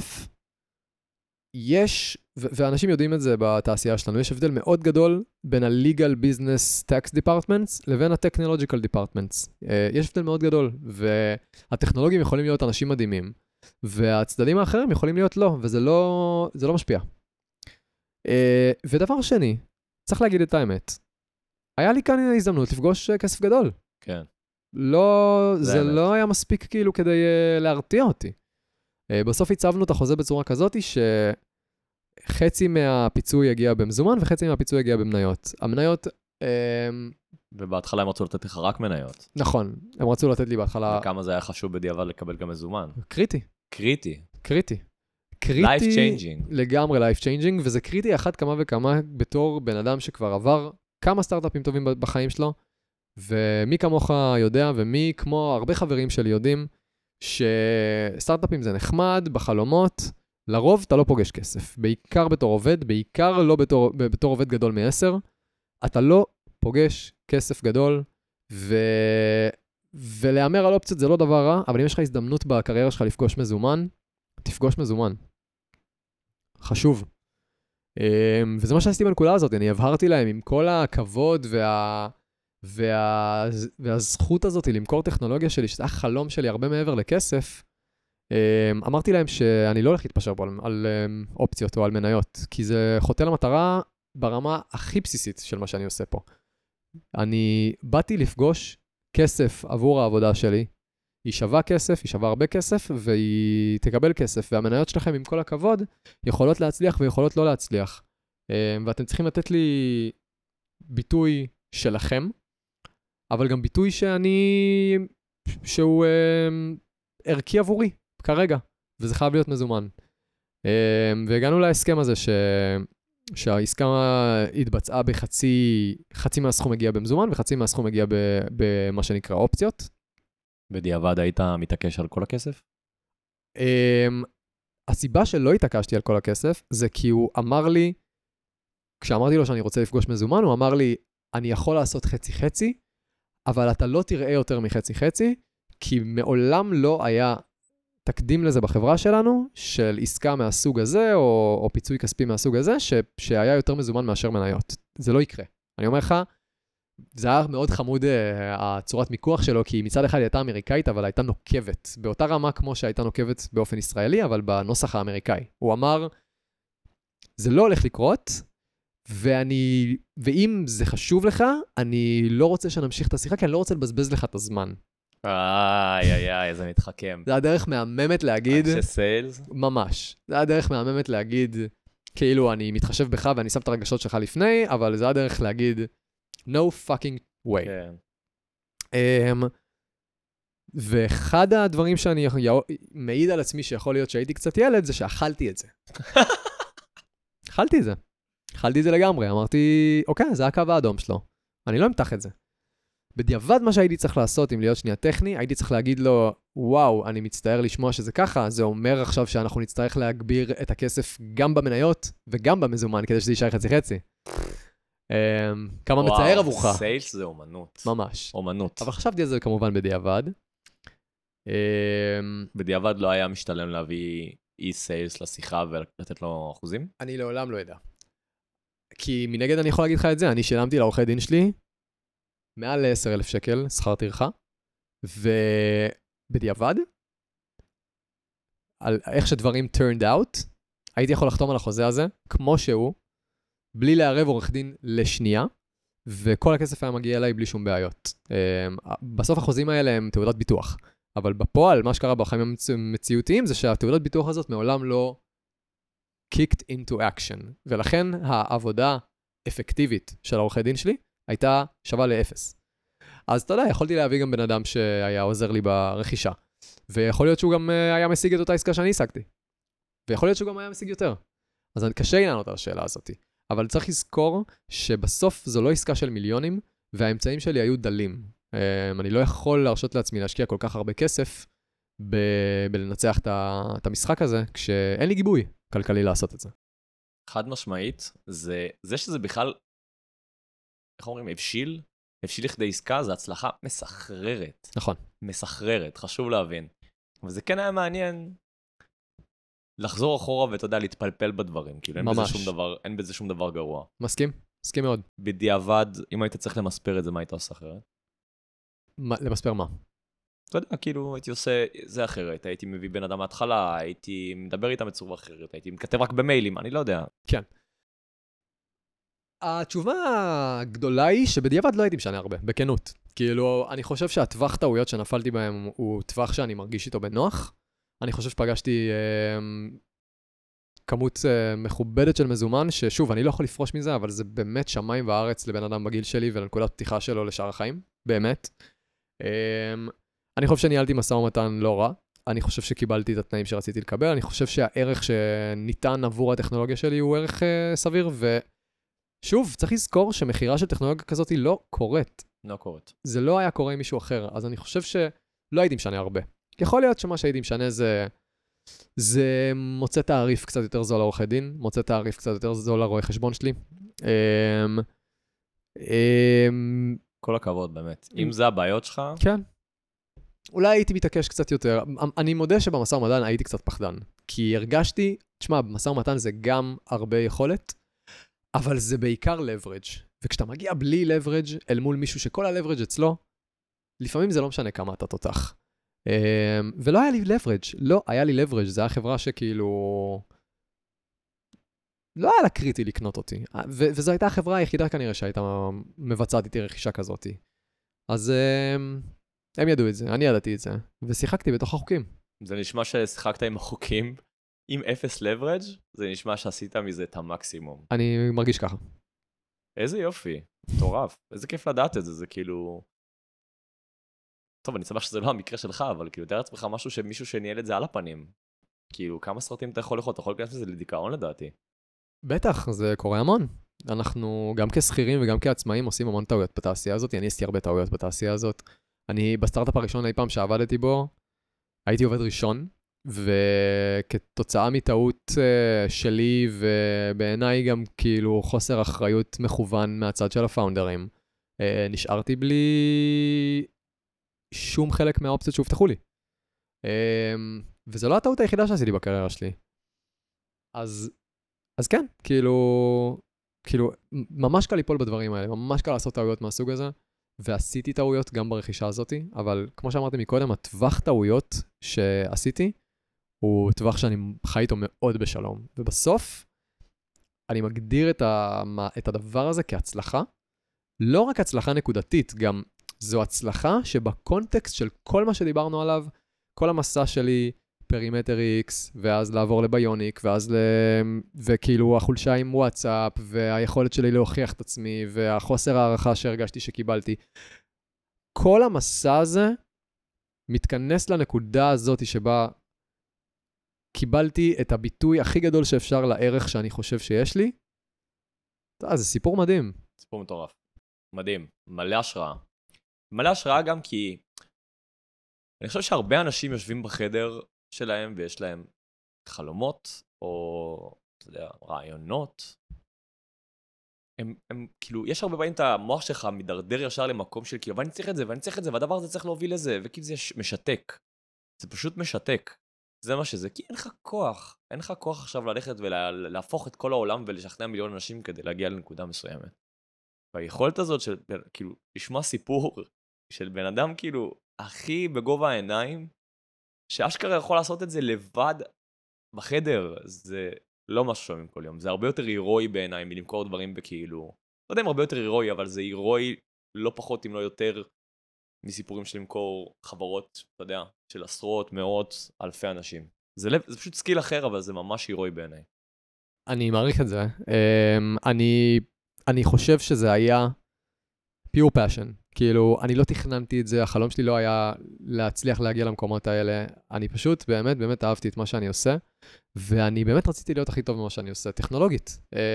יש, ו- ואנשים יודעים את זה בתעשייה שלנו, יש הבדל מאוד גדול בין ה-legal business tax departments לבין ה-technological departments. Uh, יש הבדל מאוד גדול, והטכנולוגים יכולים להיות אנשים מדהימים, והצדדים האחרים יכולים להיות לא, וזה לא, זה לא משפיע. Uh, ודבר שני, צריך להגיד את האמת, היה לי כאן הזדמנות לפגוש כסף גדול. כן. לא, זה, זה זה לא היה מספיק כאילו כדי uh, להרתיע אותי. Uh, בסוף הצבנו את החוזה בצורה כזאת שחצי מהפיצוי יגיע במזומן וחצי מהפיצוי יגיע במניות. המניות... Uh, ובהתחלה הם רצו לתת לך רק מניות. נכון, הם רצו לתת לי בהתחלה... וכמה זה היה חשוב בדיעבד לקבל גם מזומן. קריטי. קריטי. קריטי. קריטי... life changing. לגמרי life changing, וזה קריטי אחת כמה וכמה בתור בן אדם שכבר עבר כמה סטארט-אפים טובים בחיים שלו, ומי כמוך יודע, ומי כמו הרבה חברים שלי יודעים, שסטארט-אפים זה נחמד, בחלומות, לרוב אתה לא פוגש כסף. בעיקר בתור עובד, בעיקר לא בתור, בתור עובד גדול מ-עשר, אתה לא פוגש כסף גדול, ו... ולהאמר על אופציות זה לא דבר רע, אבל אם יש לך הזדמנות בקריירה שלך לפגוש מזומן, תפגוש מזומן. חשוב. וזה מה שעשיתי בנקודה הזאת, אני הבהרתי להם עם כל הכבוד וה... וה... והזכות הזאת למכור טכנולוגיה שלי, שזה החלום שלי הרבה מעבר לכסף, אמרתי להם שאני לא הולך להתפשר פה על, על אופציות או על מניות, כי זה חוטא למטרה ברמה הכי בסיסית של מה שאני עושה פה. אני באתי לפגוש כסף עבור העבודה שלי, היא שווה כסף, היא שווה הרבה כסף, והיא תקבל כסף, והמניות שלכם, עם כל הכבוד, יכולות להצליח ויכולות לא להצליח. ואתם צריכים לתת לי ביטוי שלכם, אבל גם ביטוי שאני, שהוא ערכי עבורי, כרגע, וזה חייב להיות מזומן. והגענו להסכם הזה ש... שהעסקה התבצעה בחצי, חצי מהסכום הגיע במזומן, וחצי מהסכום הגיע במה שנקרא אופציות. בדיעבד היית מתעקש על כל הכסף? הסיבה שלא התעקשתי על כל הכסף, זה כי הוא אמר לי, כשאמרתי לו שאני רוצה לפגוש מזומן, הוא אמר לי, אני יכול לעשות חצי-חצי, אבל אתה לא תראה יותר מחצי-חצי, כי מעולם לא היה תקדים לזה בחברה שלנו, של עסקה מהסוג הזה, או, או פיצוי כספי מהסוג הזה, ש, שהיה יותר מזומן מאשר מניות. זה לא יקרה. אני אומר לך, זה היה מאוד חמוד, הצורת מיקוח שלו, כי מצד אחד היא הייתה אמריקאית, אבל הייתה נוקבת. באותה רמה כמו שהייתה נוקבת באופן ישראלי, אבל בנוסח האמריקאי. הוא אמר, זה לא הולך לקרות, ואני, ואם זה חשוב לך, אני לא רוצה שנמשיך את השיחה, כי אני לא רוצה לבזבז לך את הזמן. איי, איי, איי, איזה מתחכם. זה הדרך מהממת להגיד... אנשי סיילס? ממש. זה הדרך מהממת להגיד, כאילו אני מתחשב בך ואני שם את הרגשות שלך לפני, אבל זה הדרך להגיד, no fucking way. כן. Um, ואחד הדברים שאני מעיד על עצמי שיכול להיות שהייתי קצת ילד, זה שאכלתי את זה. אכלתי את זה. אכלתי את זה לגמרי. אמרתי, אוקיי, זה הקו האדום שלו. אני לא אמתח את זה. בדיעבד מה שהייתי צריך לעשות, אם להיות שנייה טכני, הייתי צריך להגיד לו, וואו, אני מצטער לשמוע שזה ככה, זה אומר עכשיו שאנחנו נצטרך להגביר את הכסף גם במניות וגם במזומן, כדי שזה יישאר חצי-חצי. כמה מצער עבורך. וואו, סיילס זה אומנות. ממש. אומנות. אבל חשבתי על זה כמובן בדיעבד. בדיעבד לא היה משתלם להביא אי סיילס לשיחה ולתת לו אחוזים? אני לעולם לא יודע. כי מנגד אני יכול להגיד לך את זה, אני שילמתי לעורכי דין שלי, מעל ל-עשרת אלפים שקל, שכר טרחה, ובדיעבד, על איך שדברים turned out, הייתי יכול לחתום על החוזה הזה, כמו שהוא, בלי לערב עורך דין לשנייה, וכל הכסף היה מגיע אליי בלי שום בעיות. בסוף החוזים האלה הם תעודת ביטוח, אבל בפועל, מה שקרה בחיים המציאותיים, זה שהתעודת ביטוח הזאת מעולם לא kicked into action, ולכן העבודה אפקטיבית של העורכי דין שלי, הייתה שווה לאפס. אז אתה יודע, יכולתי להביא גם בן אדם שהיה עוזר לי ברכישה. ויכול להיות שהוא גם היה משיג את אותה עסקה שאני השגתי. ויכול להיות שהוא גם היה משיג יותר. אז קשה לי לענות על השאלה הזאת. אבל צריך לזכור שבסוף זו לא עסקה של מיליונים, והאמצעים שלי היו דלים. אני לא יכול להרשות לעצמי להשקיע כל כך הרבה כסף ב- בלנצח את המשחק הזה, כשאין לי גיבוי כלכלי לעשות את זה. חד משמעית, זה, זה שזה בכלל, איך אומרים, הבשיל, הבשיל לכדי עסקה, זה הצלחה מסחררת. נכון. מסחררת, חשוב להבין. וזה כן היה מעניין לחזור אחורה ואתה יודע, להתפלפל בדברים. כאילו, אין בזה שום דבר, אין בזה שום דבר גרוע. מסכים? מסכים מאוד. בדיעבד, אם היית צריך למספר את זה, מה היית עושה אחרת? מה, למספר מה? אתה יודע, כאילו, הייתי עושה זה אחרת. הייתי מביא בן אדם מההתחלה, הייתי מדבר איתם בצורה אחרת, הייתי מכתב רק במיילים, אני לא יודע. כן. התשובה הגדולה היא שבדיעבד לא הייתי משנה הרבה, בכנות. כאילו, אני חושב שהטווח טעויות שנפלתי בהם הוא טווח שאני מרגיש איתו בנוח. אני חושב שפגשתי אה, כמות אה, מכובדת של מזומן, ששוב, אני לא יכול לפרוש מזה, אבל זה באמת שמיים וארץ לבן אדם בגיל שלי ולנקודת פתיחה שלו לשאר החיים, באמת. אה, אני חושב שניהלתי משא ומתן לא רע. אני חושב שקיבלתי את התנאים שרציתי לקבל. אני חושב שהערך שניתן עבור הטכנולוגיה שלי הוא ערך אה, סביר, ו... שוב, צריך לזכור שמחירה של טכנולוגיה כזאת היא לא קורית. לא קורית. זה לא היה קורה עם מישהו אחר, אז אני חושב שלא הייתי משנה הרבה. יכול להיות שמה שהייתי משנה זה, זה מוצא תעריף קצת יותר זול לעורכי דין, מוצא תעריף קצת יותר זול לרואי חשבון שלי. כל הכבוד, באמת. אם זה הבעיות שלך... כן. אולי הייתי מתעקש קצת יותר. אני מודה שבמשא ומתן הייתי קצת פחדן, כי הרגשתי, תשמע, במשא ומתן זה גם הרבה יכולת, אבל זה בעיקר leverage. וכשאתה מגיע בלי leverage אל מול מישהו שכל ה-leverage אצלו, לפעמים זה לא משנה כמה אתה תותח. ולא היה לי leverage, לא היה לי leverage, זה היה חברה שכאילו... לא היה לה קריטי לקנות אותי. ו- וזו הייתה החברה היחידה כנראה שהייתה מבצעת איתי רכישה כזאת. אז הם ידעו את זה, אני ידעתי את זה, ושיחקתי בתוך החוקים. זה נשמע ששיחקת עם החוקים עם אפס לברג', זה נשמע שעשית מזה את המקסימום. אני מרגיש ככה. איזה יופי, מטורף. איזה כיף לדעת את זה, זה כאילו... טוב, אני שמח שזה לא המקרה שלך, אבל כאילו, תאר לעצמך משהו שמישהו שניהל את זה על הפנים. כאילו, כמה סרטים אתה יכול לראות? אתה יכול להיכנס לזה לדיכאון לדעתי. בטח, זה קורה המון. אנחנו גם כשכירים וגם כעצמאים עושים המון טעויות בתעשייה הזאת. אני עשיתי הרבה טעויות בתעשייה הזאת. אני בסטארט-אפ הראשון אי פעם שעבדתי בו, הייתי עובד ראשון, וכתוצאה מטעות uh, שלי, ובעיניי גם כאילו חוסר אחריות מכוון מהצד של הפאונדרים, uh, נשארתי בלי שום חלק מהאופציות שהובטחו לי. Um, וזו לא הטעות היחידה שעשיתי בקריירה שלי. אז, אז כן, כאילו, כאילו, ממש קל ליפול בדברים האלה, ממש קל לעשות טעויות מהסוג הזה, ועשיתי טעויות גם ברכישה הזאת, אבל כמו שאמרתי מקודם, הטווח טעויות שעשיתי, הוא טווח שאני חי איתו מאוד בשלום. ובסוף, אני מגדיר את, ה, את הדבר הזה כהצלחה, לא רק הצלחה נקודתית, גם זו הצלחה שבקונטקסט של כל מה שדיברנו עליו, כל המסע שלי, פרימטר X, ואז לעבור לביוניק, ואז ל... וכאילו החולשה עם וואטסאפ, והיכולת שלי להוכיח את עצמי, והחוסר הערכה שהרגשתי שקיבלתי. כל המסע הזה מתכנס לנקודה הזאת שבה קיבלתי את הביטוי הכי גדול שאפשר לערך שאני חושב שיש לי. זה סיפור מדהים. סיפור מטורף. מדהים. מלא השראה. מלא השראה גם כי אני חושב שהרבה אנשים יושבים בחדר שלהם ויש להם חלומות או, אתה יודע, רעיונות. הם, הם, כאילו, יש הרבה פעמים את המוח שלך מדרדר ישר למקום של כאילו, ואני צריך את זה, ואני צריך את זה, והדבר הזה צריך להוביל לזה, וכאילו זה משתק. זה פשוט משתק. זה מה שזה, כי אין לך כוח. אין לך כוח עכשיו ללכת ולהפוך את כל העולם ולשכנע מיליון אנשים כדי להגיע לנקודה מסוימת. והיכולת הזאת של, כאילו, לשמוע סיפור של בן אדם, כאילו, הכי בגובה העיניים, שאשכרה יכול לעשות את זה לבד בחדר, זה לא משהו שומעים כל יום. זה הרבה יותר הירואי בעיניי מלמכור דברים בכאילו, לא יודע אם הרבה יותר הירואי, אבל זה הירואי לא פחות אם לא יותר מסיפורים של למכור חברות, אתה יודע, של עשרות, מאות, אלפי אנשים. זה, זה פשוט סקיל אחר, אבל זה ממש הירואי בעיניי. אני מעריך את זה. Um, אני, אני חושב שזה היה pure passion. כאילו, אני לא תכננתי את זה, החלום שלי לא היה להצליח להגיע למקומות האלה. אני פשוט באמת, באמת אהבתי את מה שאני עושה, ואני באמת רציתי להיות הכי טוב במה שאני עושה, טכנולוגית.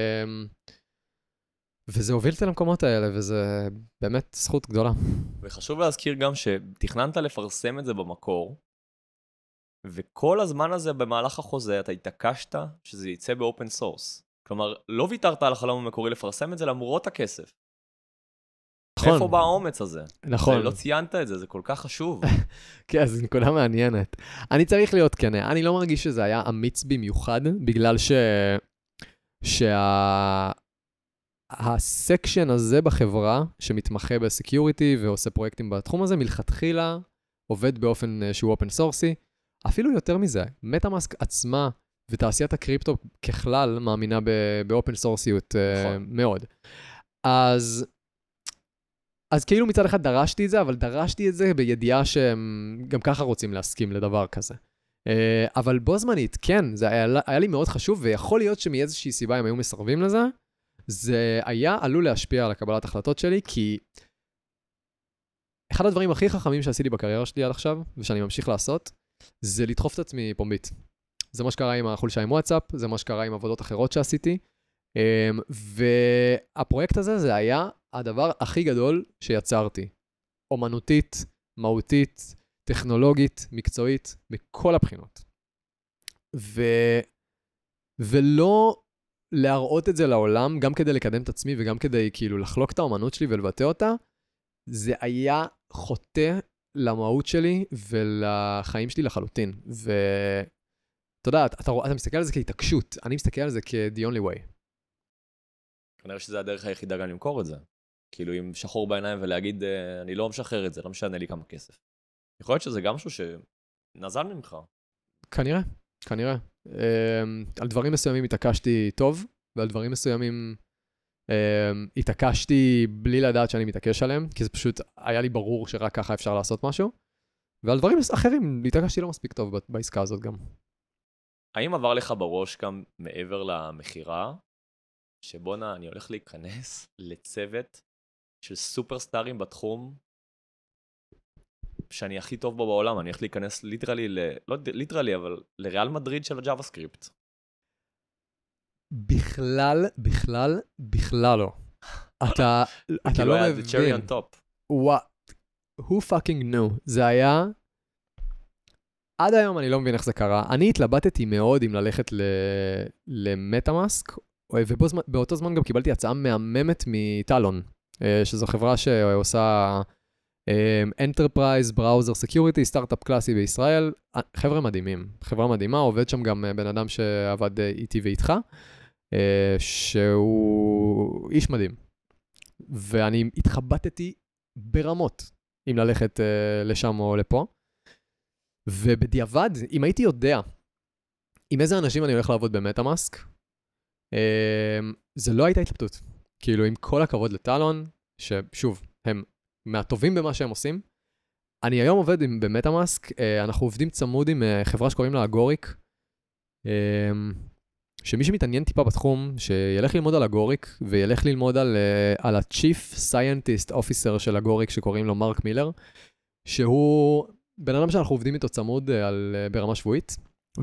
וזה הוביל אותי למקומות האלה, וזה באמת זכות גדולה. וחשוב להזכיר גם שתכננת לפרסם את זה במקור, וכל הזמן הזה במהלך החוזה אתה התעקשת שזה יצא באופן סורס. כלומר, לא ויתרת על החלום המקורי לפרסם את זה למרות הכסף. נכון. איפה בא האומץ הזה? נכון. לא ציינת את זה, זה כל כך חשוב. כן, זו נקודה מעניינת. אני צריך להיות כן, אני לא מרגיש שזה היה אמיץ במיוחד, בגלל ש... שה... הסקשן הזה בחברה, שמתמחה בסקיוריטי ועושה פרויקטים בתחום הזה, מלכתחילה עובד באופן שהוא אופן סורסי. אפילו יותר מזה, מטאמאסק עצמה ותעשיית הקריפטו ככלל מאמינה באופן סורסיות מאוד. אז... אז כאילו מצד אחד דרשתי את זה, אבל דרשתי את זה בידיעה שהם גם ככה רוצים להסכים לדבר כזה. אבל בו זמנית, כן, זה היה, היה לי מאוד חשוב, ויכול להיות שמאיזושהי סיבה הם היו מסרבים לזה, זה היה עלול להשפיע על הקבלת החלטות שלי, כי אחד הדברים הכי חכמים שעשיתי בקריירה שלי עד עכשיו, ושאני ממשיך לעשות, זה לדחוף את עצמי פומבית. זה מה שקרה עם החולשה עם וואטסאפ, זה מה שקרה עם עבודות אחרות שעשיתי, והפרויקט הזה זה היה הדבר הכי גדול שיצרתי. אומנותית, מהותית, טכנולוגית, מקצועית, מכל הבחינות. ו... ולא להראות את זה לעולם, גם כדי לקדם את עצמי וגם כדי כאילו לחלוק את האומנות שלי ולבטא אותה, זה היה חוטא למהות שלי ולחיים שלי לחלוטין. ואתה יודע, אתה, אתה מסתכל על זה כהתעקשות, אני מסתכל על זה כ-the only way. כנראה שזה הדרך היחידה גם למכור את זה. כאילו עם שחור בעיניים ולהגיד, אני לא משחרר את זה, לא משנה לי כמה כסף. יכול להיות שזה גם משהו שנזל ממך. כנראה, כנראה. על דברים מסוימים התעקשתי טוב, ועל דברים מסוימים Um, התעקשתי בלי לדעת שאני מתעקש עליהם, כי זה פשוט היה לי ברור שרק ככה אפשר לעשות משהו, ועל דברים אחרים התעקשתי לא מספיק טוב בעסקה הזאת גם. האם עבר לך בראש גם מעבר למחירה, שבונה אני הולך להיכנס לצוות של סופרסטארים בתחום, שאני הכי טוב בו בעולם, אני הולך להיכנס ליטרלי, ל... לא ליטרלי, אבל לריאל מדריד של הג'אווה סקריפט. בכלל, בכלל, בכלל לא. אתה, אתה לא מבין. זה cherry on top. What? Who fucking knew? זה היה... עד היום אני לא מבין איך זה קרה. אני התלבטתי מאוד אם ללכת למטאמאסק, ובאותו זמן גם קיבלתי הצעה מהממת מטלון, שזו חברה שעושה Enterprise Browser Security, סטארט-אפ קלאסי בישראל. חבר'ה מדהימים, חברה מדהימה, עובד שם גם בן אדם שעבד איתי ואיתך, שהוא איש מדהים. ואני התחבטתי ברמות אם ללכת לשם או לפה. ובדיעבד, אם הייתי יודע עם איזה אנשים אני הולך לעבוד במטאמאסק, זה לא הייתה התלבטות. כאילו, עם כל הכבוד לטלון, ששוב, הם מהטובים במה שהם עושים, אני היום עובד עם, במטאמאסק, אנחנו עובדים צמוד עם חברה שקוראים לה אגוריק, שמי שמתעניין טיפה בתחום, שילך ללמוד על אגוריק, וילך ללמוד על, על ה-Chief Scientist Officer של אגוריק, שקוראים לו מרק מילר, שהוא בן אדם שאנחנו עובדים איתו צמוד על, ברמה שבועית,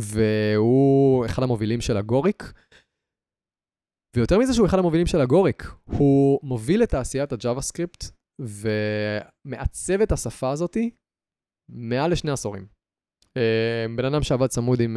והוא אחד המובילים של אגוריק, ויותר מזה שהוא אחד המובילים של אגוריק, הוא מוביל את תעשיית הג'אווה-סקריפט, ומעצב את השפה הזאת מעל לשני עשורים. בן אדם שעבד צמוד עם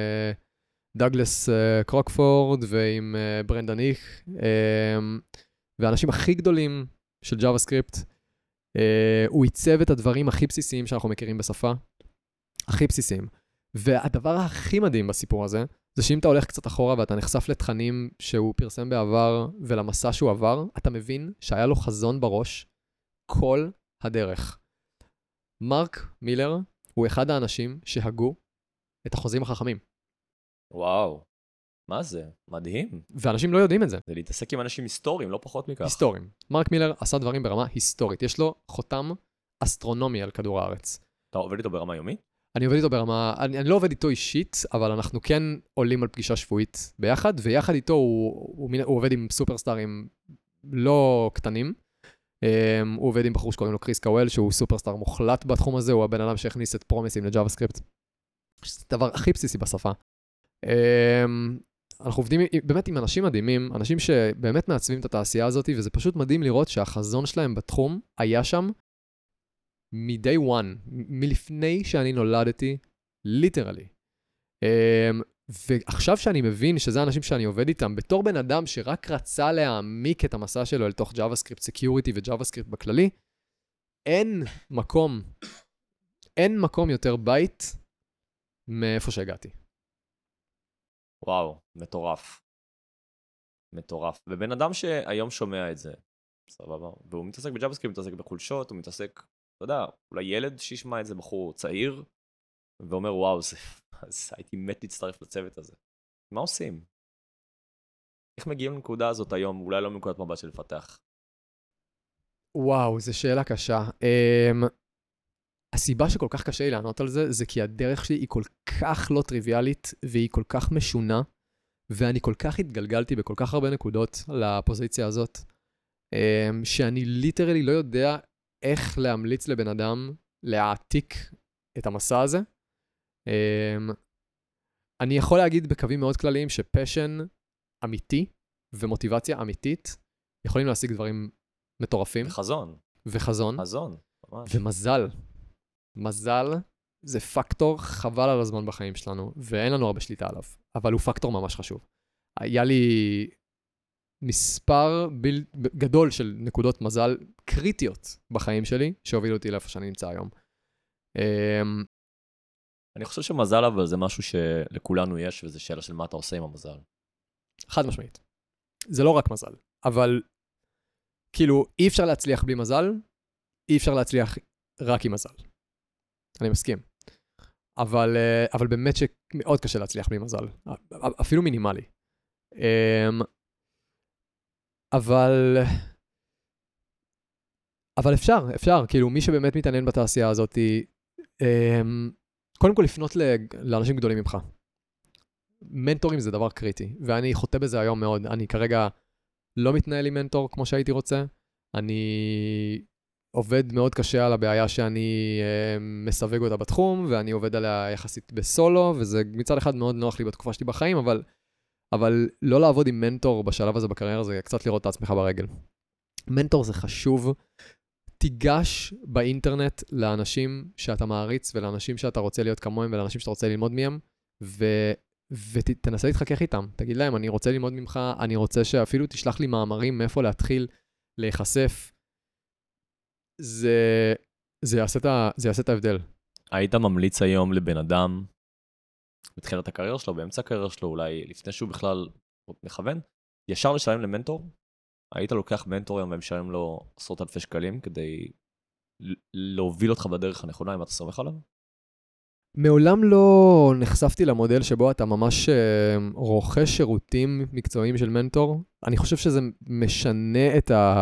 דאגלס קרוקפורד ועם ברנדן איך, והאנשים הכי גדולים של ג'אווה-סקריפט, הוא ייצב את הדברים הכי בסיסיים שאנחנו מכירים בשפה, הכי בסיסיים. והדבר הכי מדהים בסיפור הזה, זה שאם אתה הולך קצת אחורה ואתה נחשף לתכנים שהוא פרסם בעבר ולמסע שהוא עבר, אתה מבין שהיה לו חזון בראש כל הדרך. מרק מילר הוא אחד האנשים שהגו את החוזים החכמים. וואו, מה זה? מדהים. ואנשים לא יודעים את זה. זה להתעסק עם אנשים היסטוריים, לא פחות מכך. היסטוריים. מרק מילר עשה דברים ברמה היסטורית. יש לו חותם אסטרונומי על כדור הארץ. אתה עובד איתו ברמה יומית? אני עובד איתו ברמה, אני, אני לא עובד איתו אישית, אבל אנחנו כן עולים על פגישה שבועית ביחד, ויחד איתו הוא, הוא, הוא עובד עם סופרסטארים לא קטנים. Um, הוא עובד עם בחור שקוראים לו קריס קאוול, שהוא סופרסטאר מוחלט בתחום הזה, הוא הבן אדם שהכניס את פרומיסים לג'אווה סקריפט. זה דבר הכי בסיסי בשפה. Um, אנחנו עובדים באמת עם אנשים מדהימים, אנשים שבאמת מעצבים את התעשייה הזאת, וזה פשוט מדהים לראות שהחזון שלהם בתחום היה שם מ-day one, מלפני שאני נולדתי, ליטרלי. Um, ועכשיו שאני מבין שזה האנשים שאני עובד איתם, בתור בן אדם שרק רצה להעמיק את המסע שלו אל תוך JavaScript Security ו-JavaScript בכללי, אין מקום, אין מקום יותר בית מאיפה שהגעתי. וואו, מטורף. מטורף. ובן אדם שהיום שומע את זה, סבבה, והוא מתעסק ב-JavaScript, מתעסק בחולשות, הוא מתעסק, אתה יודע, אולי ילד שישמע את זה, בחור צעיר, ואומר, וואו, זה, אז הייתי מת להצטרף לצוות הזה. מה עושים? איך מגיעים לנקודה הזאת היום, אולי לא מנקודת מבט של לפתח? וואו, זו שאלה קשה. Um, הסיבה שכל כך קשה לי לענות על זה, זה כי הדרך שלי היא כל כך לא טריוויאלית, והיא כל כך משונה, ואני כל כך התגלגלתי בכל כך הרבה נקודות לפוזיציה הזאת, um, שאני ליטרלי לא יודע איך להמליץ לבן אדם להעתיק את המסע הזה. Um, אני יכול להגיד בקווים מאוד כלליים שפשן אמיתי ומוטיבציה אמיתית יכולים להשיג דברים מטורפים. וחזון. וחזון. חזון, ממש. ומזל. מזל זה פקטור חבל על הזמן בחיים שלנו, ואין לנו הרבה שליטה עליו, אבל הוא פקטור ממש חשוב. היה לי מספר בל... גדול של נקודות מזל קריטיות בחיים שלי, שהובילו אותי לאיפה שאני נמצא היום. Um, אני חושב שמזל אבל זה משהו שלכולנו יש, וזה שאלה של מה אתה עושה עם המזל. חד משמעית. זה לא רק מזל, אבל כאילו אי אפשר להצליח בלי מזל, אי אפשר להצליח רק עם מזל. אני מסכים. אבל, אבל באמת שמאוד קשה להצליח בלי מזל, אפילו מינימלי. אבל... אבל אפשר, אפשר, כאילו מי שבאמת מתעניין בתעשייה הזאת, אמ, קודם כל לפנות לאנשים גדולים ממך. מנטורים זה דבר קריטי, ואני חוטא בזה היום מאוד. אני כרגע לא מתנהל עם מנטור כמו שהייתי רוצה. אני עובד מאוד קשה על הבעיה שאני אה, מסווג אותה בתחום, ואני עובד עליה יחסית בסולו, וזה מצד אחד מאוד נוח לי בתקופה שלי בחיים, אבל, אבל לא לעבוד עם מנטור בשלב הזה בקריירה, זה קצת לראות את עצמך ברגל. מנטור זה חשוב. תיגש באינטרנט לאנשים שאתה מעריץ, ולאנשים שאתה רוצה להיות כמוהם, ולאנשים שאתה רוצה ללמוד מהם, ו... ותנסה להתחכך איתם. תגיד להם, אני רוצה ללמוד ממך, אני רוצה שאפילו תשלח לי מאמרים מאיפה להתחיל להיחשף. זה, זה יעשה את ה, זה יעשה את ההבדל. היית ממליץ היום לבן אדם, בתחילת הקריירה שלו, באמצע הקריירה שלו, אולי לפני שהוא בכלל מכוון, ישר לשלם למנטור? היית לוקח מנטור היום ומשלם לו עשרות אלפי שקלים, כדי להוביל אותך בדרך הנכונה, אם אתה סומך עליו? מעולם לא נחשפתי למודל שבו אתה ממש uh, רוכש שירותים מקצועיים של מנטור. אני חושב שזה משנה את ה...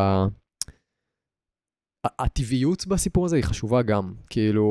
הטבעיות בסיפור הזה היא חשובה גם. כאילו...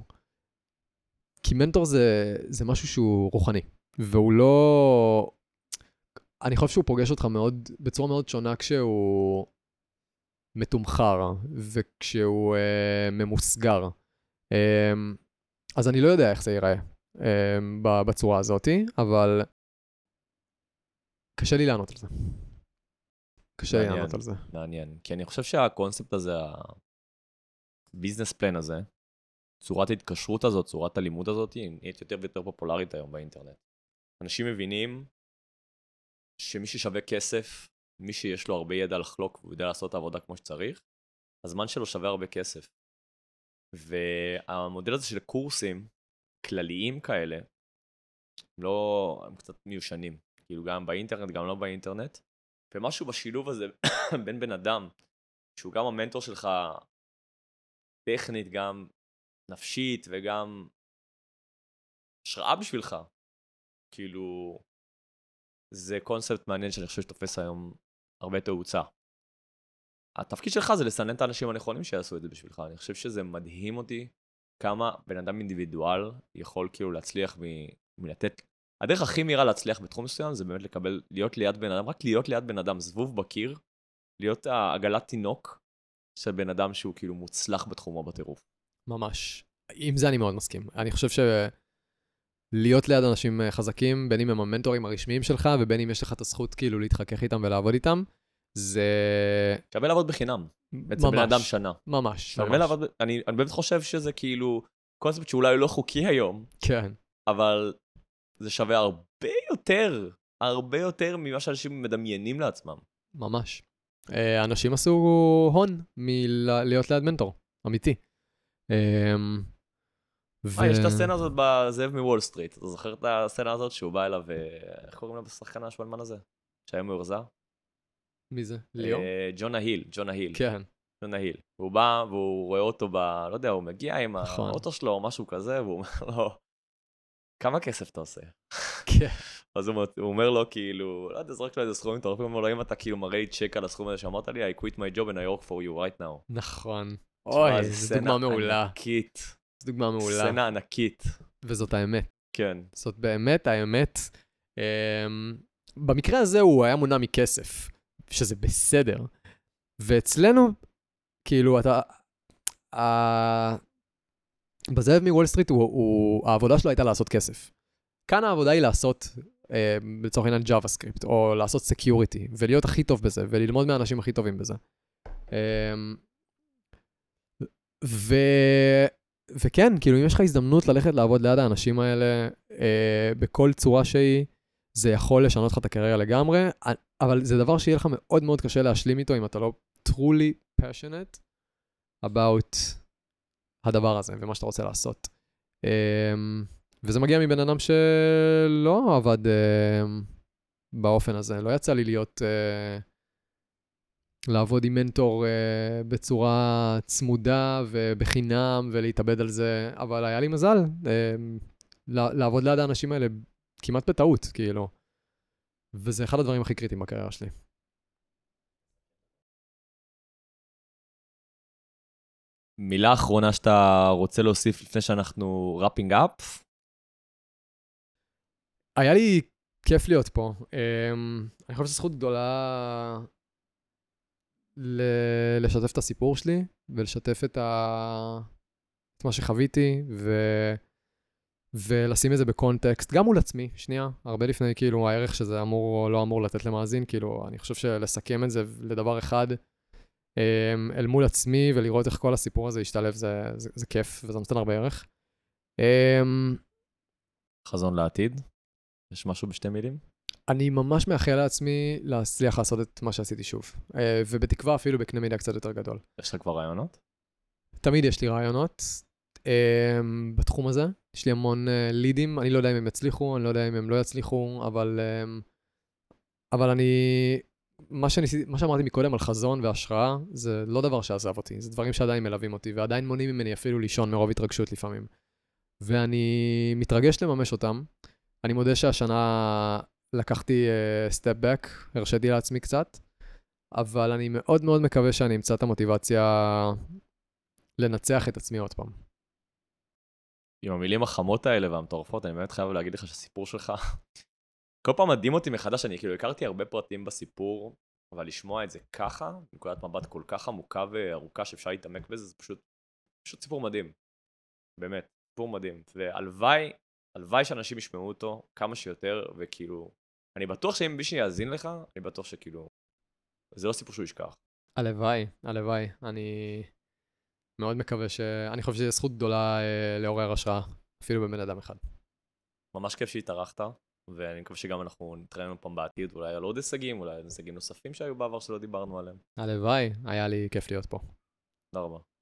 כי מנטור זה, זה משהו שהוא רוחני. והוא לא... אני חושב שהוא פוגש אותך מאוד, בצורה מאוד שונה כשהוא מתומחר, וכשהוא uh, ממוסגר. Um, אז אני לא יודע איך זה ייראה um, בצורה הזאת, אבל קשה לי לענות על זה. קשה לי לענות על זה. מעניין, כי אני חושב שהקונספט הזה, הביזנס פלן הזה, צורת ההתקשרות הזאת, צורת הלימוד הזאת, היא נהיית יותר ויותר פופולרית היום באינטרנט. אנשים מבינים שמי ששווה כסף, מי שיש לו הרבה ידע לחלוק, והוא יודע לעשות את העבודה כמו שצריך, הזמן שלו שווה הרבה כסף. והמודל הזה של קורסים כלליים כאלה, לא, הם קצת מיושנים, כאילו גם באינטרנט, גם לא באינטרנט, ומשהו בשילוב הזה בין בן אדם, שהוא גם המנטור שלך טכנית, גם נפשית וגם השראה בשבילך, כאילו זה קונספט מעניין שאני חושב שתופס היום הרבה תאוצה. התפקיד שלך זה לסנן את האנשים הנכונים שיעשו את זה בשבילך. אני חושב שזה מדהים אותי כמה בן אדם אינדיבידואל יכול כאילו להצליח מ- מלתת. הדרך הכי מהירה להצליח בתחום מסוים זה באמת לקבל, להיות ליד בן אדם, רק להיות ליד בן אדם, זבוב בקיר, להיות העגלת תינוק של בן אדם שהוא כאילו מוצלח בתחומו בטירוף. ממש. עם זה אני מאוד מסכים. אני חושב שלהיות ליד אנשים חזקים, בין אם הם המנטורים הרשמיים שלך, ובין אם יש לך את הזכות כאילו להתחכך איתם ולעבוד איתם, זה... שווה לעבוד בחינם. בעצם בן אדם שנה. ממש. שווה לעבוד... אני, אני באמת חושב שזה כאילו קונספט שאולי לא חוקי היום. כן. אבל זה שווה הרבה יותר, הרבה יותר ממה שאנשים מדמיינים לעצמם. ממש. אנשים עשו הון מלהיות ליד מנטור, אמיתי. מה, יש את הסצנה הזאת בזאב מוול סטריט. אתה זוכר את הסצנה הזאת שהוא בא אליו, איך קוראים לו בשחקן השמאלמן הזה? שהיום הוא הרזה? מי זה? ליאו? ג'ונה היל, ג'ונה היל. כן. ג'ונה היל. הוא בא והוא רואה אותו ב... לא יודע, הוא מגיע עם האוטו שלו או משהו כזה, והוא אומר לו, כמה כסף אתה עושה? כן. אז הוא אומר לו כאילו, לא יודע, זרק לו איזה סכומים, אתה אומר לו, אם אתה כאילו מראה לי צ'ק על הסכום הזה שאמרת לי, I quit my job and I work for you right now. נכון. אוי, זו דוגמה מעולה. ענקית. זו דוגמה מעולה. סצנה ענקית. וזאת האמת. כן. זאת באמת האמת. במקרה הזה הוא היה מונע מכסף, שזה בסדר. ואצלנו, כאילו, אתה... בזאב מוול סטריט, העבודה שלו הייתה לעשות כסף. כאן העבודה היא לעשות, לצורך העניין, JavaScript, או לעשות Security, ולהיות הכי טוב בזה, וללמוד מהאנשים הכי טובים בזה. ו... וכן, כאילו, אם יש לך הזדמנות ללכת לעבוד ליד האנשים האלה, אה, בכל צורה שהיא, זה יכול לשנות לך את הקריירה לגמרי, אבל זה דבר שיהיה לך מאוד מאוד קשה להשלים איתו, אם אתה לא truly passionate about הדבר הזה, ומה שאתה רוצה לעשות. אה, וזה מגיע מבן אדם שלא עבד אה, באופן הזה, לא יצא לי להיות... אה, לעבוד עם מנטור uh, בצורה צמודה ובחינם ולהתאבד על זה, אבל היה לי מזל uh, לעבוד ליד האנשים האלה כמעט בטעות, כאילו. וזה אחד הדברים הכי קריטיים בקריירה שלי. מילה אחרונה שאתה רוצה להוסיף לפני שאנחנו wrapping up? היה לי כיף להיות פה. Um, אני חושב שזכות גדולה ל- לשתף את הסיפור שלי, ולשתף את, ה... את מה שחוויתי, ו... ולשים את זה בקונטקסט, גם מול עצמי, שנייה, הרבה לפני כאילו הערך שזה אמור או לא אמור לתת למאזין, כאילו אני חושב שלסכם את זה לדבר אחד, um, אל מול עצמי, ולראות איך כל הסיפור הזה ישתלב, זה, זה, זה כיף, וזה נותן הרבה ערך. Um, חזון לעתיד? יש משהו בשתי מילים? אני ממש מאחל לעצמי להצליח לעשות את מה שעשיתי שוב, uh, ובתקווה אפילו בקנה מידה קצת יותר גדול. יש לך כבר רעיונות? תמיד יש לי רעיונות um, בתחום הזה, יש לי המון uh, לידים, אני לא יודע אם הם יצליחו, אני לא יודע אם הם לא יצליחו, אבל, um, אבל אני, מה, שניסי, מה שאמרתי מקודם על חזון והשראה, זה לא דבר שעזב אותי, זה דברים שעדיין מלווים אותי, ועדיין מונעים ממני אפילו לישון מרוב התרגשות לפעמים. ואני מתרגש לממש אותם. אני מודה שהשנה לקחתי סטפ uh, בק, הרשיתי לעצמי קצת, אבל אני מאוד מאוד מקווה שאני אמצא את המוטיבציה לנצח את עצמי עוד פעם. עם המילים החמות האלה והמטורפות, אני באמת חייב להגיד לך שהסיפור שלך, כל פעם מדהים אותי מחדש, אני כאילו הכרתי הרבה פרטים בסיפור, אבל לשמוע את זה ככה, נקודת מבט כל כך עמוקה וארוכה שאפשר להתעמק בזה, זה פשוט, פשוט סיפור מדהים. באמת, סיפור מדהים. והלוואי, הלוואי שאנשים ישמעו אותו כמה שיותר, וכאילו, אני בטוח שאם מישהו יאזין לך, אני בטוח שכאילו, זה לא סיפור שהוא ישכח. הלוואי, הלוואי. אני מאוד מקווה ש... אני חושב שזו זכות גדולה אה, לעורר השראה, אפילו בבן אדם אחד. ממש כיף שהתארחת, ואני מקווה שגם אנחנו נתראה פעם בעתיד, אולי על עוד הישגים, אולי על הישגים נוספים שהיו בעבר שלא דיברנו עליהם. הלוואי, היה לי כיף להיות פה. תודה רבה.